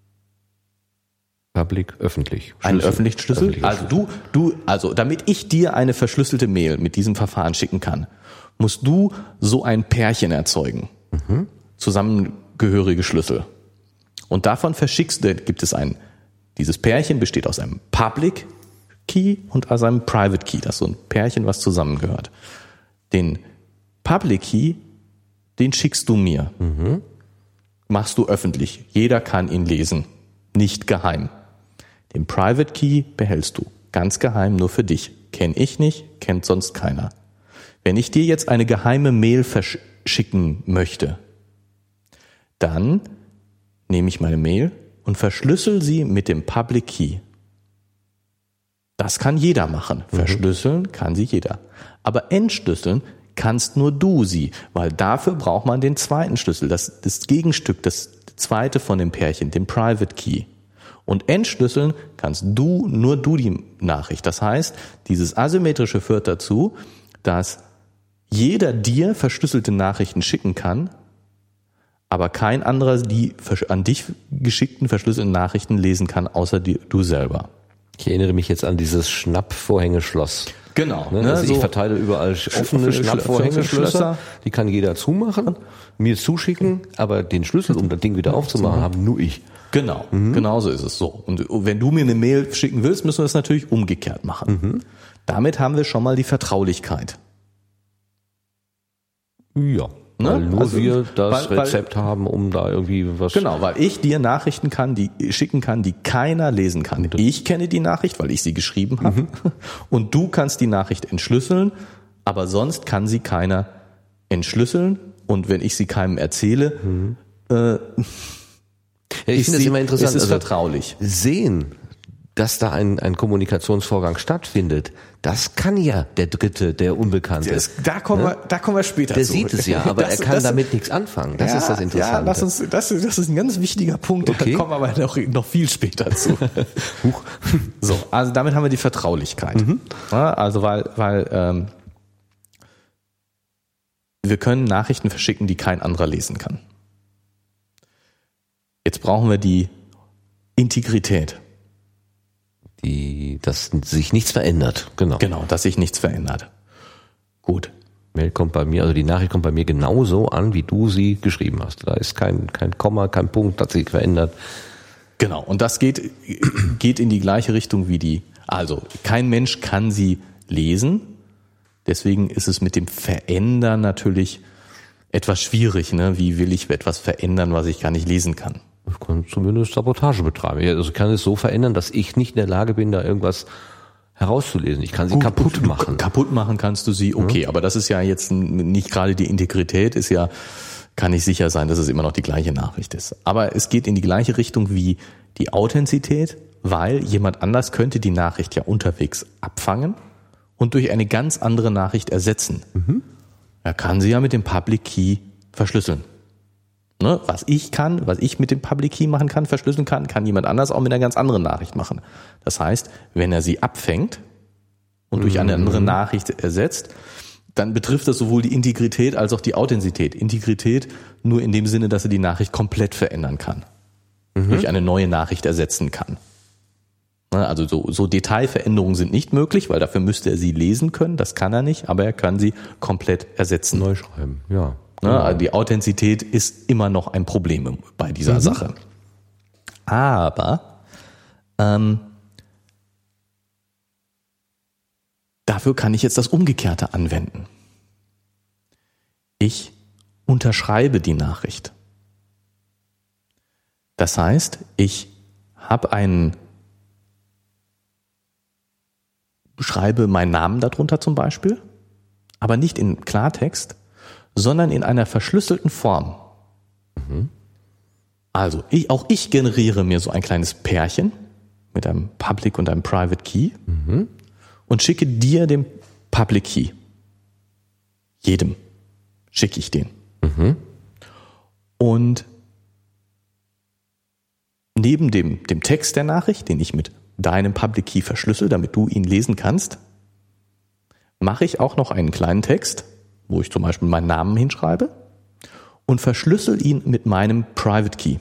Public, öffentlich. Einen öffentlichen Schlüssel. Also damit ich dir eine verschlüsselte Mail mit diesem Verfahren schicken kann, musst du so ein Pärchen erzeugen. Mhm. Zusammengehörige Schlüssel. Und davon dieses Pärchen besteht aus einem Public Key und aus einem Private Key. Das ist so ein Pärchen, was zusammengehört. Den Public Key, den schickst du mir. Mhm. Machst du öffentlich. Jeder kann ihn lesen. Nicht geheim. Den Private Key behältst du. Ganz geheim, nur für dich. Kenn ich nicht, kennt sonst keiner. Wenn ich dir jetzt eine geheime Mail verschicken möchte, dann nehme ich meine Mail und verschlüssel sie mit dem Public Key. Das kann jeder machen. Verschlüsseln kann sie jeder. Aber entschlüsseln kannst nur du sie, weil dafür braucht man den zweiten Schlüssel, das Gegenstück, das zweite von dem Pärchen, den Private Key. Und entschlüsseln kannst nur du die Nachricht. Das heißt, dieses Asymmetrische führt dazu, dass jeder dir verschlüsselte Nachrichten schicken kann, aber kein anderer die an dich geschickten verschlüsselten Nachrichten lesen kann, außer du selber. Ich erinnere mich jetzt an dieses Schnappvorhängeschloss. Genau. Also ich verteile überall offene Schnappvorhängeschlösser, die kann jeder zumachen, mir zuschicken, aber den Schlüssel, um das Ding wieder aufzumachen, habe nur ich. Genau, Genauso ist es so. Und wenn du mir eine Mail schicken willst, müssen wir es natürlich umgekehrt machen. Mhm. Damit haben wir schon mal die Vertraulichkeit. Ja. Weil wir das Rezept haben, um da irgendwie was... Genau, weil ich dir Nachrichten schicken kann, die keiner lesen kann. Ich kenne die Nachricht, weil ich sie geschrieben habe. Mhm. Und du kannst die Nachricht entschlüsseln, aber sonst kann sie keiner entschlüsseln. Und wenn ich sie keinem erzähle, ich finde das immer interessant. Es ist vertraulich. Sehen, dass da ein Kommunikationsvorgang stattfindet, das kann ja der Dritte, der Unbekannte. Da kommen wir später zu. Der sieht es ja, aber er kann damit nichts anfangen. Das ist das Interessante. Ja, das ist ein ganz wichtiger Punkt. Okay. Da kommen wir aber noch viel später zu. So, also damit haben wir die Vertraulichkeit. Mhm. Ja, also weil wir können Nachrichten verschicken, die kein anderer lesen kann. Jetzt brauchen wir die Integrität. Dass sich nichts verändert. Genau, dass sich nichts verändert. Gut. Mail kommt bei mir, also die Nachricht kommt bei mir genauso an, wie du sie geschrieben hast. Da ist kein Komma, kein Punkt, hat sich verändert. Genau. Und das geht in die gleiche Richtung wie also kein Mensch kann sie lesen. Deswegen ist es mit dem Verändern natürlich etwas schwierig, ne? Wie will ich etwas verändern, was ich gar nicht lesen kann? Ich kann zumindest Sabotage betreiben. Also ich kann es so verändern, dass ich nicht in der Lage bin, da irgendwas herauszulesen. Ich kann sie kaputt machen. Kaputt machen kannst du sie, okay, aber das ist ja jetzt nicht gerade die Integrität, ist ja, kann nicht sicher sein, dass es immer noch die gleiche Nachricht ist. Aber es geht in die gleiche Richtung wie die Authentizität, weil jemand anders könnte die Nachricht ja unterwegs abfangen und durch eine ganz andere Nachricht ersetzen. Er kann sie ja mit dem Public Key verschlüsseln. Ne? Was ich mit dem Public Key machen kann, verschlüsseln kann jemand anders auch mit einer ganz anderen Nachricht machen. Das heißt, wenn er sie abfängt und durch eine andere Nachricht ersetzt, dann betrifft das sowohl die Integrität als auch die Authentizität. Integrität nur in dem Sinne, dass er die Nachricht komplett verändern kann. Durch eine neue Nachricht ersetzen kann. Also so Detailveränderungen sind nicht möglich, weil dafür müsste er sie lesen können. Das kann er nicht, aber er kann sie komplett ersetzen. Neu schreiben, ja. Also die Authentizität ist immer noch ein Problem bei dieser Sache. Aber dafür kann ich jetzt das Umgekehrte anwenden. Ich unterschreibe die Nachricht. Das heißt, ich schreibe meinen Namen darunter zum Beispiel, aber nicht in Klartext, sondern in einer verschlüsselten Form. Also auch ich generiere mir so ein kleines Pärchen mit einem Public und einem Private Key und schicke dir den Public Key. Jedem schicke ich den. Und neben dem Text der Nachricht, den ich mit deinem Public Key verschlüssel, damit du ihn lesen kannst, mache ich auch noch einen kleinen Text, wo ich zum Beispiel meinen Namen hinschreibe und verschlüssel ihn mit meinem Private Key.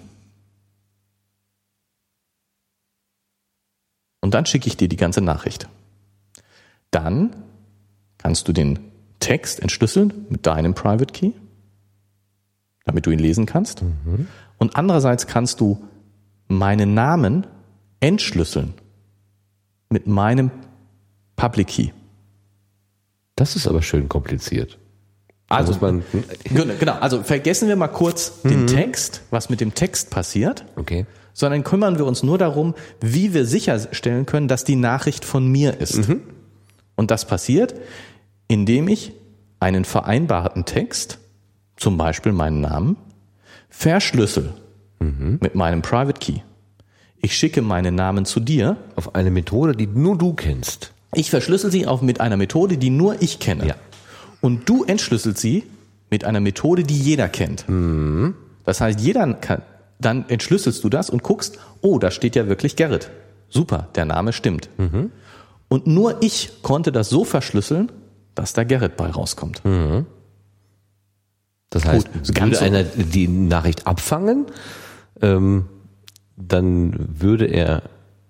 Und dann schicke ich dir die ganze Nachricht. Dann kannst du den Text entschlüsseln mit deinem Private Key, damit du ihn lesen kannst. Und andererseits kannst du meinen Namen entschlüsseln mit meinem Public Key. Das ist aber schön kompliziert. Also genau, also vergessen wir mal kurz den Text, was mit dem Text passiert. Okay. Sondern kümmern wir uns nur darum, wie wir sicherstellen können, dass die Nachricht von mir ist. Und das passiert, indem ich einen vereinbarten Text, zum Beispiel meinen Namen, verschlüssel mit meinem Private Key. Ich schicke meinen Namen zu dir. Auf eine Methode, die nur du kennst. Ich verschlüssel sie mit einer Methode, die nur ich kenne. Ja. Und du entschlüsselst sie mit einer Methode, die jeder kennt. Das heißt, dann entschlüsselst du das und guckst, oh, da steht ja wirklich Gerrit. Super, der Name stimmt. Und nur ich konnte das so verschlüsseln, dass da Gerrit bei rauskommt. Das heißt, würde einer die Nachricht abfangen, dann würde er...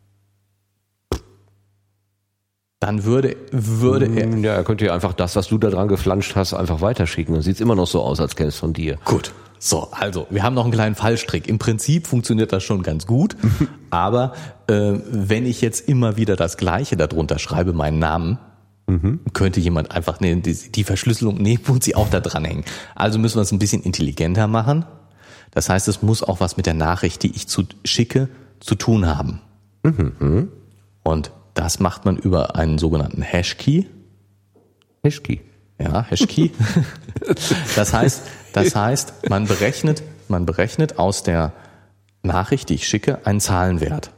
Ja, er könnte ja einfach das, was du da dran geflanscht hast, einfach weiterschicken. Dann sieht es immer noch so aus, als käme es von dir. Gut. So, also, wir haben noch einen kleinen Fallstrick. Im Prinzip funktioniert das schon ganz gut, aber wenn ich jetzt immer wieder das Gleiche darunter schreibe, meinen Namen, könnte jemand einfach die Verschlüsselung nehmen und sie auch da dranhängen. Also müssen wir es ein bisschen intelligenter machen. Das heißt, es muss auch was mit der Nachricht, die ich schicke, zu tun haben. Und das macht man über einen sogenannten Hashkey. Hashkey. Ja, Hashkey. Das heißt, man berechnet aus der Nachricht, die ich schicke, einen Zahlenwert.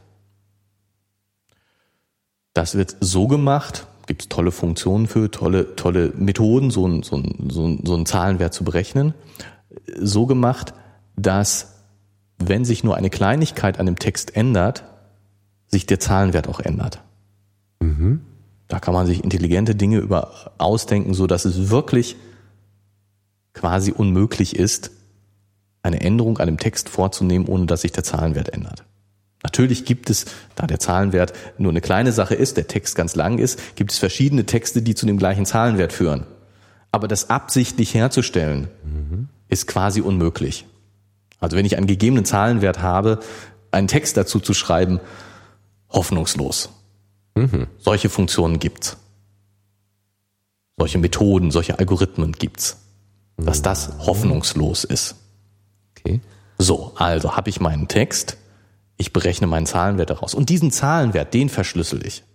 Das wird so gemacht, gibt es tolle Funktionen für, tolle Methoden, so einen Zahlenwert zu berechnen. So gemacht, dass, wenn sich nur eine Kleinigkeit an dem Text ändert, sich der Zahlenwert auch ändert. Da kann man sich intelligente Dinge ausdenken, so dass es wirklich quasi unmöglich ist, eine Änderung an dem Text vorzunehmen, ohne dass sich der Zahlenwert ändert. Natürlich gibt es, da der Zahlenwert nur eine kleine Sache ist, der Text ganz lang ist, gibt es verschiedene Texte, die zu dem gleichen Zahlenwert führen. Aber das absichtlich herzustellen, ist quasi unmöglich. Also wenn ich einen gegebenen Zahlenwert habe, einen Text dazu zu schreiben, hoffnungslos. Solche Funktionen gibt's. Solche Methoden, solche Algorithmen gibt's. dass das hoffnungslos ist. Okay. So, also habe ich meinen Text, ich berechne meinen Zahlenwert daraus. Und diesen Zahlenwert, den verschlüssel ich.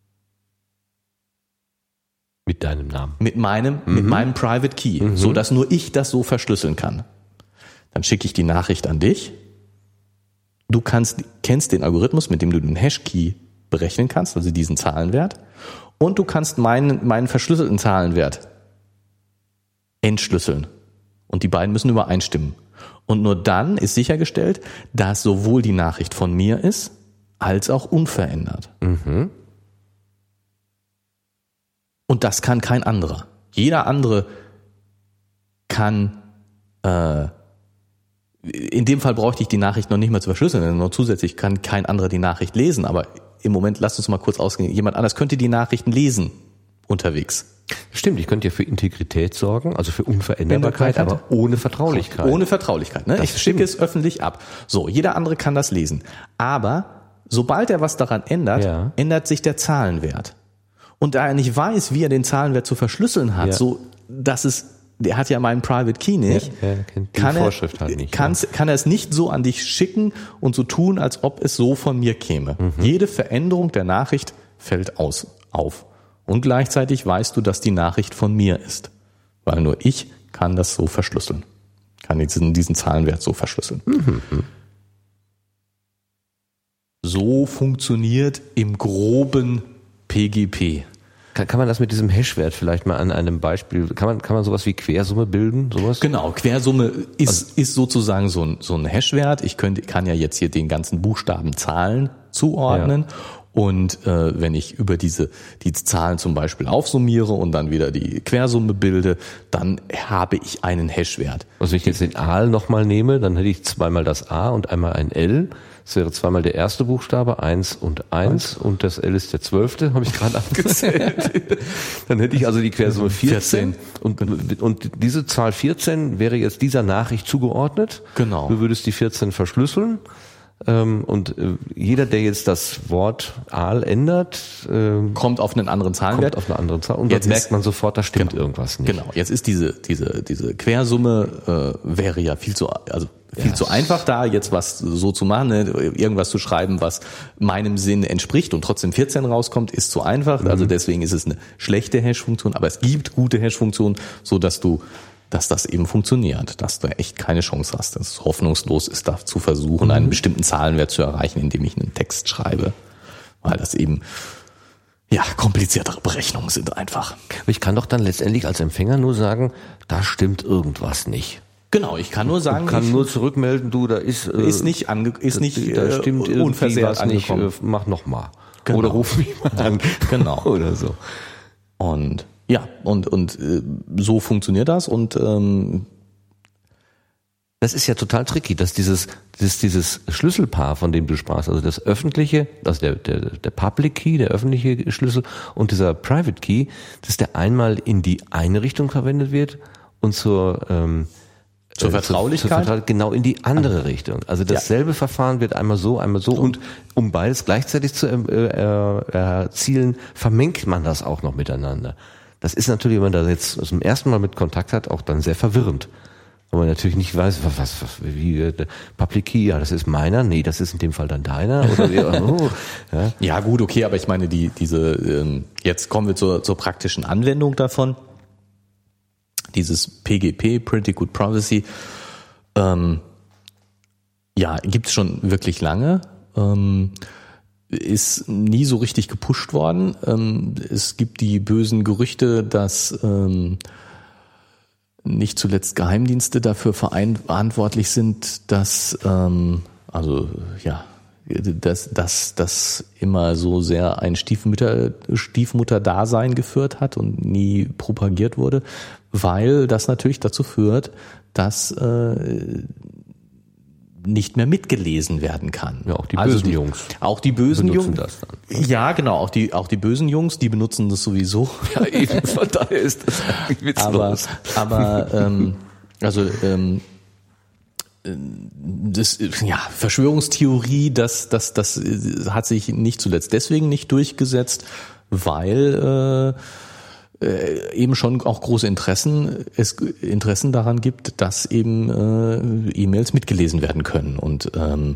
Mit deinem Namen. Mit meinem Private Key, so dass nur ich das so verschlüsseln kann. Dann schicke ich die Nachricht an dich. Du kennst den Algorithmus, mit dem du den Hash-Key berechnen kannst, also diesen Zahlenwert. Und du kannst meinen verschlüsselten Zahlenwert entschlüsseln. Und die beiden müssen übereinstimmen. Und nur dann ist sichergestellt, dass sowohl die Nachricht von mir ist, als auch unverändert. Mhm. Und das kann kein anderer. Jeder andere kann, in dem Fall bräuchte ich die Nachricht noch nicht mal zu verschlüsseln, denn nur zusätzlich kann kein anderer die Nachricht lesen. Aber im Moment, lasst uns mal kurz ausgehen, jemand anders könnte die Nachrichten lesen unterwegs. Stimmt, ich könnte ja für Integrität sorgen, also für Unveränderbarkeit, aber ohne Vertraulichkeit. Ohne Vertraulichkeit. Ne? Ich schicke es öffentlich ab. So, jeder andere kann das lesen. Aber sobald er was daran ändert, ändert sich der Zahlenwert. Und da er nicht weiß, wie er den Zahlenwert zu verschlüsseln hat, so dass der hat ja meinen Private Key nicht, kann er es nicht so an dich schicken und so tun, als ob es so von mir käme. Jede Veränderung der Nachricht fällt auf. Und gleichzeitig weißt du, dass die Nachricht von mir ist. Weil nur ich kann das so verschlüsseln. Kann diesen Zahlenwert so verschlüsseln. So funktioniert im Groben PGP. Kann man das mit diesem Hashwert vielleicht mal an einem Beispiel, kann man sowas wie Quersumme bilden? Sowas? Genau, Quersumme ist sozusagen so ein Hashwert. Ich kann ja jetzt hier den ganzen Buchstaben Zahlen zuordnen. Ja. Und wenn ich über die Zahlen zum Beispiel aufsummiere und dann wieder die Quersumme bilde, dann habe ich einen Hashwert. Also wenn ich jetzt den Aal nochmal nehme, dann hätte ich zweimal das A und einmal ein L. Das wäre zweimal der erste Buchstabe, 1 und 1 und das L ist der 12., habe ich gerade abgezählt. Dann hätte ich also die Quersumme 14. Und diese Zahl 14 wäre jetzt dieser Nachricht zugeordnet. Genau. Du würdest die 14 verschlüsseln. Und jeder, der jetzt das Wort Aal ändert, kommt auf einen anderen Zahlenwert. Kommt auf eine andere Zahl. Und jetzt merkt man sofort, da stimmt irgendwas nicht. Genau. Jetzt ist diese Quersumme wäre ja viel zu einfach, da jetzt was so zu machen, ne? Irgendwas zu schreiben, was meinem Sinn entspricht und trotzdem 14 rauskommt, ist zu einfach. Also deswegen ist es eine schlechte Hash-Funktion. Aber es gibt gute Hash-Funktionen, so dass das eben funktioniert, dass du echt keine Chance hast, dass es hoffnungslos ist, da zu versuchen, einen bestimmten Zahlenwert zu erreichen, indem ich einen Text schreibe, weil das eben kompliziertere Berechnungen sind einfach. Aber ich kann doch dann letztendlich als Empfänger nur sagen, da stimmt irgendwas nicht. Genau, ich kann nur sagen, nur zurückmelden, du, da ist nicht da stimmt unversehrt was nicht, mach nochmal. Genau. Oder ruf mich mal an. Genau. Oder so. Und so funktioniert das und das ist ja total tricky, dass dieses Schlüsselpaar, von dem du sprachst, also das öffentliche, also der Public Key, der öffentliche Schlüssel und dieser Private Key, dass der einmal in die eine Richtung verwendet wird und zur Vertraulichkeit? Genau in die andere Richtung. Also dasselbe Verfahren wird einmal so und um beides gleichzeitig zu erzielen, vermengt man das auch noch miteinander. Das ist natürlich, wenn man da jetzt zum ersten Mal mit Kontakt hat, auch dann sehr verwirrend. Weil man natürlich nicht weiß, wie Public Key, das ist meiner, nee, das ist in dem Fall dann deiner. Oder ja gut, okay, aber ich meine, jetzt kommen wir zur praktischen Anwendung davon. Dieses PGP, Pretty Good Privacy, gibt's schon wirklich lange. Ist nie so richtig gepusht worden. Es gibt die bösen Gerüchte, dass nicht zuletzt Geheimdienste dafür verantwortlich sind, dass das immer so sehr ein Stiefmutter-Dasein geführt hat und nie propagiert wurde, weil das natürlich dazu führt, dass nicht mehr mitgelesen werden kann. Ja, auch die bösen Jungs. Auch die bösen Jungs. Das dann. Ja, genau. Auch die bösen Jungs, die benutzen das sowieso. Ja, eben. Von daher ist das eigentlich witzlos. Verschwörungstheorie, das hat sich nicht zuletzt deswegen nicht durchgesetzt, weil eben schon auch große Interessen daran gibt, dass eben E-Mails mitgelesen werden können. Und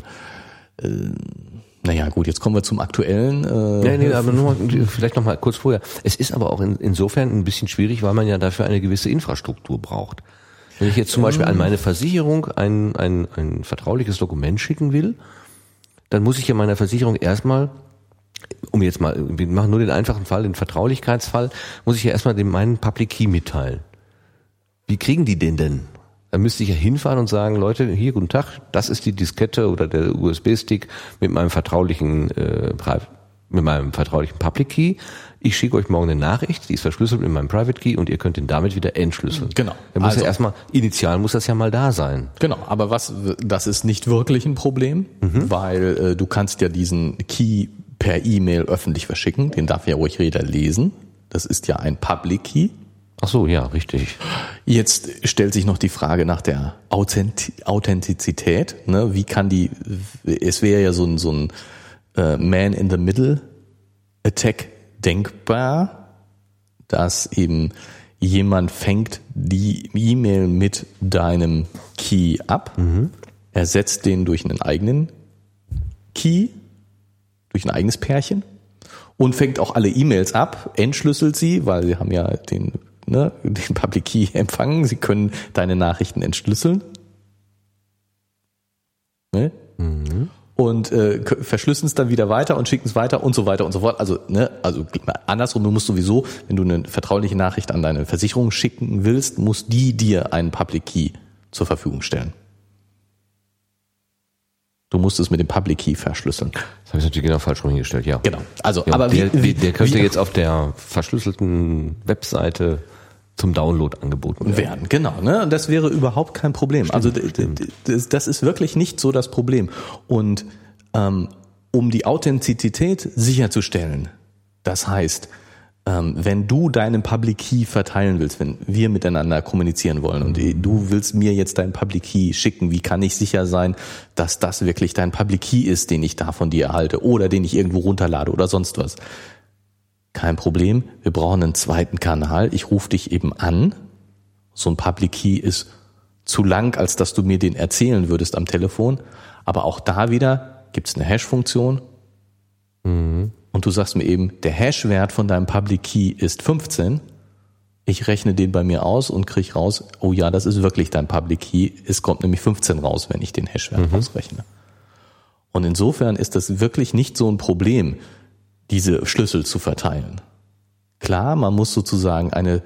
naja, gut, jetzt kommen wir zum aktuellen. Nee, aber vielleicht noch mal kurz vorher. Es ist aber auch insofern ein bisschen schwierig, weil man ja dafür eine gewisse Infrastruktur braucht. Wenn ich jetzt zum Beispiel an meine Versicherung ein vertrauliches Dokument schicken will, dann muss ich ja meiner Versicherung erstmal, wir machen nur den einfachen Fall, den Vertraulichkeitsfall, muss ich ja erstmal meinen Public Key mitteilen. Wie kriegen die den denn? Da müsste ich ja hinfahren und sagen, Leute, hier, guten Tag, das ist die Diskette oder der USB-Stick mit meinem vertraulichen Public Key. Ich schicke euch morgen eine Nachricht, die ist verschlüsselt mit meinem Private Key und ihr könnt ihn damit wieder entschlüsseln. Genau. Da muss ja erstmal, initial muss das ja mal da sein. Genau, aber das ist nicht wirklich ein Problem, weil du kannst ja diesen Key per E-Mail öffentlich verschicken, den darf ja ruhig jeder lesen. Das ist ja ein Public Key. Ach so, ja, richtig. Jetzt stellt sich noch die Frage nach der Authentizität. Ne? Wie kann es wäre ja so ein Man-in-the-Middle-Attack denkbar, dass eben jemand fängt die E-Mail mit deinem Key ab, ersetzt den durch einen eigenen Key, durch ein eigenes Pärchen und fängt auch alle E-Mails ab, entschlüsselt sie, weil sie haben ja den Public Key empfangen, sie können deine Nachrichten entschlüsseln. Ne? Und verschlüsseln es dann wieder weiter und schicken es weiter und so weiter und so fort. Also andersrum, du musst sowieso, wenn du eine vertrauliche Nachricht an deine Versicherung schicken willst, muss die dir einen Public Key zur Verfügung stellen. Du musst es mit dem Public Key verschlüsseln. Das habe ich natürlich genau falsch rum hingestellt, ja. Genau. Also, ja, aber der könnte jetzt auf der verschlüsselten Webseite zum Download angeboten werden. Genau, ne? Und das wäre überhaupt kein Problem. Stimmt. Das ist wirklich nicht so das Problem. Und um die Authentizität sicherzustellen, das heißt, wenn du deinen Public Key verteilen willst, wenn wir miteinander kommunizieren wollen und du willst mir jetzt deinen Public Key schicken, wie kann ich sicher sein, dass das wirklich dein Public Key ist, den ich da von dir erhalte oder den ich irgendwo runterlade oder sonst was? Kein Problem, wir brauchen einen zweiten Kanal. Ich rufe dich eben an. So ein Public Key ist zu lang, als dass du mir den erzählen würdest am Telefon. Aber auch da wieder gibt's eine Hash-Funktion. Und du sagst mir eben, der Hash-Wert von deinem Public Key ist 15. Ich rechne den bei mir aus und kriege raus, oh ja, das ist wirklich dein Public Key. Es kommt nämlich 15 raus, wenn ich den Hash-Wert ausrechne. Und insofern ist das wirklich nicht so ein Problem, diese Schlüssel zu verteilen. Klar, man muss sozusagen eine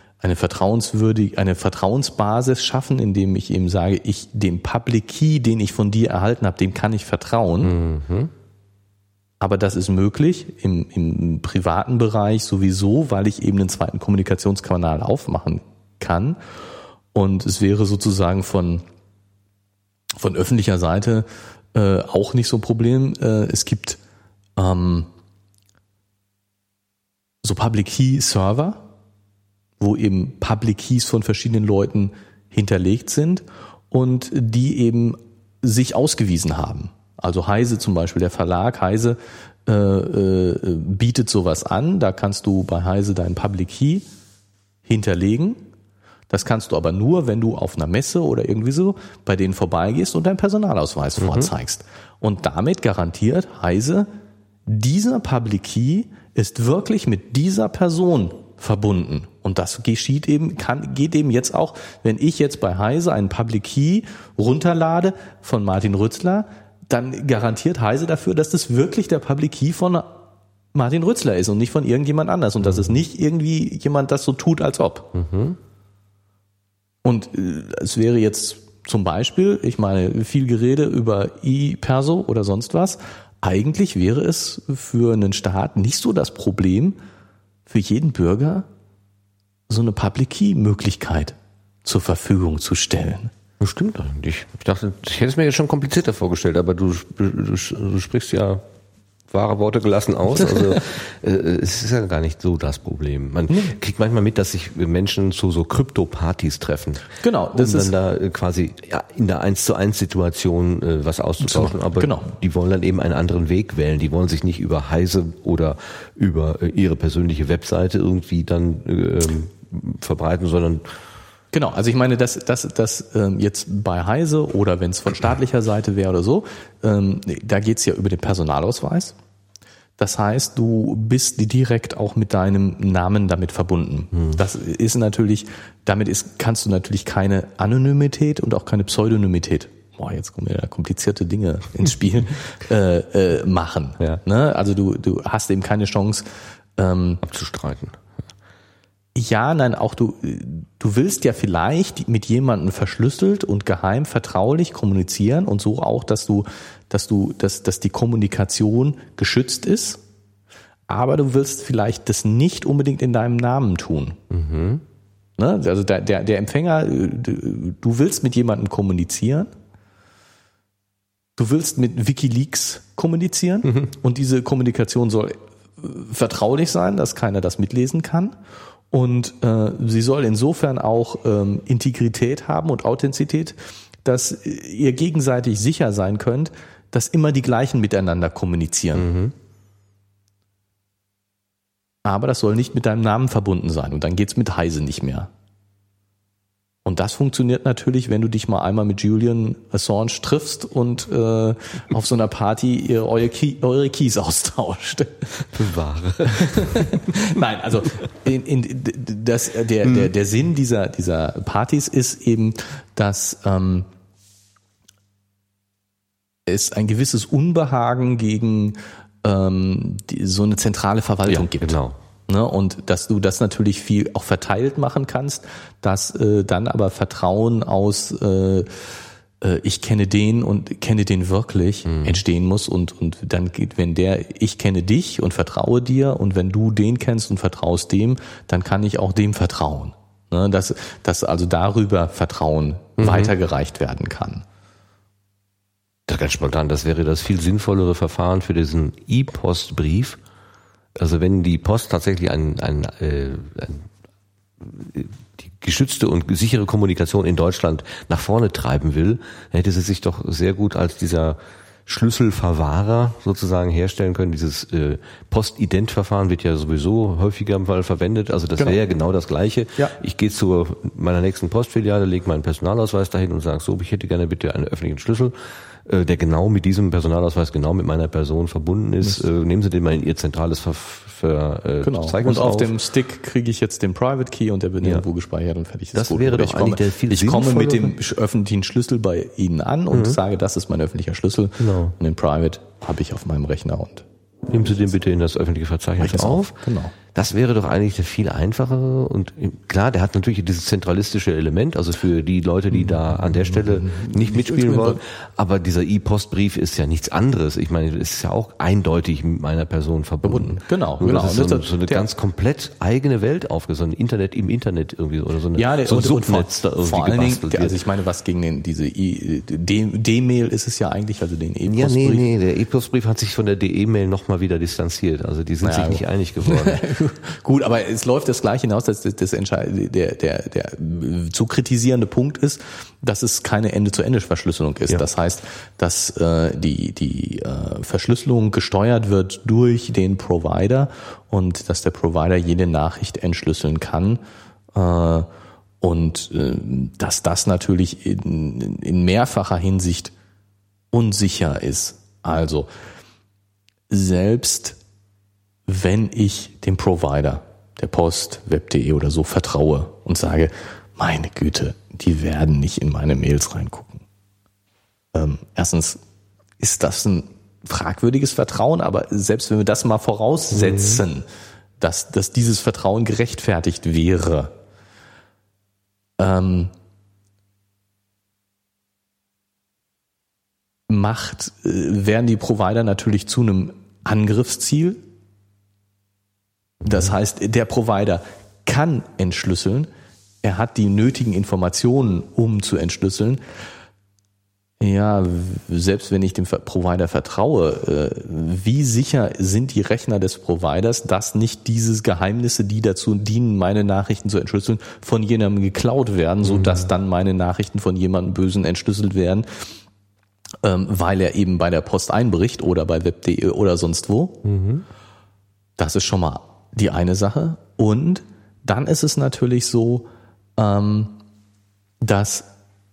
Vertrauensbasis schaffen, indem ich eben sage, dem Public Key, den ich von dir erhalten habe, dem kann ich vertrauen. Aber das ist möglich im privaten Bereich sowieso, weil ich eben einen zweiten Kommunikationskanal aufmachen kann. Und es wäre sozusagen von öffentlicher Seite auch nicht so ein Problem. Es gibt so Public Key Server, wo eben Public Keys von verschiedenen Leuten hinterlegt sind und die eben sich ausgewiesen haben. Also Heise zum Beispiel, der Verlag Heise bietet sowas an. Da kannst du bei Heise deinen Public Key hinterlegen. Das kannst du aber nur, wenn du auf einer Messe oder irgendwie so bei denen vorbeigehst und deinen Personalausweis vorzeigst. Und damit garantiert Heise, dieser Public Key ist wirklich mit dieser Person verbunden. Und das geht eben jetzt auch, wenn ich jetzt bei Heise einen Public Key runterlade von Martin Rützler, dann garantiert Heise dafür, dass das wirklich der Public Key von Martin Rützler ist und nicht von irgendjemand anders. Und dass es nicht irgendwie jemand das so tut, als ob. Und es wäre jetzt zum Beispiel, ich meine, viel Gerede über ePerso oder sonst was. Eigentlich wäre es für einen Staat nicht so das Problem, für jeden Bürger so eine Public Key Möglichkeit zur Verfügung zu stellen. Das stimmt eigentlich. Ich dachte, ich hätte es mir jetzt schon komplizierter vorgestellt, aber du sprichst ja wahre Worte gelassen aus. Also es ist ja gar nicht so das Problem. Man kriegt manchmal mit, dass sich Menschen zu so Krypto-Partys treffen. Genau, das ist dann da quasi in der 1:1 Situation was auszutauschen. Aber die wollen dann eben einen anderen Weg wählen. Die wollen sich nicht über Heise oder über ihre persönliche Webseite irgendwie dann verbreiten, sondern genau, also ich meine, dass jetzt bei Heise oder wenn es von staatlicher Seite wäre oder so, da geht's ja über den Personalausweis. Das heißt, du bist direkt auch mit deinem Namen damit verbunden. Das ist natürlich, kannst du natürlich keine Anonymität und auch keine Pseudonymität, jetzt kommen ja komplizierte Dinge ins Spiel, machen. Ja. Ne? Also du hast eben keine Chance abzustreiten. Ja, nein, auch du willst ja vielleicht mit jemandem verschlüsselt und geheim vertraulich kommunizieren und so auch, dass die Kommunikation geschützt ist, aber du willst vielleicht das nicht unbedingt in deinem Namen tun. Mhm. Ne? Also der Empfänger, du willst mit jemandem kommunizieren, du willst mit WikiLeaks kommunizieren und diese Kommunikation soll vertraulich sein, dass keiner das mitlesen kann. Und sie soll insofern auch Integrität haben und Authentizität, dass ihr gegenseitig sicher sein könnt, dass immer die gleichen miteinander kommunizieren. Aber das soll nicht mit deinem Namen verbunden sein. Und dann geht's mit Heise nicht mehr. Und das funktioniert natürlich, wenn du dich mal einmal mit Julian Assange triffst und auf so einer Party eure Keys austauscht. Bewahre. Nein, also der Sinn dieser Partys ist eben, dass es ein gewisses Unbehagen gegen so eine zentrale Verwaltung gibt. Genau. Ne, und dass du das natürlich viel auch verteilt machen kannst, dass dann aber Vertrauen aus ich kenne den und kenne den wirklich entstehen muss und dann geht, wenn ich kenne dich und vertraue dir und wenn du den kennst und vertraust dem, dann kann ich auch dem vertrauen. Ne, dass also darüber Vertrauen weitergereicht werden kann. Das ganz spontan, das wäre das viel sinnvollere Verfahren für diesen E-Post-Brief. Also wenn die Post tatsächlich die geschützte und sichere Kommunikation in Deutschland nach vorne treiben will, dann hätte sie sich doch sehr gut als dieser Schlüsselverwahrer sozusagen herstellen können. Dieses Postident-Verfahren wird ja sowieso häufiger mal verwendet. Also das wäre ja genau das Gleiche. Ja. Ich gehe zu meiner nächsten Postfiliale, lege meinen Personalausweis dahin und sage so, ich hätte gerne bitte einen öffentlichen Schlüssel, der genau mit diesem Personalausweis genau mit meiner Person verbunden ist. Nehmen Sie den mal in Ihr zentrales Verzeichnis auf. Und auf dem Stick kriege ich jetzt den Private Key und der wird irgendwo gespeichert und fertig ist. Das wäre doch eigentlich der viel Ich komme mit dem öffentlichen Schlüssel bei Ihnen an und sage, das ist mein öffentlicher Schlüssel. Genau. Und den Private habe ich auf meinem Rechner und nehmen Sie den bitte in das öffentliche Verzeichnis auf. Genau. Das wäre doch eigentlich der viel einfachere und klar, der hat natürlich dieses zentralistische Element, also für die Leute, die da an der Stelle nicht mitspielen wollen, aber dieser E-Postbrief ist ja nichts anderes. Ich meine, es ist ja auch eindeutig mit meiner Person verbunden. Genau. Das ist so eine ganz komplett eigene Welt so ein Internet im Internet irgendwie oder so ein Subnetz da irgendwie vor allen Dingen, also ich meine, was gegen diese D-Mail ist es ja eigentlich, also den E-Postbrief. Ja, nee, der E-Postbrief hat sich von der E-Mail nochmal wieder distanziert, also die sind sich nicht einig geworden. Gut, aber es läuft das gleich hinaus, dass der zu kritisierende Punkt ist, dass es keine Ende-zu-Ende-Verschlüsselung ist. Ja. Das heißt, dass die Verschlüsselung gesteuert wird durch den Provider und dass der Provider jede Nachricht entschlüsseln kann und dass das natürlich in mehrfacher Hinsicht unsicher ist. Also selbst wenn ich dem Provider, der Post, Web.de oder so vertraue und sage, meine Güte, die werden nicht in meine Mails reingucken. Erstens ist das ein fragwürdiges Vertrauen, aber selbst wenn wir das mal voraussetzen, dass dieses Vertrauen gerechtfertigt wäre, werden die Provider natürlich zu einem Angriffsziel. Das heißt, der Provider kann entschlüsseln, er hat die nötigen Informationen, um zu entschlüsseln. Ja, selbst wenn ich dem Provider vertraue, wie sicher sind die Rechner des Providers, dass nicht diese Geheimnisse, die dazu dienen, meine Nachrichten zu entschlüsseln, von jemandem geklaut werden, so dass dann meine Nachrichten von jemandem Bösen entschlüsselt werden, weil er eben bei der Post einbricht oder bei web.de oder sonst wo. Das ist schon mal die eine Sache. Und dann ist es natürlich so, dass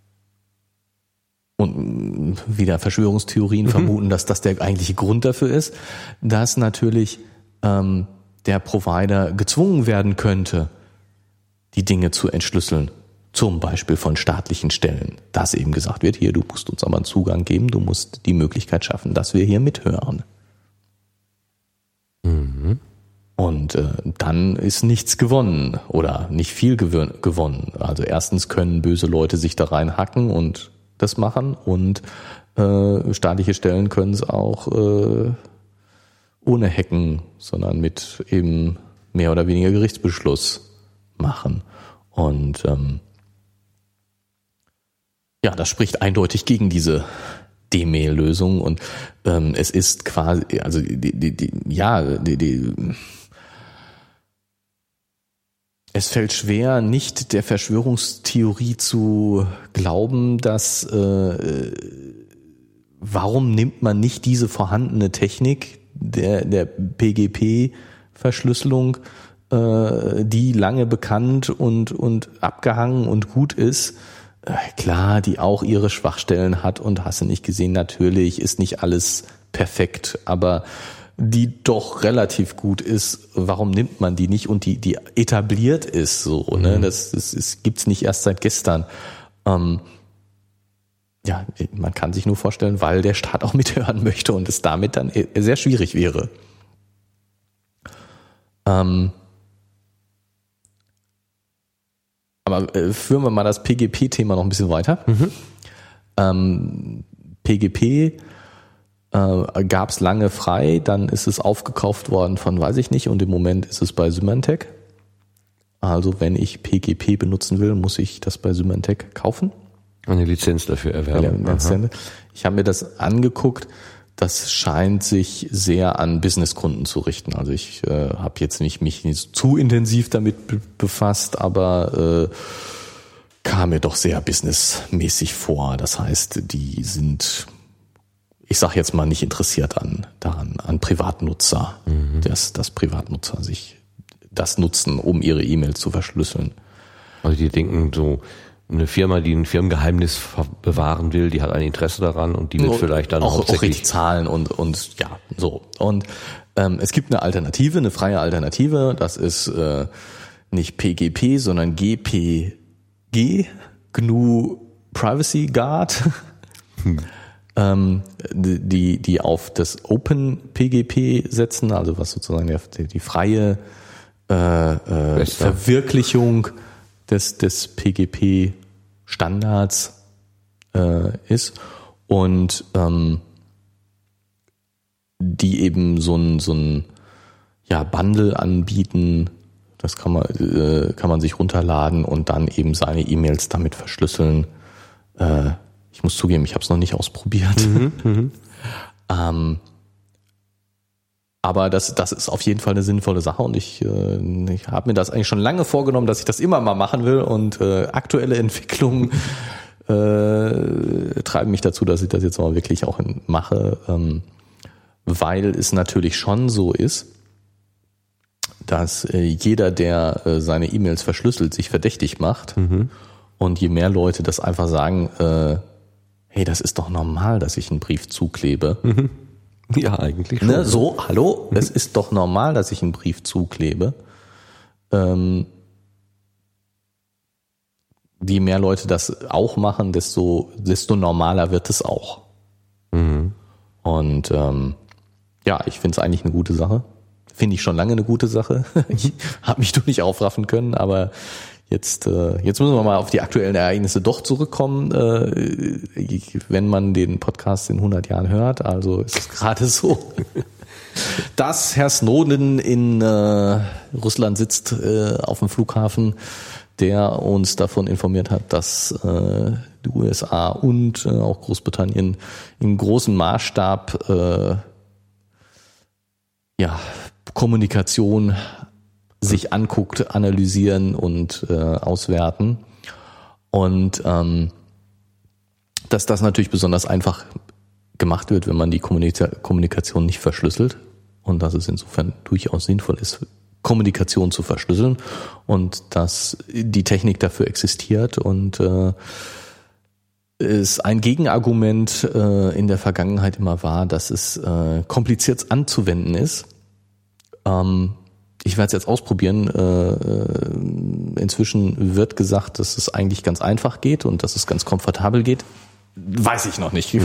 und wieder Verschwörungstheorien vermuten, dass das der eigentliche Grund dafür ist, dass natürlich der Provider gezwungen werden könnte, die Dinge zu entschlüsseln, zum Beispiel von staatlichen Stellen, dass eben gesagt wird, hier, du musst uns aber einen Zugang geben, du musst die Möglichkeit schaffen, dass wir hier mithören. Und dann ist nichts gewonnen oder nicht viel gewonnen. Also erstens können böse Leute sich da reinhacken und das machen und staatliche Stellen können es auch ohne Hacken, sondern mit eben mehr oder weniger Gerichtsbeschluss machen. Und ja, das spricht eindeutig gegen diese D-Mail-Lösung und es ist quasi, also es fällt schwer, nicht der Verschwörungstheorie zu glauben, dass warum nimmt man nicht diese vorhandene Technik der PGP-Verschlüsselung, die lange bekannt und abgehangen und gut ist, klar, die auch ihre Schwachstellen hat und hast du nicht gesehen, natürlich ist nicht alles perfekt, aber die doch relativ gut ist, warum nimmt man die nicht und die etabliert ist so, ne? Das gibt's nicht erst seit gestern. Ja, man kann sich nur vorstellen, weil der Staat auch mithören möchte und es damit dann sehr schwierig wäre. Aber führen wir mal das PGP-Thema noch ein bisschen weiter. PGP gab es lange frei, dann ist es aufgekauft worden von weiß ich nicht und im Moment ist es bei Symantec. Also wenn ich PGP benutzen will, muss ich das bei Symantec kaufen. Eine Lizenz dafür erwerben. Ich habe mir das angeguckt, das scheint sich sehr an Businesskunden zu richten. Also ich habe jetzt mich nicht zu intensiv damit befasst, aber kam mir doch sehr businessmäßig vor. Das heißt, die sind, ich sage jetzt mal, nicht interessiert an Privatnutzer, dass Privatnutzer sich das nutzen, um ihre E-Mails zu verschlüsseln. Also die denken so, eine Firma, die ein Firmengeheimnis bewahren will, die hat ein Interesse daran und die wird vielleicht dann auch richtig zahlen und ja, so. Und es gibt eine Alternative, eine freie Alternative, das ist nicht PGP, sondern GPG, GNU Privacy Guard, die auf das Open PGP setzen, also was sozusagen die freie Verwirklichung des PGP-Standards ist und die eben so ein Bundle anbieten, das kann man sich runterladen und dann eben seine E-Mails damit verschlüsseln. Ich muss zugeben, ich habe es noch nicht ausprobiert. Aber das ist auf jeden Fall eine sinnvolle Sache und ich habe mir das eigentlich schon lange vorgenommen, dass ich das immer mal machen will und aktuelle Entwicklungen treiben mich dazu, dass ich das jetzt mal wirklich auch mache, weil es natürlich schon so ist, dass jeder, der seine E-Mails verschlüsselt, sich verdächtig macht und je mehr Leute das einfach sagen, hey, das ist doch normal, dass ich einen Brief zuklebe. Ja, eigentlich schon. Ne, so, hallo, es ist doch normal, dass ich einen Brief zuklebe. Je mehr Leute das auch machen, desto normaler wird es auch. Und ja, ich finde es eigentlich eine gute Sache. Finde ich schon lange eine gute Sache. Ich habe mich doch nicht aufraffen können, aber jetzt müssen wir mal auf die aktuellen Ereignisse doch zurückkommen, wenn man den Podcast in 100 Jahren hört. Also ist es gerade so, dass Herr Snowden in Russland sitzt auf dem Flughafen der uns davon informiert hat, dass die USA und auch Großbritannien in großem Maßstab Kommunikation sich anguckt, analysieren und auswerten. Und dass das natürlich besonders einfach gemacht wird, wenn man die Kommunikation nicht verschlüsselt. Und dass es insofern durchaus sinnvoll ist, Kommunikation zu verschlüsseln und dass die Technik dafür existiert und es ein Gegenargument in der Vergangenheit immer war, dass es kompliziert anzuwenden ist. Ich werde es jetzt ausprobieren. Inzwischen wird gesagt, dass es eigentlich ganz einfach geht und dass es ganz komfortabel geht. Weiß ich noch nicht.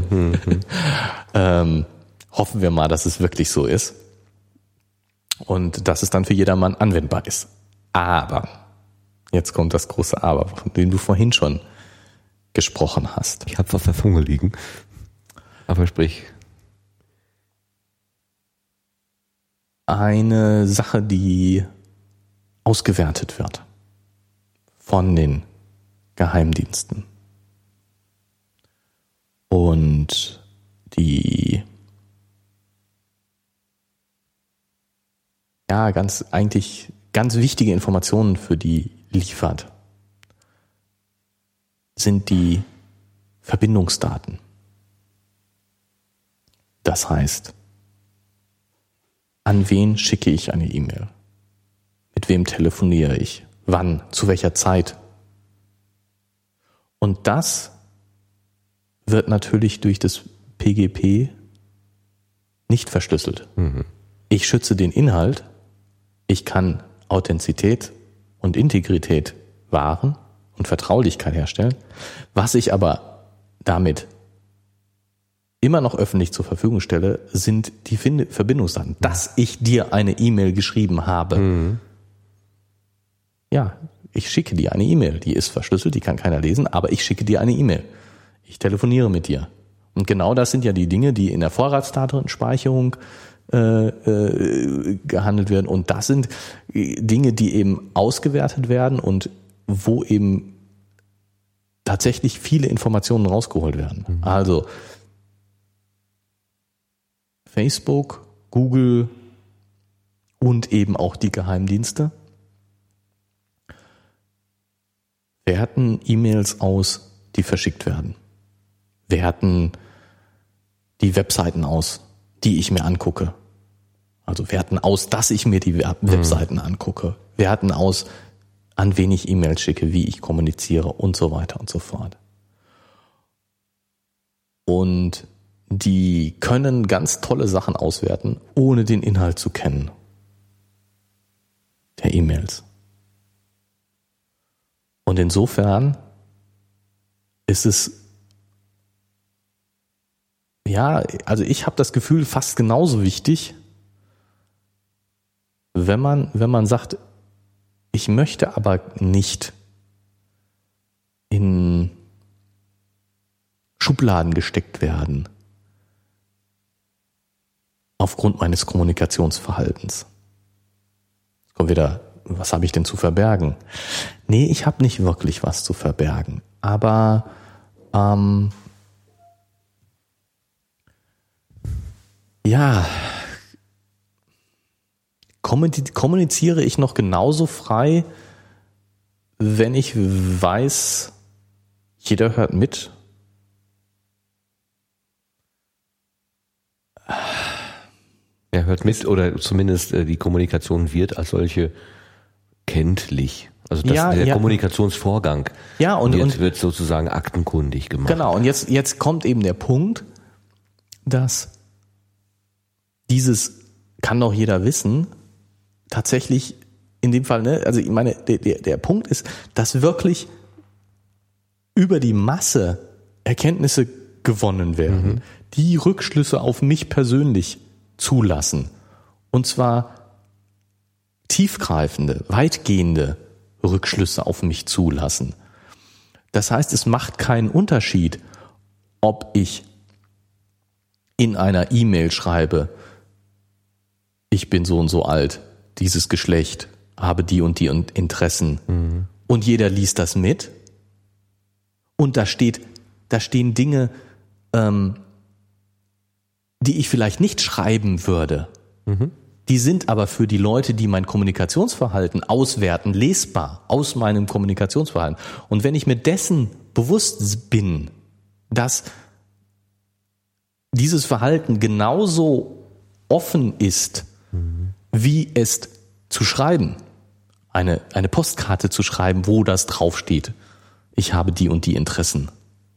Hoffen wir mal, dass es wirklich so ist und dass es dann für jedermann anwendbar ist. Aber, jetzt kommt das große Aber, von dem du vorhin schon gesprochen hast. Ich habe was auf der Zunge liegen, aber sprich. Eine Sache, die ausgewertet wird von den Geheimdiensten und die ganz wichtige Informationen für die liefert, sind die Verbindungsdaten. Das heißt, an wen schicke ich eine E-Mail? Mit wem telefoniere ich? Wann? Zu welcher Zeit? Und das wird natürlich durch das PGP nicht verschlüsselt. Ich schütze den Inhalt. Ich kann Authentizität und Integrität wahren und Vertraulichkeit herstellen. Was ich aber damit immer noch öffentlich zur Verfügung stelle, sind die Verbindungsdaten. Dass ich dir eine E-Mail geschrieben habe. Ja, ich schicke dir eine E-Mail. Die ist verschlüsselt, die kann keiner lesen, aber ich schicke dir eine E-Mail. Ich telefoniere mit dir. Und genau das sind ja die Dinge, die in der Vorratsdatenspeicherung gehandelt werden. Und das sind Dinge, die eben ausgewertet werden und wo eben tatsächlich viele Informationen rausgeholt werden. Also Facebook, Google und eben auch die Geheimdienste werten E-Mails aus, die verschickt werden. Werten die Webseiten aus, die ich mir angucke. Also werten aus, dass ich mir die Webseiten angucke. Werten aus, an wen ich E-Mails schicke, wie ich kommuniziere und so weiter und so fort. Und die können ganz tolle Sachen auswerten, ohne den Inhalt zu kennen. Der E-Mails. Und insofern ist es also ich habe das Gefühl, fast genauso wichtig, wenn man sagt, ich möchte aber nicht in Schubladen gesteckt werden aufgrund meines Kommunikationsverhaltens. Jetzt kommt wieder, was habe ich denn zu verbergen? Nee, ich habe nicht wirklich was zu verbergen, aber kommuniziere ich noch genauso frei, wenn ich weiß, jeder hört mit? Er hört mit oder zumindest die Kommunikation wird als solche kenntlich. Also der Kommunikationsvorgang wird sozusagen aktenkundig gemacht. Genau, und jetzt kommt eben der Punkt, dass dieses kann doch jeder wissen, tatsächlich in dem Fall, also ich meine, der Punkt ist, dass wirklich über die Masse Erkenntnisse gewonnen werden, die Rückschlüsse auf mich persönlich zulassen. Und zwar tiefgreifende, weitgehende Rückschlüsse auf mich zulassen. Das heißt, es macht keinen Unterschied, ob ich in einer E-Mail schreibe, ich bin so und so alt, dieses Geschlecht, habe die und die Interessen und jeder liest das mit und da stehen Dinge, die ich vielleicht nicht schreiben würde. Die sind aber für die Leute, die mein Kommunikationsverhalten auswerten, lesbar aus meinem Kommunikationsverhalten. Und wenn ich mir dessen bewusst bin, dass dieses Verhalten genauso offen ist, wie es zu schreiben, eine Postkarte zu schreiben, wo das draufsteht, ich habe die und die Interessen,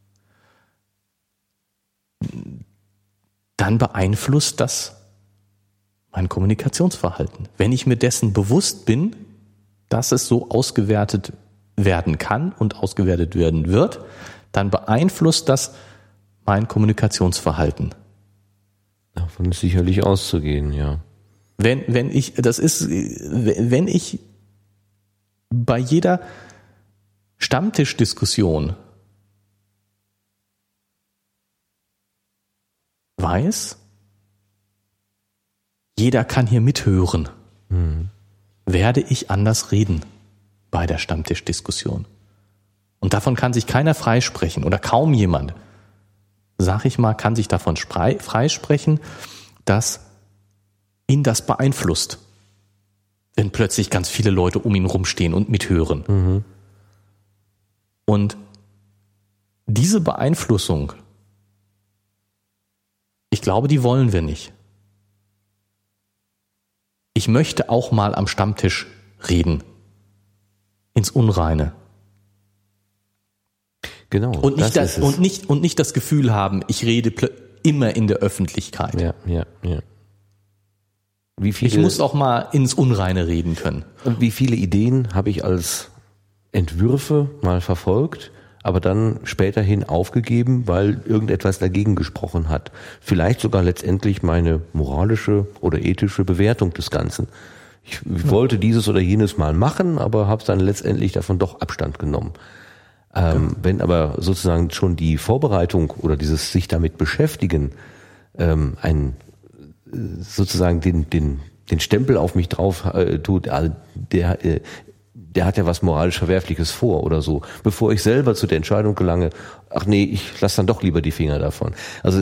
dann beeinflusst das mein Kommunikationsverhalten. Wenn ich mir dessen bewusst bin, dass es so ausgewertet werden kann und ausgewertet werden wird, dann beeinflusst das mein Kommunikationsverhalten. Davon ist sicherlich auszugehen, ja. Wenn ich bei jeder Stammtischdiskussion weiß, jeder kann hier mithören, werde ich anders reden bei der Stammtischdiskussion. Und davon kann sich keiner freisprechen oder kaum jemand, sag ich mal, kann sich davon freisprechen, dass ihn das beeinflusst, wenn plötzlich ganz viele Leute um ihn rumstehen und mithören. Und diese Beeinflussung, ich glaube, die wollen wir nicht. Ich möchte auch mal am Stammtisch reden. Ins Unreine. Genau. Und nicht das Gefühl haben, ich rede immer in der Öffentlichkeit. Ja. Ich muss auch mal ins Unreine reden können. Und wie viele Ideen habe ich als Entwürfe mal verfolgt, aber dann späterhin aufgegeben, weil irgendetwas dagegen gesprochen hat. Vielleicht sogar letztendlich meine moralische oder ethische Bewertung des Ganzen. Ich wollte dieses oder jenes mal machen, aber habe dann letztendlich davon doch Abstand genommen. Wenn aber sozusagen schon die Vorbereitung oder dieses sich damit beschäftigen, sozusagen den Stempel auf mich drauf tut, der hat ja was moralisch Verwerfliches vor oder so, bevor ich selber zu der Entscheidung gelange, ach nee, ich lasse dann doch lieber die Finger davon. Also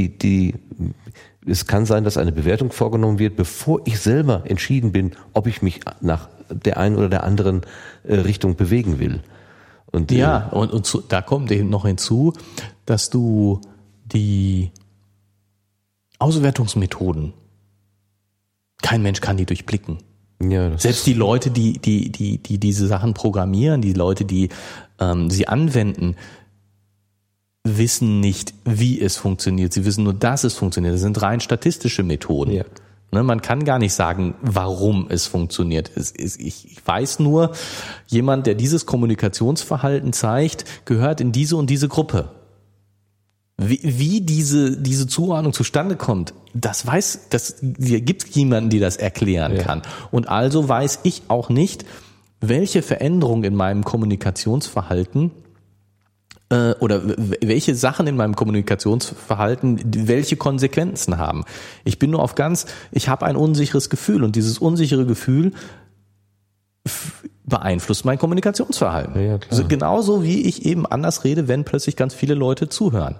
es kann sein, dass eine Bewertung vorgenommen wird, bevor ich selber entschieden bin, ob ich mich nach der einen oder der anderen Richtung bewegen will. Und, da kommt eben noch hinzu, dass du die Auswertungsmethoden, kein Mensch kann die durchblicken. Ja, selbst die Leute, die diese Sachen programmieren, die Leute, die sie anwenden, wissen nicht, wie es funktioniert. Sie wissen nur, dass es funktioniert. Das sind rein statistische Methoden. Ja. Ne, man kann gar nicht sagen, warum es funktioniert. Ich weiß nur, jemand, der dieses Kommunikationsverhalten zeigt, gehört in diese und diese Gruppe. Wie diese Zuordnung zustande kommt, gibt es niemanden, der das erklären kann. Und also weiß ich auch nicht, welche Veränderung in meinem Kommunikationsverhalten oder welche Sachen in meinem Kommunikationsverhalten welche Konsequenzen haben. Ich bin nur ich habe ein unsicheres Gefühl und dieses unsichere Gefühl beeinflusst mein Kommunikationsverhalten. Ja, also genauso wie ich eben anders rede, wenn plötzlich ganz viele Leute zuhören.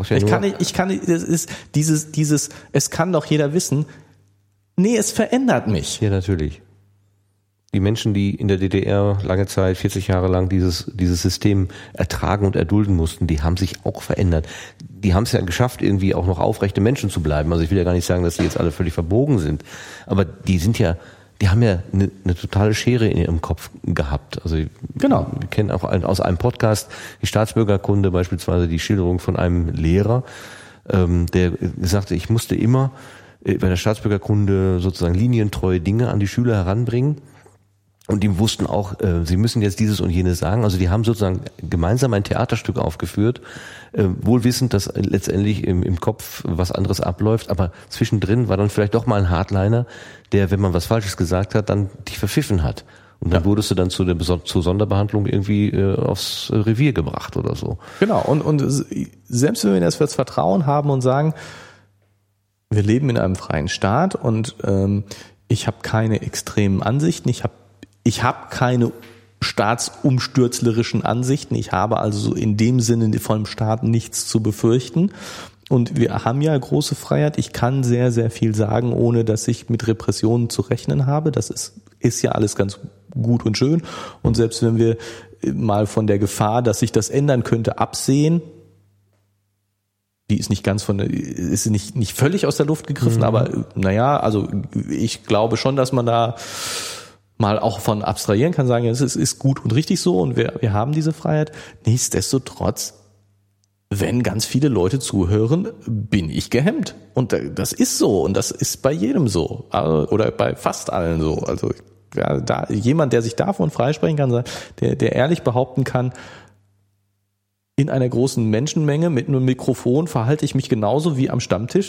Es kann doch jeder wissen, nee, es verändert mich. Ja, natürlich. Die Menschen, die in der DDR lange Zeit, 40 Jahre lang dieses System ertragen und erdulden mussten, die haben sich auch verändert. Die haben es ja geschafft, irgendwie auch noch aufrechte Menschen zu bleiben. Also ich will ja gar nicht sagen, dass die jetzt alle völlig verbogen sind. Aber die haben ja eine totale Schere in ihrem Kopf gehabt. Also wir kennen auch aus einem Podcast die Staatsbürgerkunde, beispielsweise die Schilderung von einem Lehrer, der sagte, ich musste immer bei der Staatsbürgerkunde sozusagen linientreue Dinge an die Schüler heranbringen. Und die wussten auch, sie müssen jetzt dieses und jenes sagen. Also die haben sozusagen gemeinsam ein Theaterstück aufgeführt, wohl wissend, dass letztendlich im Kopf was anderes abläuft. Aber zwischendrin war dann vielleicht doch mal ein Hardliner, der, wenn man was Falsches gesagt hat, dann dich verpfiffen hat. Und dann wurdest du dann zur Sonderbehandlung irgendwie aufs Revier gebracht oder so. Genau. Und selbst wenn wir das Vertrauen haben und sagen, wir leben in einem freien Staat und ich habe keine extremen Ansichten, ich habe keine staatsumstürzlerischen Ansichten. Ich habe also in dem Sinne vom Staat nichts zu befürchten. Und wir haben ja große Freiheit. Ich kann sehr, sehr viel sagen, ohne dass ich mit Repressionen zu rechnen habe. Das ist ja alles ganz gut und schön. Und selbst wenn wir mal von der Gefahr, dass sich das ändern könnte, absehen, die ist nicht ist nicht völlig aus der Luft gegriffen, aber naja, also ich glaube schon, dass man da mal auch von abstrahieren kann, sagen, es ist gut und richtig so und wir haben diese Freiheit. Nichtsdestotrotz, wenn ganz viele Leute zuhören, bin ich gehemmt. Und das ist so und das ist bei jedem so oder bei fast allen so. Also ja, da jemand, der sich davon freisprechen kann, der ehrlich behaupten kann, in einer großen Menschenmenge mit einem Mikrofon verhalte ich mich genauso wie am Stammtisch.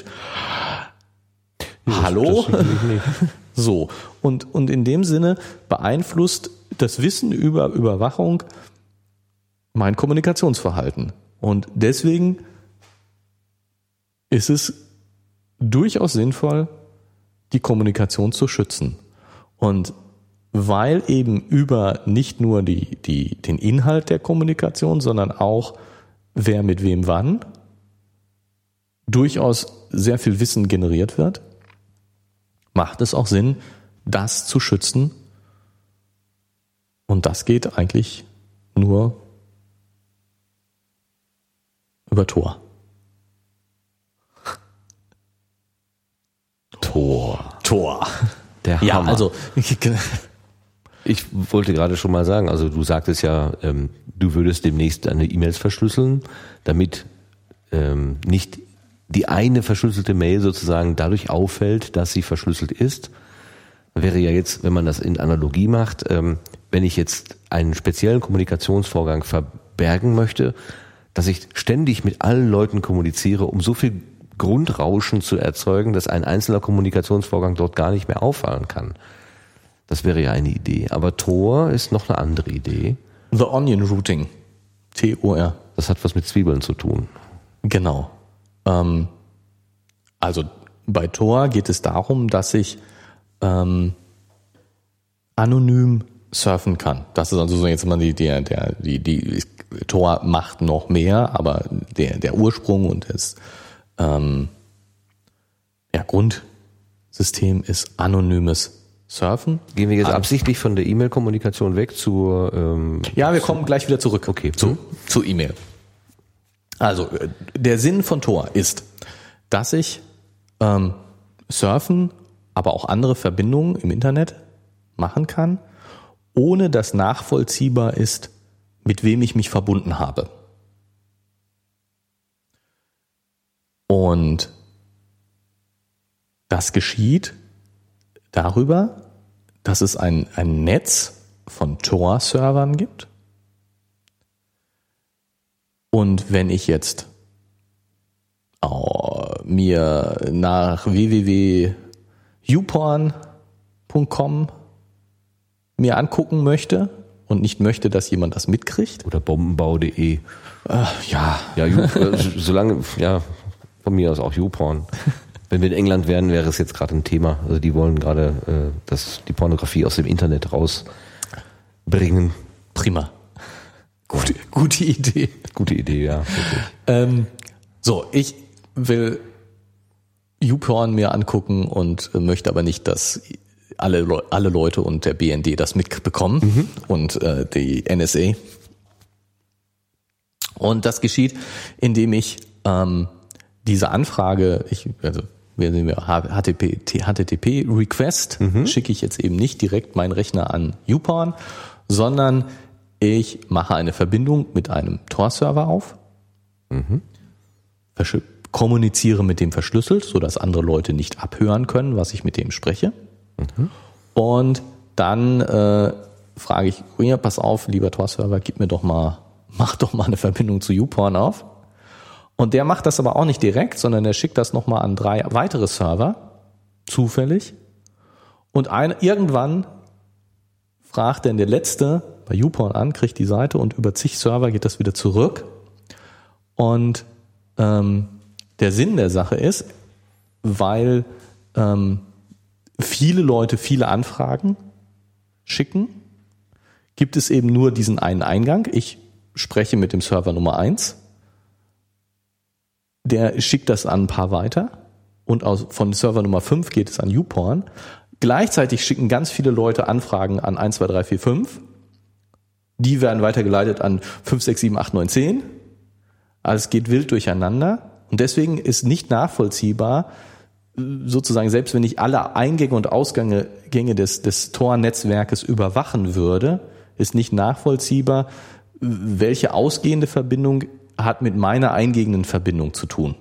Hallo? Das nicht. So. Und in dem Sinne beeinflusst das Wissen über Überwachung mein Kommunikationsverhalten. Und deswegen ist es durchaus sinnvoll, die Kommunikation zu schützen. Und weil eben über nicht nur den Inhalt der Kommunikation, sondern auch wer mit wem wann durchaus sehr viel Wissen generiert wird, macht es auch Sinn, das zu schützen. Und das geht eigentlich nur über Tor. Tor. Der Hammer. Ja, also ich wollte gerade schon mal sagen, also du sagtest ja, du würdest demnächst deine E-Mails verschlüsseln, damit nicht die eine verschlüsselte Mail sozusagen dadurch auffällt, dass sie verschlüsselt ist. Wäre ja jetzt, wenn man das in Analogie macht, wenn ich jetzt einen speziellen Kommunikationsvorgang verbergen möchte, dass ich ständig mit allen Leuten kommuniziere, um so viel Grundrauschen zu erzeugen, dass ein einzelner Kommunikationsvorgang dort gar nicht mehr auffallen kann. Das wäre ja eine Idee. Aber Tor ist noch eine andere Idee. The Onion Routing. T-O-R. Das hat was mit Zwiebeln zu tun. Genau. Also bei Tor geht es darum, dass ich anonym surfen kann. Das ist also so jetzt mal die Tor macht noch mehr, aber der Ursprung und das Grundsystem ist anonymes Surfen. Gehen wir jetzt absichtlich von der E-Mail-Kommunikation weg zur... ja, wir kommen gleich wieder zurück. Okay. Zu E-Mail. Also der Sinn von Tor ist, dass ich surfen, aber auch andere Verbindungen im Internet machen kann, ohne dass nachvollziehbar ist, mit wem ich mich verbunden habe. Und das geschieht darüber, dass es ein Netz von Tor-Servern gibt. Und wenn ich jetzt mir nach www.youporn.com mir angucken möchte und nicht möchte, dass jemand das mitkriegt. Oder bombenbau.de. Ja, solange, von mir aus auch YouPorn. Wenn wir in England wären, wäre es jetzt gerade ein Thema. Also die wollen gerade die Pornografie aus dem Internet rausbringen. Prima. Gute Idee. Gute Idee, ja. Ich will YouPorn mir angucken und möchte aber nicht, dass alle Leute und der BND das mitbekommen und die NSA. Und das geschieht, indem ich diese Anfrage, HTTP-Request schicke ich jetzt eben nicht direkt meinen Rechner an YouPorn, sondern ich mache eine Verbindung mit einem Tor-Server auf, kommuniziere mit dem verschlüsselt, sodass andere Leute nicht abhören können, was ich mit dem spreche. Und dann frage ich, ja, pass auf, lieber Tor-Server, mach doch mal eine Verbindung zu YouPorn auf. Und der macht das aber auch nicht direkt, sondern der schickt das nochmal an 3 weitere Server, zufällig. Und irgendwann fragt dann der Letzte bei YouPorn an, kriegt die Seite und über zig Server geht das wieder zurück. Und der Sinn der Sache ist, weil viele Leute viele Anfragen schicken, gibt es eben nur diesen einen Eingang. Ich spreche mit dem Server Nummer 1. Der schickt das an ein paar weiter. Und von Server Nummer 5 geht es an YouPorn. Gleichzeitig schicken ganz viele Leute Anfragen an 1, 2, 3, 4, 5. Die werden weitergeleitet an 5, 6, 7, 8, 9, 10. Also es geht wild durcheinander. Und deswegen ist nicht nachvollziehbar, sozusagen, selbst wenn ich alle Eingänge und Ausgänge des Tor-Netzwerkes überwachen würde, ist nicht nachvollziehbar, welche ausgehende Verbindung hat mit meiner eingehenden Verbindung zu tun.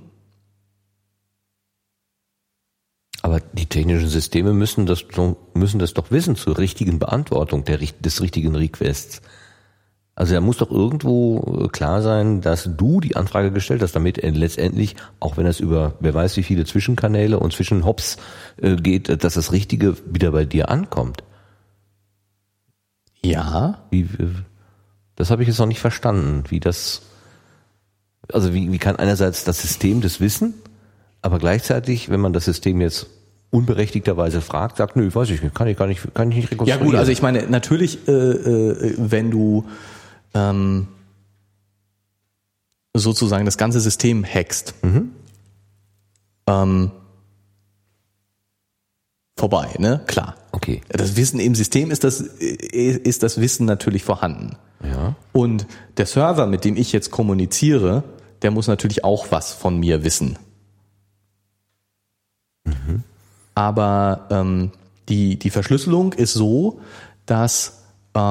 Aber die technischen Systeme müssen das doch wissen zur richtigen Beantwortung des richtigen Requests. Also da muss doch irgendwo klar sein, dass du die Anfrage gestellt hast, damit letztendlich, auch wenn es über wer weiß wie viele Zwischenkanäle und Zwischenhops geht, dass das Richtige wieder bei dir ankommt. Ja. Das habe ich jetzt noch nicht verstanden, wie kann einerseits das System das wissen, aber gleichzeitig, wenn man das System jetzt unberechtigterweise fragt, sagt, nö, weiß ich nicht, kann ich nicht rekonstruieren. Ja gut, also ich meine, natürlich, wenn du sozusagen das ganze System hackst, vorbei, ne? Klar. Okay. Das Wissen im System ist das Wissen natürlich vorhanden. Ja. Und der Server, mit dem ich jetzt kommuniziere, der muss natürlich auch was von mir wissen. Aber die Verschlüsselung ist so, dass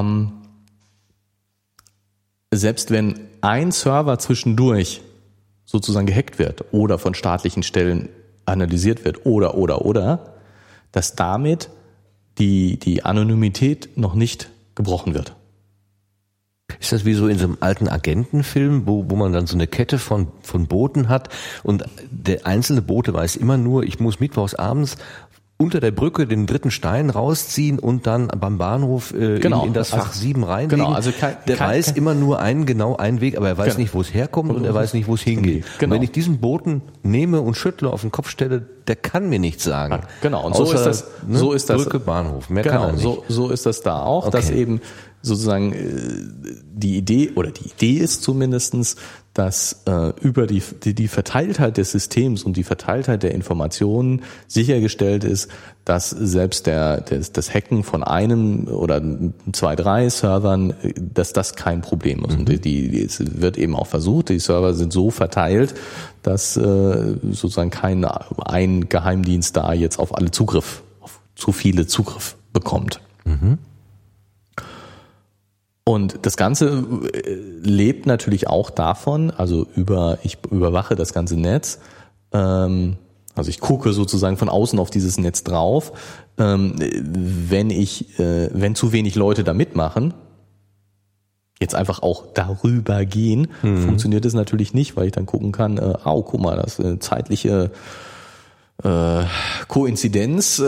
selbst wenn ein Server zwischendurch sozusagen gehackt wird oder von staatlichen Stellen analysiert wird oder, dass damit die Anonymität noch nicht gebrochen wird. Ist das wie so in so einem alten Agentenfilm, wo man dann so eine Kette von Booten hat und der einzelne Bote weiß immer nur, ich muss mittwochs abends unter der Brücke den dritten Stein rausziehen und dann beim Bahnhof in das Fach 7 reinlegen. Genau, also der weiß immer nur einen Weg, aber er weiß nicht, wo es herkommt und er weiß nicht, wo es hingeht. Genau. Und wenn ich diesen Boten nehme und schüttle, auf den Kopf stelle, der kann mir nichts sagen. Genau, und außer, so ist das Brücke, Bahnhof, mehr genau, kann er nicht. So ist das da auch, Okay. Dass eben sozusagen die Idee ist zumindestens, dass über die Verteiltheit des Systems und die Verteiltheit der Informationen sichergestellt ist, dass selbst das Hacken von einem oder 2, 3 Servern, dass das kein Problem ist. Und es wird eben auch versucht, die Server sind so verteilt, dass sozusagen ein Geheimdienst da jetzt auf zu viele Zugriff bekommt. Und das Ganze lebt natürlich auch davon, also ich überwache das ganze Netz, also ich gucke sozusagen von außen auf dieses Netz drauf, wenn zu wenig Leute da mitmachen, jetzt einfach auch darüber gehen, funktioniert es natürlich nicht, weil ich dann gucken kann, guck mal, das ist eine zeitliche Koinzidenz,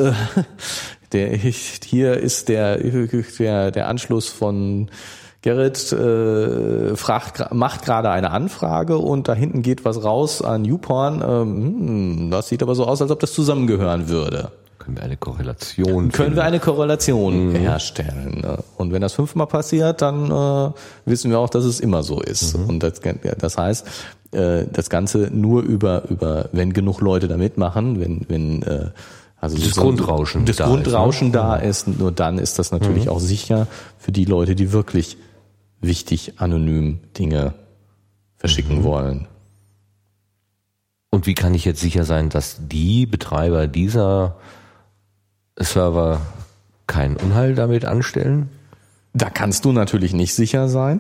hier ist der Anschluss von Gerrit macht gerade eine Anfrage und da hinten geht was raus an YouPorn. Das sieht aber so aus, als ob das zusammengehören würde. Können wir eine Korrelation herstellen. Und wenn das 5-mal passiert, dann wissen wir auch, dass es immer so ist. Und das heißt, das Ganze nur über wenn genug Leute da mitmachen, wenn also das Grundrauschen da ist, nur dann ist das natürlich auch sicher für die Leute, die wirklich wichtig anonym Dinge verschicken wollen. Und wie kann ich jetzt sicher sein, dass die Betreiber dieser Server keinen Unheil damit anstellen? Da kannst du natürlich nicht sicher sein.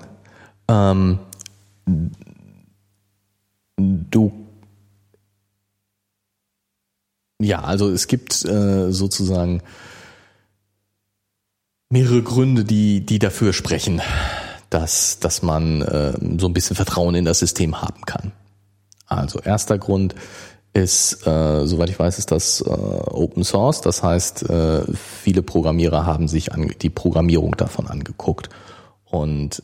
Also es gibt sozusagen mehrere Gründe, die dafür sprechen, dass man so ein bisschen Vertrauen in das System haben kann. Also erster Grund ist, soweit ich weiß, ist das Open Source. Das heißt, viele Programmierer haben sich die Programmierung davon angeguckt. Und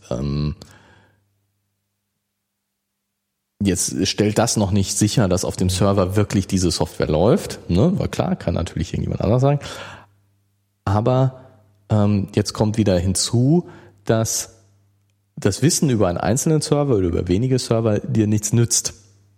jetzt stellt das noch nicht sicher, dass auf dem Server wirklich diese Software läuft. Ne? Weil klar, kann natürlich irgendjemand anders sagen. Aber jetzt kommt wieder hinzu, dass das Wissen über einen einzelnen Server oder über wenige Server dir nichts nützt.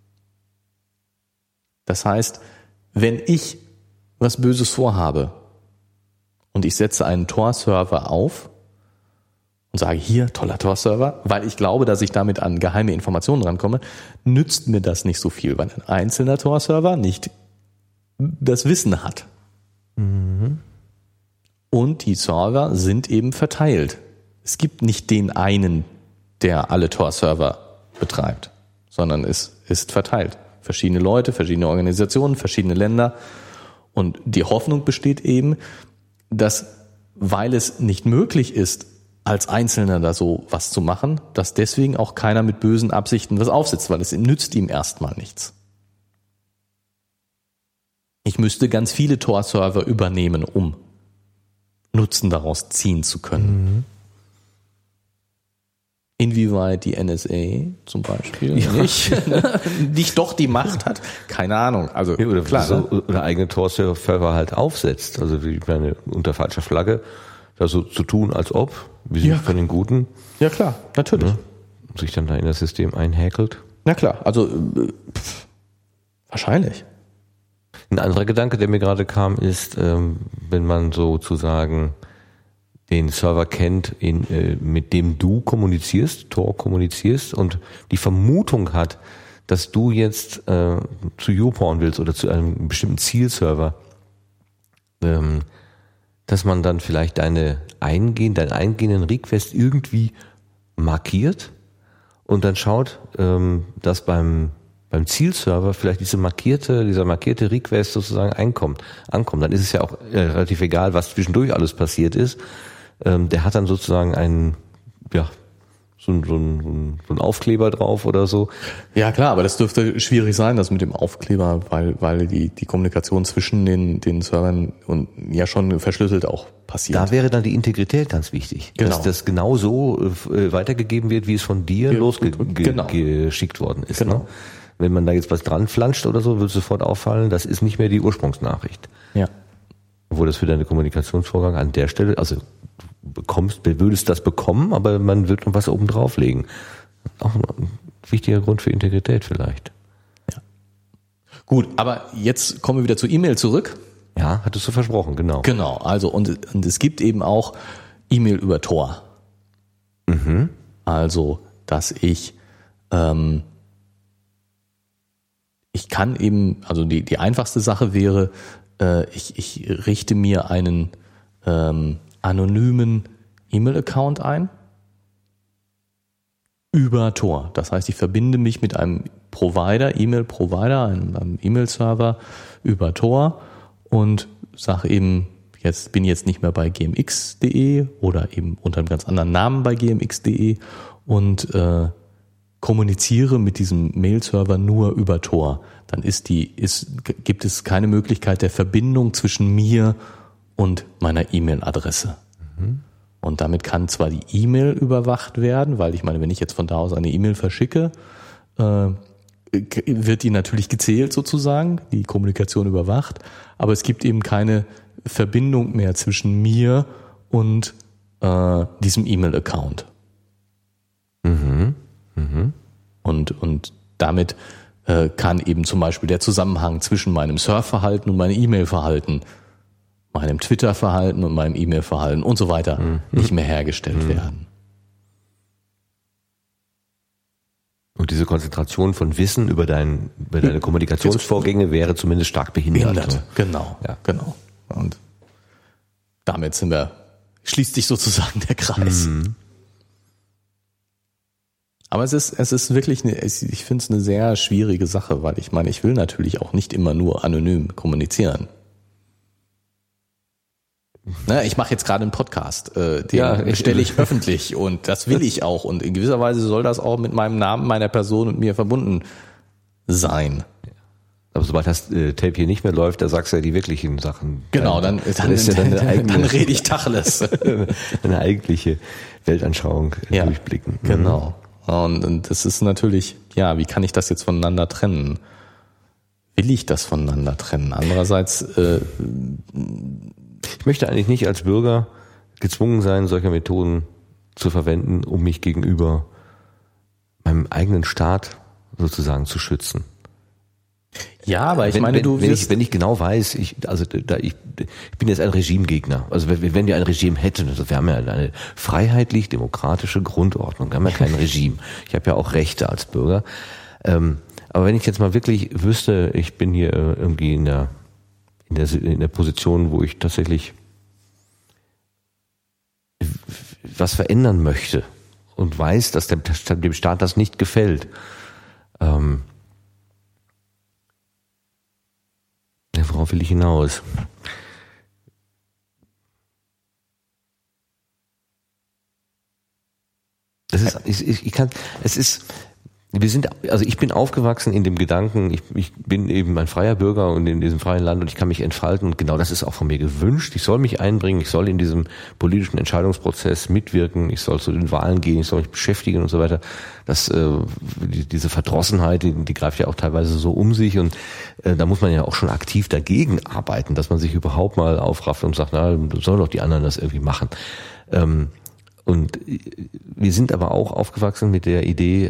Das heißt, wenn ich was Böses vorhabe und ich setze einen Tor-Server auf und sage, hier, toller Tor-Server, weil ich glaube, dass ich damit an geheime Informationen rankomme, nützt mir das nicht so viel, weil ein einzelner Tor-Server nicht das Wissen hat. Mhm. Und die Server sind eben verteilt. Es gibt nicht den einen, der alle Tor-Server betreibt, sondern es ist verteilt. Verschiedene Leute, verschiedene Organisationen, verschiedene Länder. Und die Hoffnung besteht eben, dass, weil es nicht möglich ist, als Einzelner da so was zu machen, dass deswegen auch keiner mit bösen Absichten was aufsetzt, weil es nützt ihm erstmal nichts. Ich müsste ganz viele Tor-Server übernehmen, um Nutzen daraus ziehen zu können. Mhm. Inwieweit die NSA zum Beispiel nicht doch die Macht hat, keine Ahnung. Also ja, oder klar, so, oder eigene Tor-Server halt aufsetzt, also wie meine unter falscher Flagge, da so zu tun, als ob, wie sie von den Guten. Ja klar, natürlich. Ne, sich dann da in das System einhäkelt. Na klar, also wahrscheinlich. Ein anderer Gedanke, der mir gerade kam, ist, wenn man sozusagen den Server kennt, mit dem du kommunizierst, Tor kommunizierst und die Vermutung hat, dass du jetzt zu YouPorn willst oder zu einem bestimmten Zielserver, dass man dann vielleicht deinen eingehenden Request irgendwie markiert und dann schaut, dass beim Zielserver vielleicht dieser markierte Request sozusagen ankommt. Dann ist es ja auch relativ egal, was zwischendurch alles passiert ist. Der hat dann sozusagen so einen Aufkleber drauf oder so. Ja klar, aber das dürfte schwierig sein, das mit dem Aufkleber, weil die Kommunikation zwischen den Servern und ja schon verschlüsselt auch passiert. Da wäre dann die Integrität ganz wichtig, genau. Dass das genau so weitergegeben wird, wie es von dir losgeschickt worden ist. Genau. Ne? Wenn man da jetzt was dran flanscht oder so, wird sofort auffallen, das ist nicht mehr die Ursprungsnachricht. Ja. Obwohl das für deine Kommunikationsvorgang an der Stelle, also würdest das bekommen, aber man wird noch was oben drauflegen. Auch ein wichtiger Grund für Integrität vielleicht. Ja. Gut, aber jetzt kommen wir wieder zu E-Mail zurück. Ja, hattest du versprochen, genau. Genau, also und es gibt eben auch E-Mail über Tor. Mhm. Also, dass ich kann eben, also die einfachste Sache wäre, ich richte mir einen anonymen E-Mail-Account ein über Tor. Das heißt, ich verbinde mich mit einem E-Mail-Provider, einem E-Mail-Server über Tor und sage eben, bin jetzt nicht mehr bei gmx.de oder eben unter einem ganz anderen Namen bei gmx.de und kommuniziere mit diesem Mail-Server nur über Tor. Dann gibt es keine Möglichkeit der Verbindung zwischen mir und meiner E-Mail-Adresse. Mhm. Und damit kann zwar die E-Mail überwacht werden, weil ich meine, wenn ich jetzt von da aus eine E-Mail verschicke, wird die natürlich gezählt sozusagen, die Kommunikation überwacht, aber es gibt eben keine Verbindung mehr zwischen mir und diesem E-Mail-Account. Mhm. Mhm. Und damit kann eben zum Beispiel der Zusammenhang zwischen meinem Surfverhalten und meinem E-Mail-Verhalten, meinem Twitter-Verhalten und meinem E-Mail-Verhalten und so weiter nicht mehr hergestellt werden. Und diese Konzentration von Wissen über deine Kommunikationsvorgänge wäre zumindest stark behindert. Genau, ja. Genau. Und damit schließt sich sozusagen der Kreis. Mhm. Aber es ist wirklich ich finde es eine sehr schwierige Sache, weil ich meine, ich will natürlich auch nicht immer nur anonym kommunizieren. Ich mache jetzt gerade einen Podcast, den stelle ich öffentlich und das will ich auch und in gewisser Weise soll das auch mit meinem Namen, meiner Person und mir verbunden sein. Aber sobald das Tape hier nicht mehr läuft, da sagst du ja die wirklichen Sachen. Genau, dann rede ich Tacheles. Eine eigentliche Weltanschauung durchblicken. Genau. Und das ist natürlich, wie kann ich das jetzt voneinander trennen? Will ich das voneinander trennen? Andererseits, ich möchte eigentlich nicht als Bürger gezwungen sein, solche Methoden zu verwenden, um mich gegenüber meinem eigenen Staat sozusagen zu schützen. Ja, aber wenn ich genau weiß, ich bin jetzt ein Regimegegner. Also wenn wir ein Regime hätten, also wir haben ja eine freiheitlich-demokratische Grundordnung, wir haben ja kein Regime. Ich habe ja auch Rechte als Bürger. Aber wenn ich jetzt mal wirklich wüsste, ich bin hier irgendwie in der Position, wo ich tatsächlich was verändern möchte und weiß, dass dem Staat das nicht gefällt, worauf will ich hinaus? Ich bin aufgewachsen in dem Gedanken, ich bin eben ein freier Bürger und in diesem freien Land und ich kann mich entfalten und genau das ist auch von mir gewünscht. Ich soll mich einbringen, ich soll in diesem politischen Entscheidungsprozess mitwirken, ich soll zu den Wahlen gehen, ich soll mich beschäftigen und so weiter. Diese Verdrossenheit, die greift ja auch teilweise so um sich und da muss man ja auch schon aktiv dagegen arbeiten, dass man sich überhaupt mal aufrafft und sagt, na, sollen doch die anderen das irgendwie machen. Und wir sind aber auch aufgewachsen mit der Idee,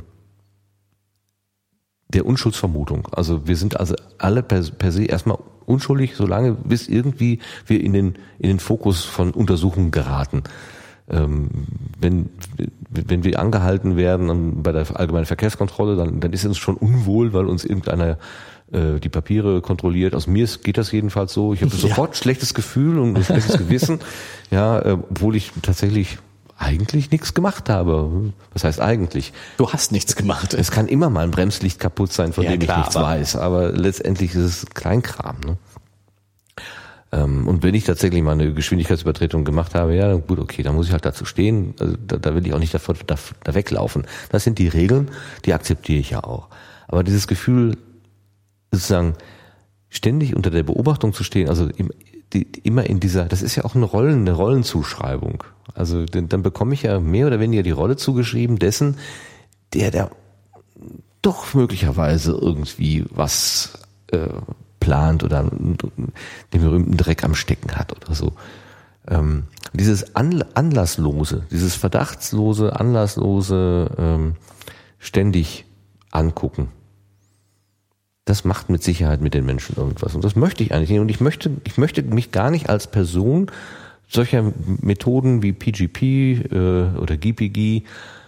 der Unschuldsvermutung. Also wir sind also alle per se erstmal unschuldig, solange bis irgendwie wir in den Fokus von Untersuchungen geraten. Wenn wir angehalten werden bei der allgemeinen Verkehrskontrolle, dann ist es uns schon unwohl, weil uns irgendeiner die Papiere kontrolliert. Aus mir geht das jedenfalls so. Ich habe sofort schlechtes Gefühl und ein schlechtes Gewissen, obwohl ich tatsächlich eigentlich nichts gemacht habe. Was heißt eigentlich? Du hast nichts gemacht. Es kann immer mal ein Bremslicht kaputt sein, von dem ich nichts weiß, aber letztendlich ist es Kleinkram. Ne? Und wenn ich tatsächlich mal eine Geschwindigkeitsübertretung gemacht habe, ja, gut, okay, dann muss ich halt dazu stehen. Also da will ich auch nicht da weglaufen. Das sind die Regeln, die akzeptiere ich ja auch. Aber dieses Gefühl, sozusagen ständig unter der Beobachtung zu stehen, also immer in dieser, das ist ja auch eine Rollenzuschreibung. Also dann bekomme ich ja mehr oder weniger die Rolle zugeschrieben dessen, der doch möglicherweise irgendwie was plant oder den berühmten Dreck am Stecken hat oder so. Dieses anlasslose, dieses verdachtslose, anlasslose ständig angucken, das macht mit Sicherheit mit den Menschen irgendwas. Und das möchte ich eigentlich nicht. Und ich möchte mich gar nicht als Person solcher Methoden wie PGP oder GPG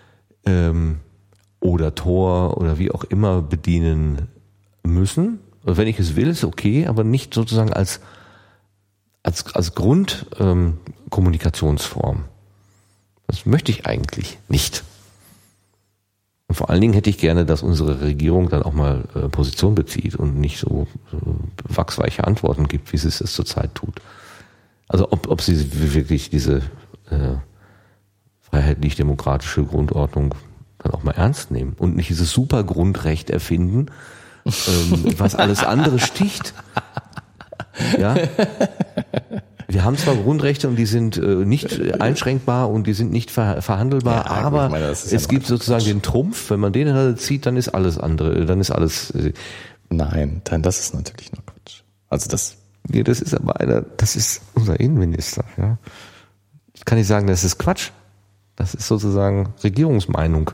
oder Tor oder wie auch immer bedienen müssen. Und wenn ich es will, ist okay, aber nicht sozusagen als Grundkommunikationsform. Das möchte ich eigentlich nicht. Und vor allen Dingen hätte ich gerne, dass unsere Regierung dann auch mal Position bezieht und nicht so wachsweiche Antworten gibt, wie sie es zurzeit tut. Also ob sie wirklich diese freiheitlich-demokratische Grundordnung dann auch mal ernst nehmen und nicht dieses super Grundrecht erfinden, was alles andere sticht. Ja. Wir haben zwar Grundrechte und die sind nicht einschränkbar und die sind nicht verhandelbar, ja, aber es gibt sozusagen den Trumpf, wenn man den halt zieht, dann ist alles andere, dann ist alles... Nein, das ist natürlich nur Quatsch. Also das ist aber das ist unser Innenminister, ja. Ich kann nicht sagen, das ist Quatsch. Das ist sozusagen Regierungsmeinung.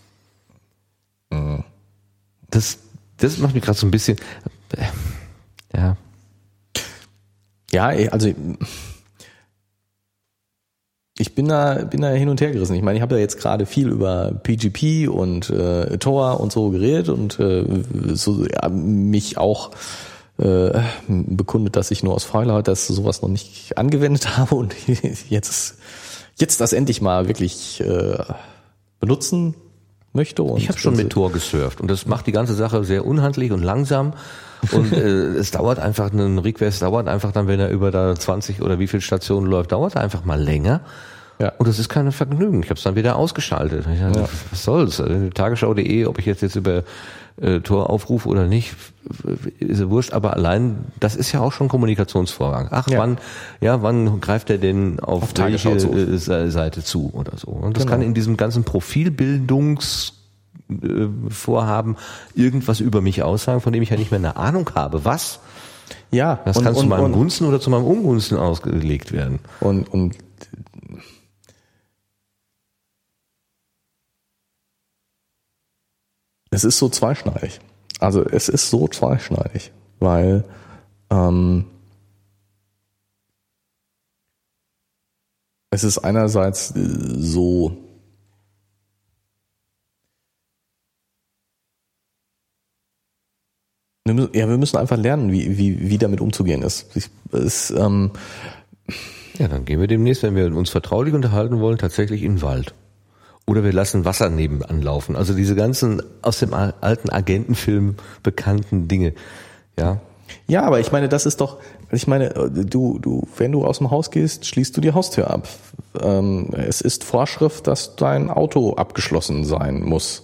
Das macht mich gerade so ein bisschen, ja. Ja, also ich bin da hin und her gerissen. Ich meine, ich habe ja jetzt gerade viel über PGP und Tor und so geredet und mich auch bekundet, dass ich nur aus Faulheit das sowas noch nicht angewendet habe und jetzt das endlich mal wirklich benutzen möchte. Und ich habe schon mit Tor gesurft und das macht die ganze Sache sehr unhandlich und langsam. Und es dauert einfach, ein Request dauert einfach dann, wenn er über da 20 oder wie viele Stationen läuft, dauert er einfach mal länger. Ja. Und das ist kein Vergnügen. Ich habe es dann wieder ausgeschaltet. Ich dachte, was soll's? Tagesschau.de, ob ich jetzt über Tor aufrufe oder nicht, ist ja wurscht. Aber allein, das ist ja auch schon Kommunikationsvorgang. Ach, wann greift er denn auf welche Seite zu oder so? Und das kann in diesem ganzen Profilbildungsvorhaben irgendwas über mich aussagen, von dem ich ja nicht mehr eine Ahnung habe. Was? Ja. Das kann zu meinem Gunsten oder zu meinem Ungunsten ausgelegt werden. Und Es ist so zweischneidig. Also es ist so zweischneidig, weil es ist einerseits so, wir müssen einfach lernen, wie damit umzugehen ist. Ja, dann gehen wir demnächst, wenn wir uns vertraulich unterhalten wollen, tatsächlich in den Wald. Oder wir lassen Wasser nebenan laufen. Also diese ganzen aus dem alten Agentenfilm bekannten Dinge. Ja. Ja, aber ich meine, das ist doch, du, wenn du aus dem Haus gehst, schließt du die Haustür ab. Es ist Vorschrift, dass dein Auto abgeschlossen sein muss.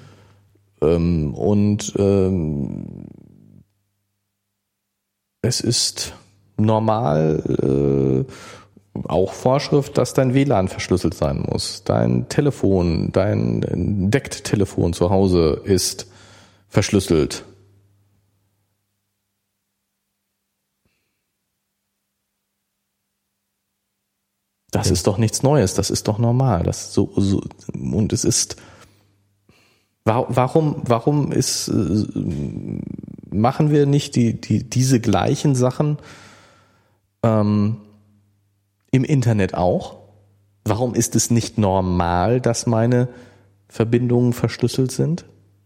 Es ist normal auch Vorschrift, dass dein WLAN verschlüsselt sein muss. Dein Telefon, dein DECT-Telefon zu Hause ist verschlüsselt. Das ist doch nichts Neues, das ist doch normal. Das so und es ist warum machen wir nicht diese gleichen Sachen im Internet auch? Warum ist es nicht normal, dass meine Verbindungen verschlüsselt sind?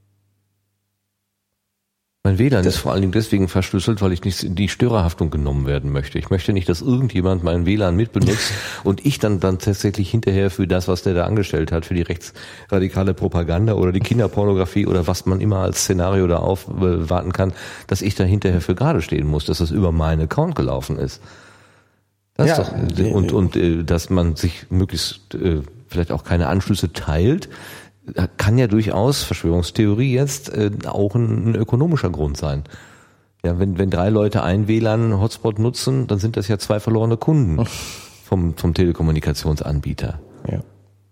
Mein WLAN ist vor allen Dingen deswegen verschlüsselt, weil ich nicht in die Störerhaftung genommen werden möchte. Ich möchte nicht, dass irgendjemand meinen WLAN mitbenutzt und ich dann tatsächlich hinterher für das, was der da angestellt hat, für die rechtsradikale Propaganda oder die Kinderpornografie oder was man immer als Szenario da aufwarten kann, dass ich da hinterher für gerade stehen muss, dass das über meinen Account gelaufen ist. Das ja, ist doch, und dass man sich möglichst vielleicht auch keine Anschlüsse teilt, kann ja durchaus, Verschwörungstheorie jetzt, auch ein ökonomischer Grund sein. Ja, wenn 3 Leute ein WLAN-Hotspot nutzen, dann sind das ja 2 verlorene Kunden vom Telekommunikationsanbieter. Ja.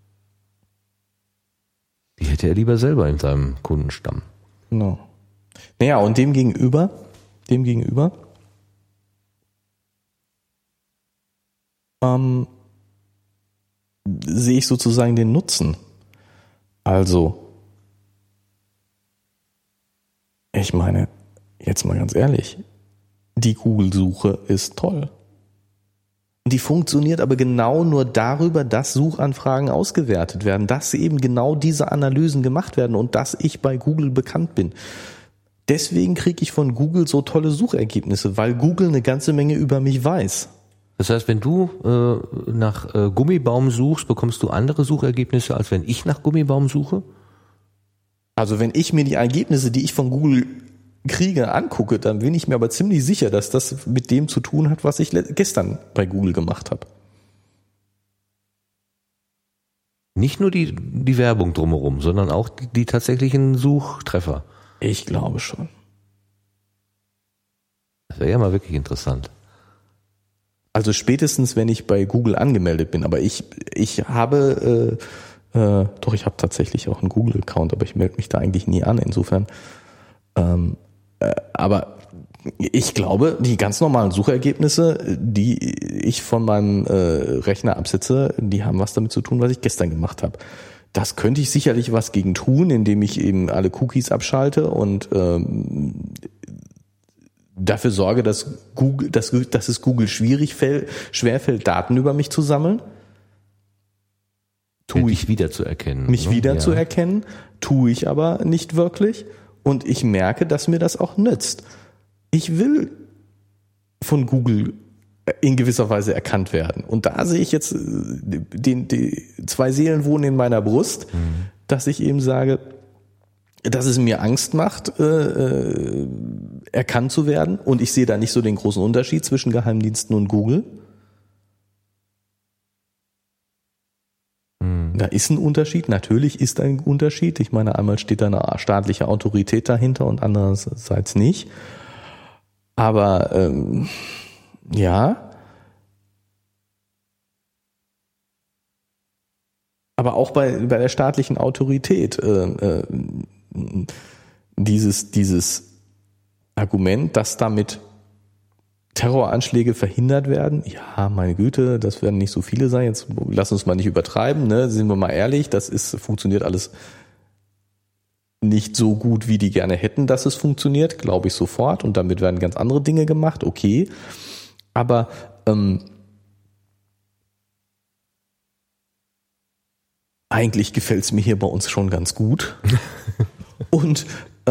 Die hätte er lieber selber in seinem Kundenstamm. Genau. Naja, und dem gegenüber sehe ich sozusagen den Nutzen. Also, ich meine, jetzt mal ganz ehrlich, die Google-Suche ist toll. Die funktioniert aber genau nur darüber, dass Suchanfragen ausgewertet werden, dass eben genau diese Analysen gemacht werden und dass ich bei Google bekannt bin. Deswegen kriege ich von Google so tolle Suchergebnisse, weil Google eine ganze Menge über mich weiß. Das heißt, wenn du nach Gummibaum suchst, bekommst du andere Suchergebnisse, als wenn ich nach Gummibaum suche? Also wenn ich mir die Ergebnisse, die ich von Google kriege, angucke, dann bin ich mir aber ziemlich sicher, dass das mit dem zu tun hat, was ich gestern bei Google gemacht habe. Nicht nur die Werbung drumherum, sondern auch die tatsächlichen Suchtreffer. Ich glaube schon. Das wäre ja mal wirklich interessant. Also spätestens, wenn ich bei Google angemeldet bin, aber ich habe ich habe tatsächlich auch einen Google-Account, aber ich melde mich da eigentlich nie an, insofern. Aber ich glaube, die ganz normalen Suchergebnisse, die ich von meinem Rechner absetze, die haben was damit zu tun, was ich gestern gemacht habe. Das könnte ich sicherlich was gegen tun, indem ich eben alle Cookies abschalte und dafür sorge, dass es Google schwerfällt, Daten über mich zu sammeln. Mich wiederzuerkennen. Mich wiederzuerkennen, tue ich aber nicht wirklich. Und ich merke, dass mir das auch nützt. Ich will von Google in gewisser Weise erkannt werden. Und da sehe ich jetzt die 2 Seelen wohnen in meiner Brust, dass ich eben sage, dass es mir Angst macht, erkannt zu werden. Und ich sehe da nicht so den großen Unterschied zwischen Geheimdiensten und Google. Da ist ein Unterschied, natürlich ist ein Unterschied. Ich meine, einmal steht da eine staatliche Autorität dahinter und andererseits nicht. Aber ja. Aber auch bei der staatlichen Autorität dieses Argument, dass damit Terroranschläge verhindert werden, ja, meine Güte, das werden nicht so viele sein, jetzt lass uns mal nicht übertreiben, ne? Sind wir mal ehrlich, funktioniert alles nicht so gut, wie die gerne hätten, dass es funktioniert, glaube ich sofort. Und damit werden ganz andere Dinge gemacht, okay. Aber eigentlich gefällt es mir hier bei uns schon ganz gut. Und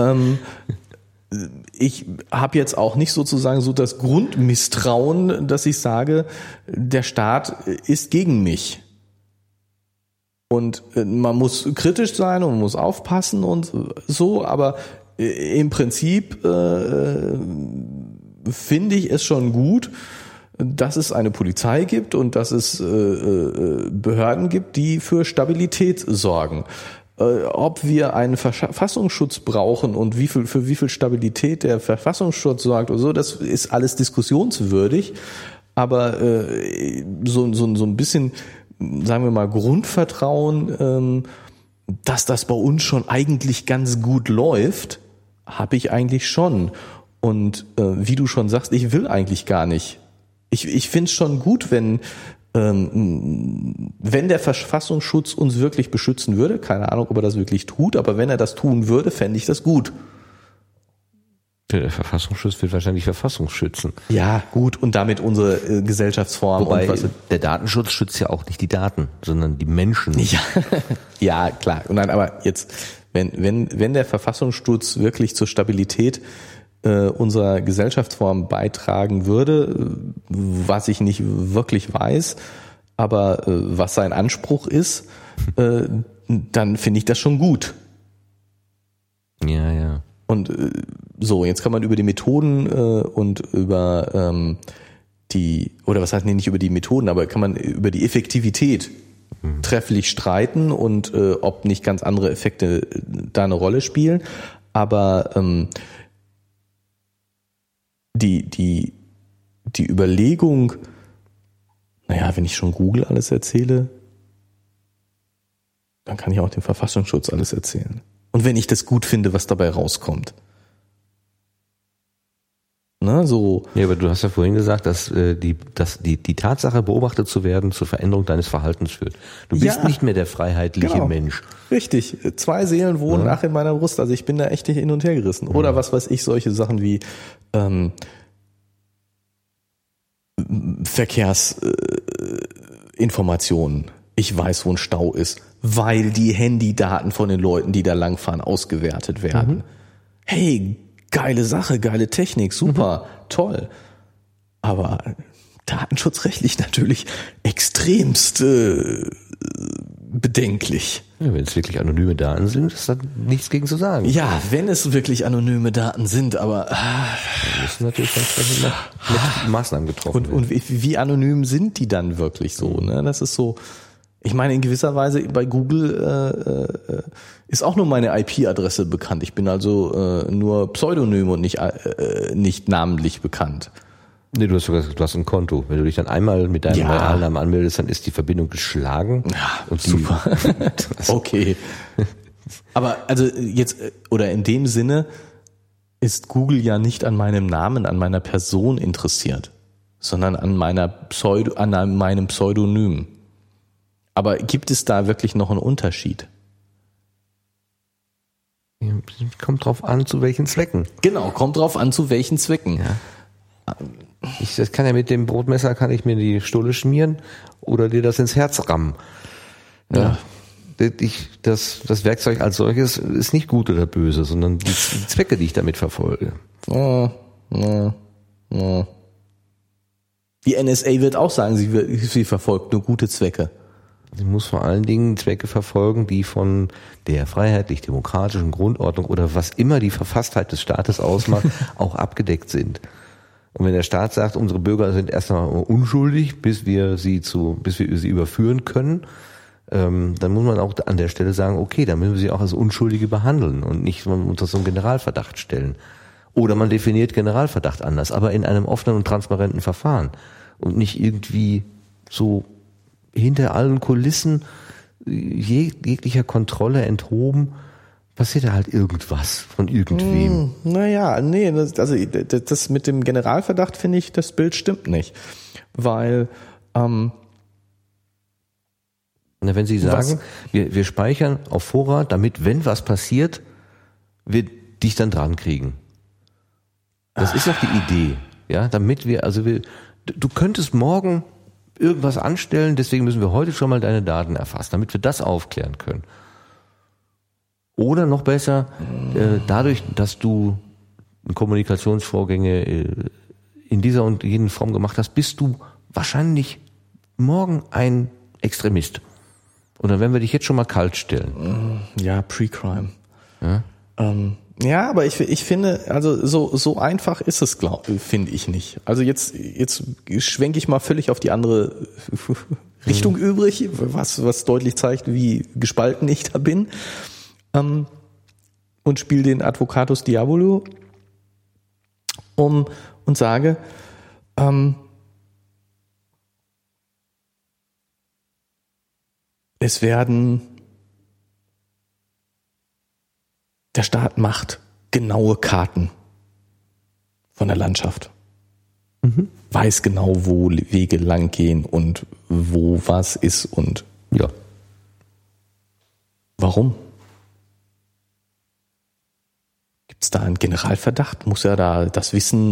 ich habe jetzt auch nicht sozusagen so das Grundmisstrauen, dass ich sage, der Staat ist gegen mich. Und man muss kritisch sein und man muss aufpassen und so, aber im Prinzip finde ich es schon gut, dass es eine Polizei gibt und dass es Behörden gibt, die für Stabilität sorgen. Ob wir einen Verfassungsschutz brauchen und für wie viel Stabilität der Verfassungsschutz sorgt oder so, das ist alles diskussionswürdig. Aber so ein bisschen, sagen wir mal, Grundvertrauen, dass das bei uns schon eigentlich ganz gut läuft, habe ich eigentlich schon. Und wie du schon sagst, ich will eigentlich gar nicht. Ich finde es schon gut, wenn der Verfassungsschutz uns wirklich beschützen würde, keine Ahnung, ob er das wirklich tut, aber wenn er das tun würde, fände ich das gut. Der Verfassungsschutz will wahrscheinlich Verfassungsschützen. Ja, gut, und damit unsere Gesellschaftsform. Wobei, und der Datenschutz schützt ja auch nicht die Daten, sondern die Menschen. Ja, ja, klar. Und nein, aber jetzt, wenn der Verfassungsschutz wirklich zur Stabilität unserer Gesellschaftsform beitragen würde, was ich nicht wirklich weiß, aber was sein Anspruch ist, dann finde ich das schon gut. Ja, ja. Und so, jetzt kann man über die Methoden und über oder was heißt nicht über die Methoden, aber kann man über die Effektivität trefflich streiten und ob nicht ganz andere Effekte da eine Rolle spielen. Aber die Überlegung, naja, wenn ich schon Google alles erzähle, dann kann ich auch dem Verfassungsschutz alles erzählen. Und wenn ich das gut finde, was dabei rauskommt. Na, so. Ja, aber du hast ja vorhin gesagt, dass die Tatsache, beobachtet zu werden, zur Veränderung deines Verhaltens führt. Du bist nicht mehr der freiheitliche Mensch. Richtig. 2 Seelen wohnen nach in meiner Brust. Also ich bin da echt hin und her gerissen. Oder was weiß ich, solche Sachen wie Verkehrsinformationen. Ich weiß, wo ein Stau ist, weil die Handydaten von den Leuten, die da langfahren, ausgewertet werden. Hey, geile Sache, geile Technik, super, toll. Aber datenschutzrechtlich natürlich extremst bedenklich. Ja, wenn es wirklich anonyme Daten sind, ist da nichts gegen zu sagen. Ja, wenn es wirklich anonyme Daten sind, aber da müssen natürlich entsprechend mit Maßnahmen getroffen werden. Und wie anonym sind die dann wirklich so? Ne? Das ist so. Ich meine, in gewisser Weise bei Google ist auch nur meine IP-Adresse bekannt. Ich bin also nur pseudonym und nicht namentlich bekannt. Nee, du hast sogar gesagt, du hast ein Konto. Wenn du dich dann einmal mit deinem Realnamen anmeldest, dann ist die Verbindung geschlagen. Ja, und super. Okay. Aber also jetzt, oder in dem Sinne ist Google ja nicht an meinem Namen, an meiner Person interessiert, sondern an meinem Pseudonym. Aber gibt es da wirklich noch einen Unterschied? Ja, kommt drauf an, zu welchen Zwecken. Genau, kommt drauf an, zu welchen Zwecken. Ja. Das kann ja mit dem Brotmesser, kann ich mir die Stulle schmieren oder dir das ins Herz rammen. Ja. Das Werkzeug als solches ist nicht gut oder böse, sondern die Zwecke, die ich damit verfolge. Die NSA wird auch sagen, sie verfolgt nur gute Zwecke. Sie muss vor allen Dingen Zwecke verfolgen, die von der freiheitlich-demokratischen Grundordnung oder was immer die Verfasstheit des Staates ausmacht, auch abgedeckt sind. Und wenn der Staat sagt, unsere Bürger sind erstmal unschuldig, bis wir sie überführen können, dann muss man auch an der Stelle sagen, okay, dann müssen wir sie auch als Unschuldige behandeln und nicht unter so einen Generalverdacht stellen. Oder man definiert Generalverdacht anders, aber in einem offenen und transparenten Verfahren und nicht irgendwie so hinter allen Kulissen jeglicher Kontrolle enthoben, passiert da halt irgendwas von irgendwem. Naja, nee, das mit dem Generalverdacht finde ich, das Bild stimmt nicht. Weil wenn Sie sagen, wir speichern auf Vorrat, damit, wenn was passiert, wir dich dann dran kriegen. Das ist doch die Idee, ja, damit du könntest morgen irgendwas anstellen, deswegen müssen wir heute schon mal deine Daten erfassen, damit wir das aufklären können. Oder noch besser, dadurch, dass du Kommunikationsvorgänge in dieser und jenen Form gemacht hast, bist du wahrscheinlich morgen ein Extremist. Und dann werden wir dich jetzt schon mal kalt stellen. Ja, Pre-Crime. Ja, aber ich finde, also so einfach ist es, finde ich nicht. Also jetzt schwenke ich mal völlig auf die andere Richtung übrig, was deutlich zeigt, wie gespalten ich da bin, und spiele den Advocatus Diabolo und sage, der Staat macht genaue Karten von der Landschaft. Weiß genau, wo Wege lang gehen und wo was ist und ja. Warum? Gibt es da einen Generalverdacht? Muss er da das wissen,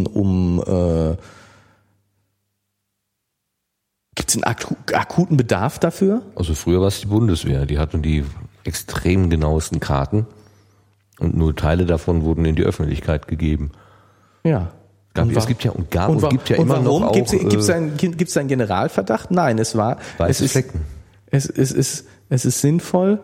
gibt es einen akuten Bedarf dafür? Also früher war es die Bundeswehr, die hatten die extrem genauesten Karten und nur Teile davon wurden in die Öffentlichkeit gegeben. Ja. Es gibt ja immer noch auch... Gibt es einen Generalverdacht? Nein, es ist sinnvoll,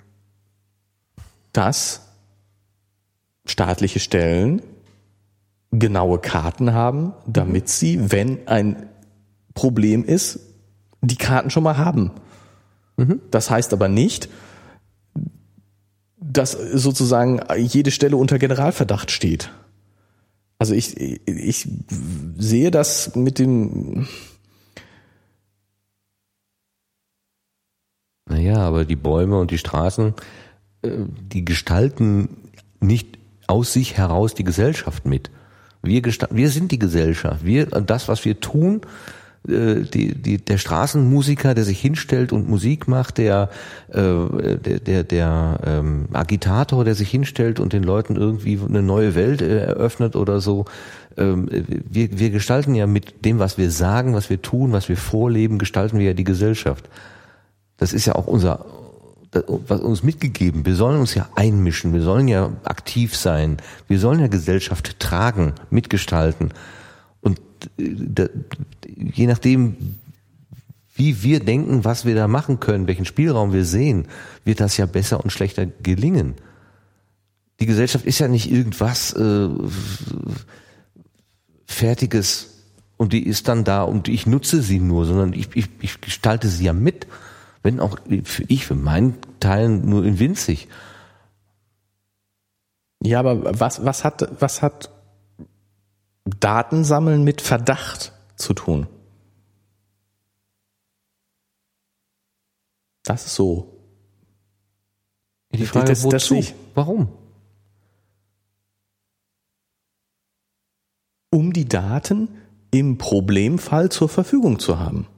dass staatliche Stellen genaue Karten haben, damit sie, wenn ein Problem ist, die Karten schon mal haben. Das heißt aber nicht, dass sozusagen jede Stelle unter Generalverdacht steht. Also ich sehe das mit dem... Naja, aber die Bäume und die Straßen, die gestalten nicht aus sich heraus die Gesellschaft mit. Wir sind die Gesellschaft. Das, was wir tun, der Straßenmusiker, der sich hinstellt und Musik macht, der Agitator, der sich hinstellt und den Leuten irgendwie eine neue Welt eröffnet oder so. Wir gestalten ja mit dem, was wir sagen, was wir tun, was wir vorleben, gestalten wir ja die Gesellschaft. Das ist ja auch was uns mitgegeben. Wir sollen uns ja einmischen, wir sollen ja aktiv sein, wir sollen ja Gesellschaft tragen, mitgestalten. Und je nachdem, wie wir denken, was wir da machen können, welchen Spielraum wir sehen, wird das ja besser und schlechter gelingen. Die Gesellschaft ist ja nicht irgendwas Fertiges und die ist dann da und ich nutze sie nur, sondern ich gestalte sie ja mit. Wenn auch für meinen Teilen nur in winzig. Ja, aber was hat Datensammeln mit Verdacht zu tun? Das ist so. Die Frage, wozu? Warum? Um die Daten im Problemfall zur Verfügung zu haben.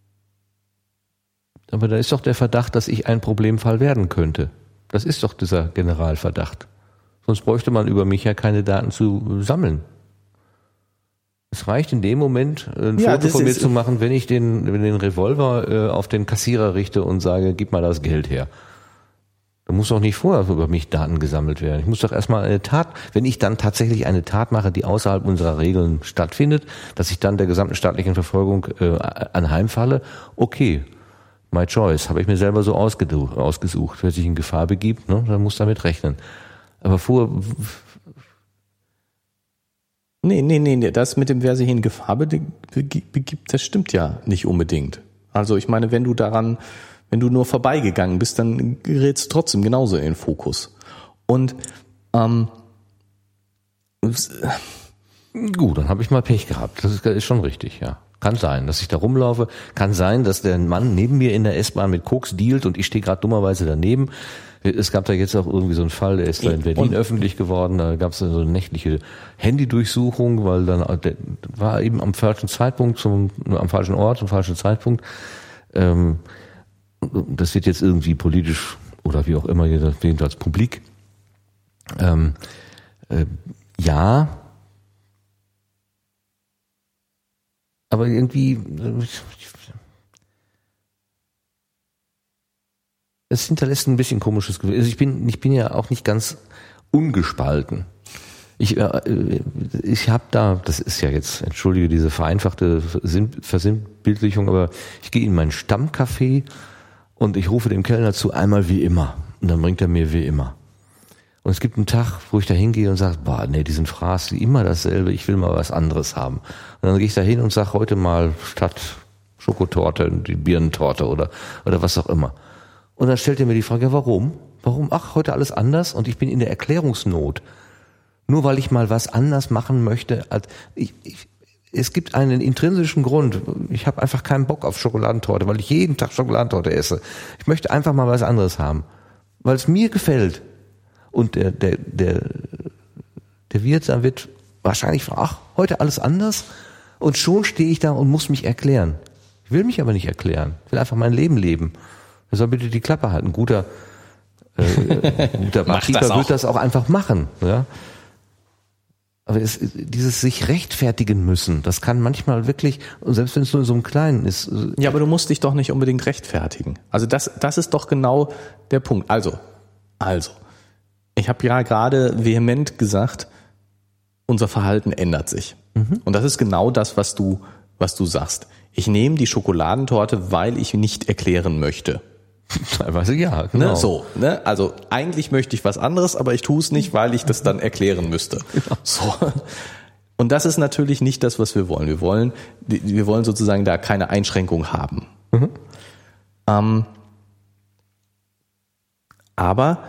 Aber da ist doch der Verdacht, dass ich ein Problemfall werden könnte. Das ist doch dieser Generalverdacht. Sonst bräuchte man über mich ja keine Daten zu sammeln. Es reicht in dem Moment, ein Foto von mir zu machen, wenn ich den Revolver auf den Kassierer richte und sage, gib mal das Geld her. Da muss doch nicht vorher über mich Daten gesammelt werden. Ich muss doch erstmal eine Tat, wenn ich dann tatsächlich eine Tat mache, die außerhalb unserer Regeln stattfindet, dass ich dann der gesamten staatlichen Verfolgung anheimfalle, okay. My choice, habe ich mir selber so ausgesucht. Wer sich in Gefahr begibt, ne, dann muss damit rechnen. Aber Nee, das mit dem, wer sich in Gefahr begibt, das stimmt ja nicht unbedingt. Also ich meine, wenn du nur vorbeigegangen bist, dann gerätst du trotzdem genauso in den Fokus. Und gut, dann habe ich mal Pech gehabt. Das ist schon richtig, ja. Kann sein, dass ich da rumlaufe. Kann sein, dass der Mann neben mir in der S-Bahn mit Koks dealt und ich stehe gerade dummerweise daneben. Es gab da jetzt auch irgendwie so einen Fall, der ist da in Berlin öffentlich geworden. Da gab es so eine nächtliche Handydurchsuchung, weil dann der war eben am falschen Zeitpunkt, am falschen Ort, zum falschen Zeitpunkt. Das wird jetzt irgendwie politisch oder wie auch immer jedenfalls publik. Ja, aber irgendwie, es hinterlässt ein bisschen komisches Gefühl. Also ich bin ja auch nicht ganz ungespalten. Ich habe da, das ist ja jetzt, entschuldige diese vereinfachte Versinnbildlichung, aber ich gehe in mein Stammcafé und ich rufe dem Kellner zu, einmal wie immer. Und dann bringt er mir wie immer. Und es gibt einen Tag, wo ich da hingehe und sage, boah, nee, diesen Fraß, immer dasselbe, ich will mal was anderes haben. Und dann gehe ich da hin und sage, heute mal statt Schokotorte, die Birnentorte oder was auch immer. Und dann stellt er mir die Frage, ja, warum? Warum? Ach, heute alles anders? Und ich bin in der Erklärungsnot. Nur weil ich mal was anders machen möchte. Es gibt einen intrinsischen Grund. Ich habe einfach keinen Bock auf Schokoladentorte, weil ich jeden Tag Schokoladentorte esse. Ich möchte einfach mal was anderes haben, weil es mir gefällt. Und der Wirt dann wird wahrscheinlich fragen, ach, heute alles anders? Und schon stehe ich da und muss mich erklären. Ich will mich aber nicht erklären. Ich will einfach mein Leben leben. Er soll bitte die Klappe halten. Ein guter Barkeeper wird das auch einfach machen. Ja? Aber dieses sich rechtfertigen müssen, das kann manchmal wirklich, und selbst wenn es nur in so einem Kleinen ist. Ja, aber du musst dich doch nicht unbedingt rechtfertigen. Also das ist doch genau der Punkt. Also, ich habe ja gerade vehement gesagt, unser Verhalten ändert sich. Mhm. Und das ist genau das, was du sagst. Ich nehme die Schokoladentorte, weil ich nicht erklären möchte. Teilweise ja, genau. Also eigentlich möchte ich was anderes, aber ich tue es nicht, weil ich das dann erklären müsste. Genau. So. Und das ist natürlich nicht das, was wir wollen. Wir wollen sozusagen da keine Einschränkung haben. Mhm. Aber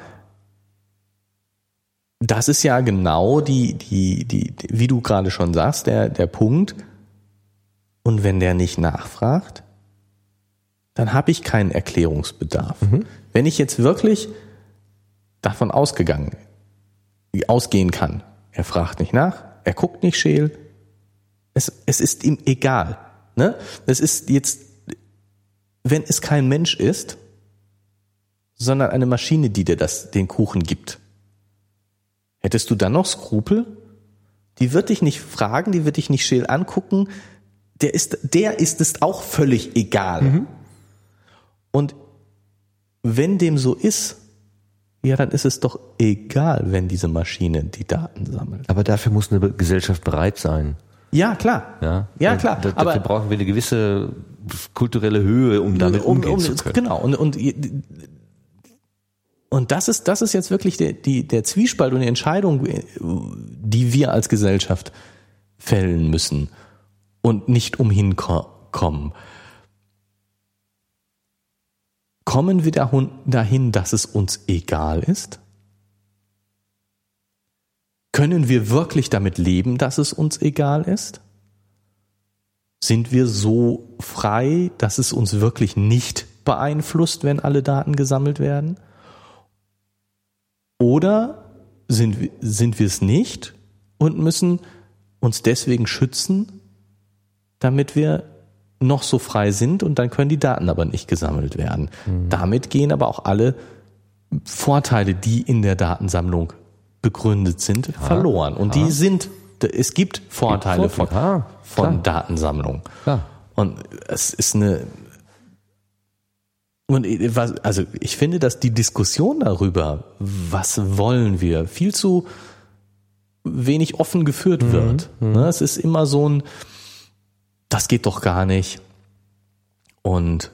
das ist ja genau die, wie du gerade schon sagst, der Punkt. Und wenn der nicht nachfragt, dann habe ich keinen Erklärungsbedarf. Mhm. Wenn ich jetzt wirklich davon ausgehen kann, er fragt nicht nach, er guckt nicht scheel, es ist ihm egal. Ne? Es ist jetzt, wenn es kein Mensch ist, sondern eine Maschine, die dir den Kuchen gibt. Hättest du dann noch Skrupel? Die wird dich nicht fragen, die wird dich nicht scheel angucken, der ist es auch völlig egal. Mhm. Und wenn dem so ist, ja, dann ist es doch egal, wenn diese Maschine die Daten sammelt. Aber dafür muss eine Gesellschaft bereit sein. Ja, klar. Ja, klar. Dafür brauchen wir eine gewisse kulturelle Höhe, um damit umgehen zu können. Genau. Und das ist jetzt wirklich der Zwiespalt und die Entscheidung, die wir als Gesellschaft fällen müssen und nicht umhin kommen. Kommen wir dahin, dass es uns egal ist? Können wir wirklich damit leben, dass es uns egal ist? Sind wir so frei, dass es uns wirklich nicht beeinflusst, wenn alle Daten gesammelt werden? Oder sind wir es nicht und müssen uns deswegen schützen, damit wir noch so frei sind und dann können die Daten aber nicht gesammelt werden. Mhm. Damit gehen aber auch alle Vorteile, die in der Datensammlung begründet sind, verloren. Und es gibt Vorteile von Datensammlung. Klar. Und es ist also ich finde, dass die Diskussion darüber, was wollen wir, viel zu wenig offen geführt wird. Es ist immer so ein, das geht doch gar nicht. Und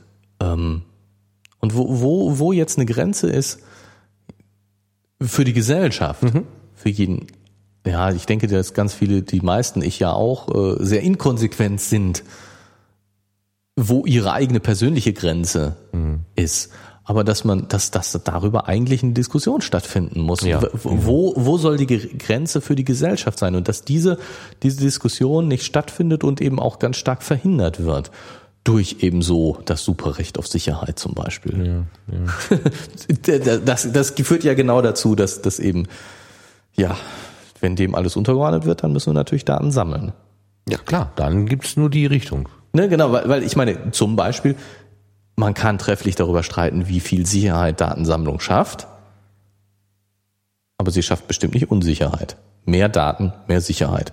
wo jetzt eine Grenze ist für die Gesellschaft, für jeden, ja, ich denke, dass ganz viele, die meisten, ich ja auch, sehr inkonsequent sind, wo ihre eigene persönliche Grenze ist. Aber dass darüber eigentlich eine Diskussion stattfinden muss. Ja. Wo soll die Grenze für die Gesellschaft sein? Und dass diese Diskussion nicht stattfindet und eben auch ganz stark verhindert wird. Durch eben so das Superrecht auf Sicherheit zum Beispiel. Ja. Das führt ja genau dazu, dass das eben, ja, wenn dem alles untergeordnet wird, dann müssen wir natürlich Daten sammeln. Ja klar, dann gibt's nur die Richtung. Ne, genau, weil ich meine, zum Beispiel, man kann trefflich darüber streiten, wie viel Sicherheit Datensammlung schafft. Aber sie schafft bestimmt nicht Unsicherheit. Mehr Daten, mehr Sicherheit.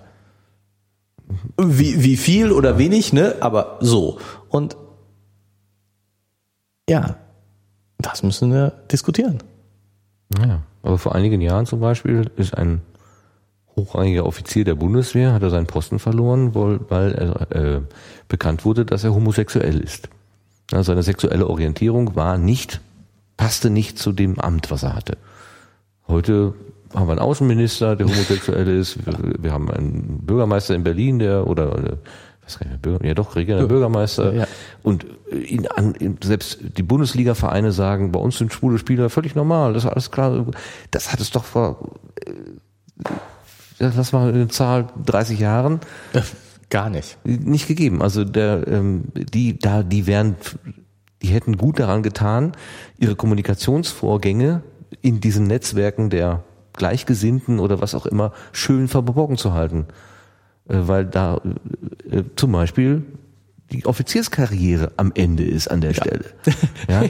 Wie viel oder wenig, ne? Aber so. Und ja, das müssen wir diskutieren. Ja, aber vor einigen Jahren zum Beispiel ist ein hochrangiger Offizier der Bundeswehr, hat er seinen Posten verloren, weil er bekannt wurde, dass er homosexuell ist. Ja, seine sexuelle Orientierung passte nicht zu dem Amt, was er hatte. Heute haben wir einen Außenminister, der homosexuell ist. Wir haben einen Bürgermeister in Berlin, regierender Bürgermeister. Ja. Und selbst die Bundesliga-Vereine sagen, bei uns sind schwule Spieler völlig normal. Das ist alles klar. Das hat es doch lass mal eine Zahl, 30 Jahren. Gar nicht. Nicht gegeben. Also die hätten gut daran getan, ihre Kommunikationsvorgänge in diesen Netzwerken der Gleichgesinnten oder was auch immer schön verborgen zu halten. Weil da zum Beispiel die Offizierskarriere am Ende ist an der Stelle. Ja?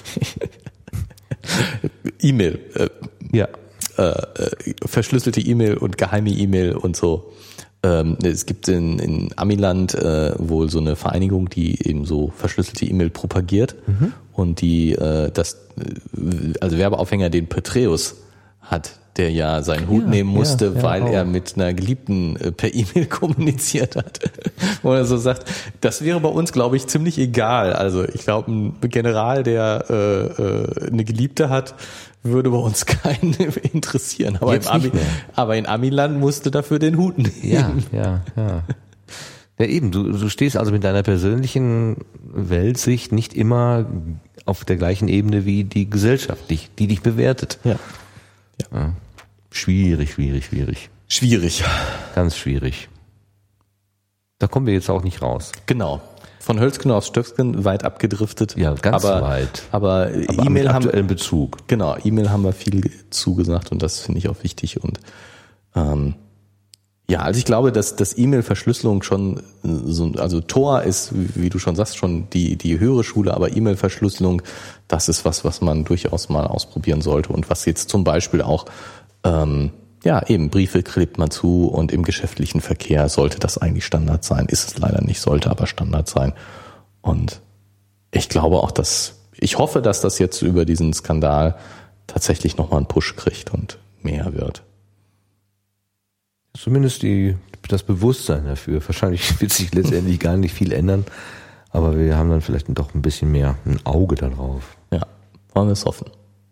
E-Mail. Ja. Verschlüsselte E-Mail und geheime E-Mail und so. Es gibt in Amiland wohl so eine Vereinigung, die eben so verschlüsselte E-Mail propagiert und die also Werbeaufhänger, den Petraeus hat, der ja seinen Hut nehmen musste, weil er mit einer Geliebten per E-Mail kommuniziert hat. Wo er so sagt, das wäre bei uns, glaube ich, ziemlich egal. Also ich glaube, ein General, der eine Geliebte hat, würde bei uns keinen interessieren. Aber in Amiland musste dafür den Hut nehmen. Ja. Ja eben, du stehst also mit deiner persönlichen Weltsicht nicht immer auf der gleichen Ebene wie die Gesellschaft, die dich bewertet. Ja. Schwierig. Schwierig. Ganz schwierig. Da kommen wir jetzt auch nicht raus. Genau. Von Hölzgen auf Stöcksken weit abgedriftet. Ja, ganz weit. Aber E-Mail mit aktuellem Bezug. Genau, E-Mail haben wir viel zugesagt und das finde ich auch wichtig. Und also ich glaube, dass E-Mail-Verschlüsselung schon also Tor ist, wie du schon sagst, schon die höhere Schule, aber E-Mail-Verschlüsselung, das ist was man durchaus mal ausprobieren sollte und was jetzt zum Beispiel auch eben Briefe klebt man zu und im geschäftlichen Verkehr sollte das eigentlich Standard sein. Ist es leider nicht, sollte aber Standard sein. Und ich glaube auch, ich hoffe, dass das jetzt über diesen Skandal tatsächlich nochmal einen Push kriegt und mehr wird. Zumindest das Bewusstsein dafür. Wahrscheinlich wird sich letztendlich gar nicht viel ändern, aber wir haben dann vielleicht doch ein bisschen mehr ein Auge darauf. Ja, wollen wir es hoffen.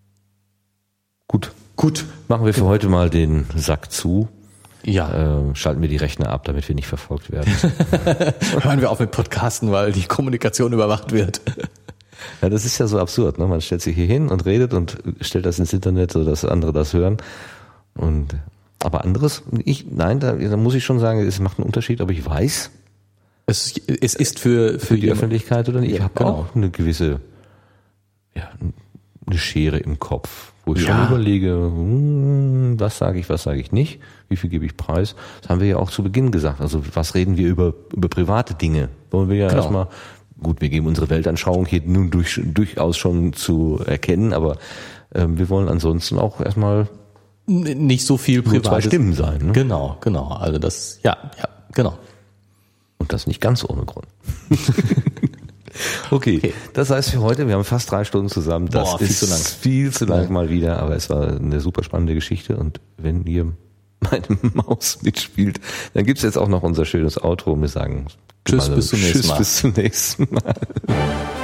Gut, machen wir für heute mal den Sack zu. Ja. Schalten wir die Rechner ab, damit wir nicht verfolgt werden. Hören wir auf mit Podcasten, weil die Kommunikation überwacht wird. Ja, das ist ja so absurd, ne? Man stellt sich hier hin und redet und stellt das ins Internet, sodass andere das hören. Aber anderes, da muss ich schon sagen, es macht einen Unterschied, ob ich weiß. Es ist für die Öffentlichkeit oder nicht. Ich habe genau. auch eine gewisse, eine Schere im Kopf, wo ich schon überlege, was sage ich nicht, wie viel gebe ich preis. Das haben wir ja auch zu Beginn gesagt. Also was reden wir über private Dinge? Wollen wir ja erstmal, gut, wir geben unsere Weltanschauung hier nun durchaus schon zu erkennen, aber wir wollen ansonsten auch erstmal nicht so viel privat. 2 Stimmen sein. Ne? Genau. Also das, genau. Und das nicht ganz ohne Grund. Okay, das heißt für heute, wir haben fast 3 Stunden zusammen. Das ist viel zu lang mal wieder, aber es war eine super spannende Geschichte. Und wenn ihr meine Maus mitspielt, dann gibt's jetzt auch noch unser schönes Outro und wir sagen Tschüss, bis zum nächsten Mal. Bis zum nächsten Mal.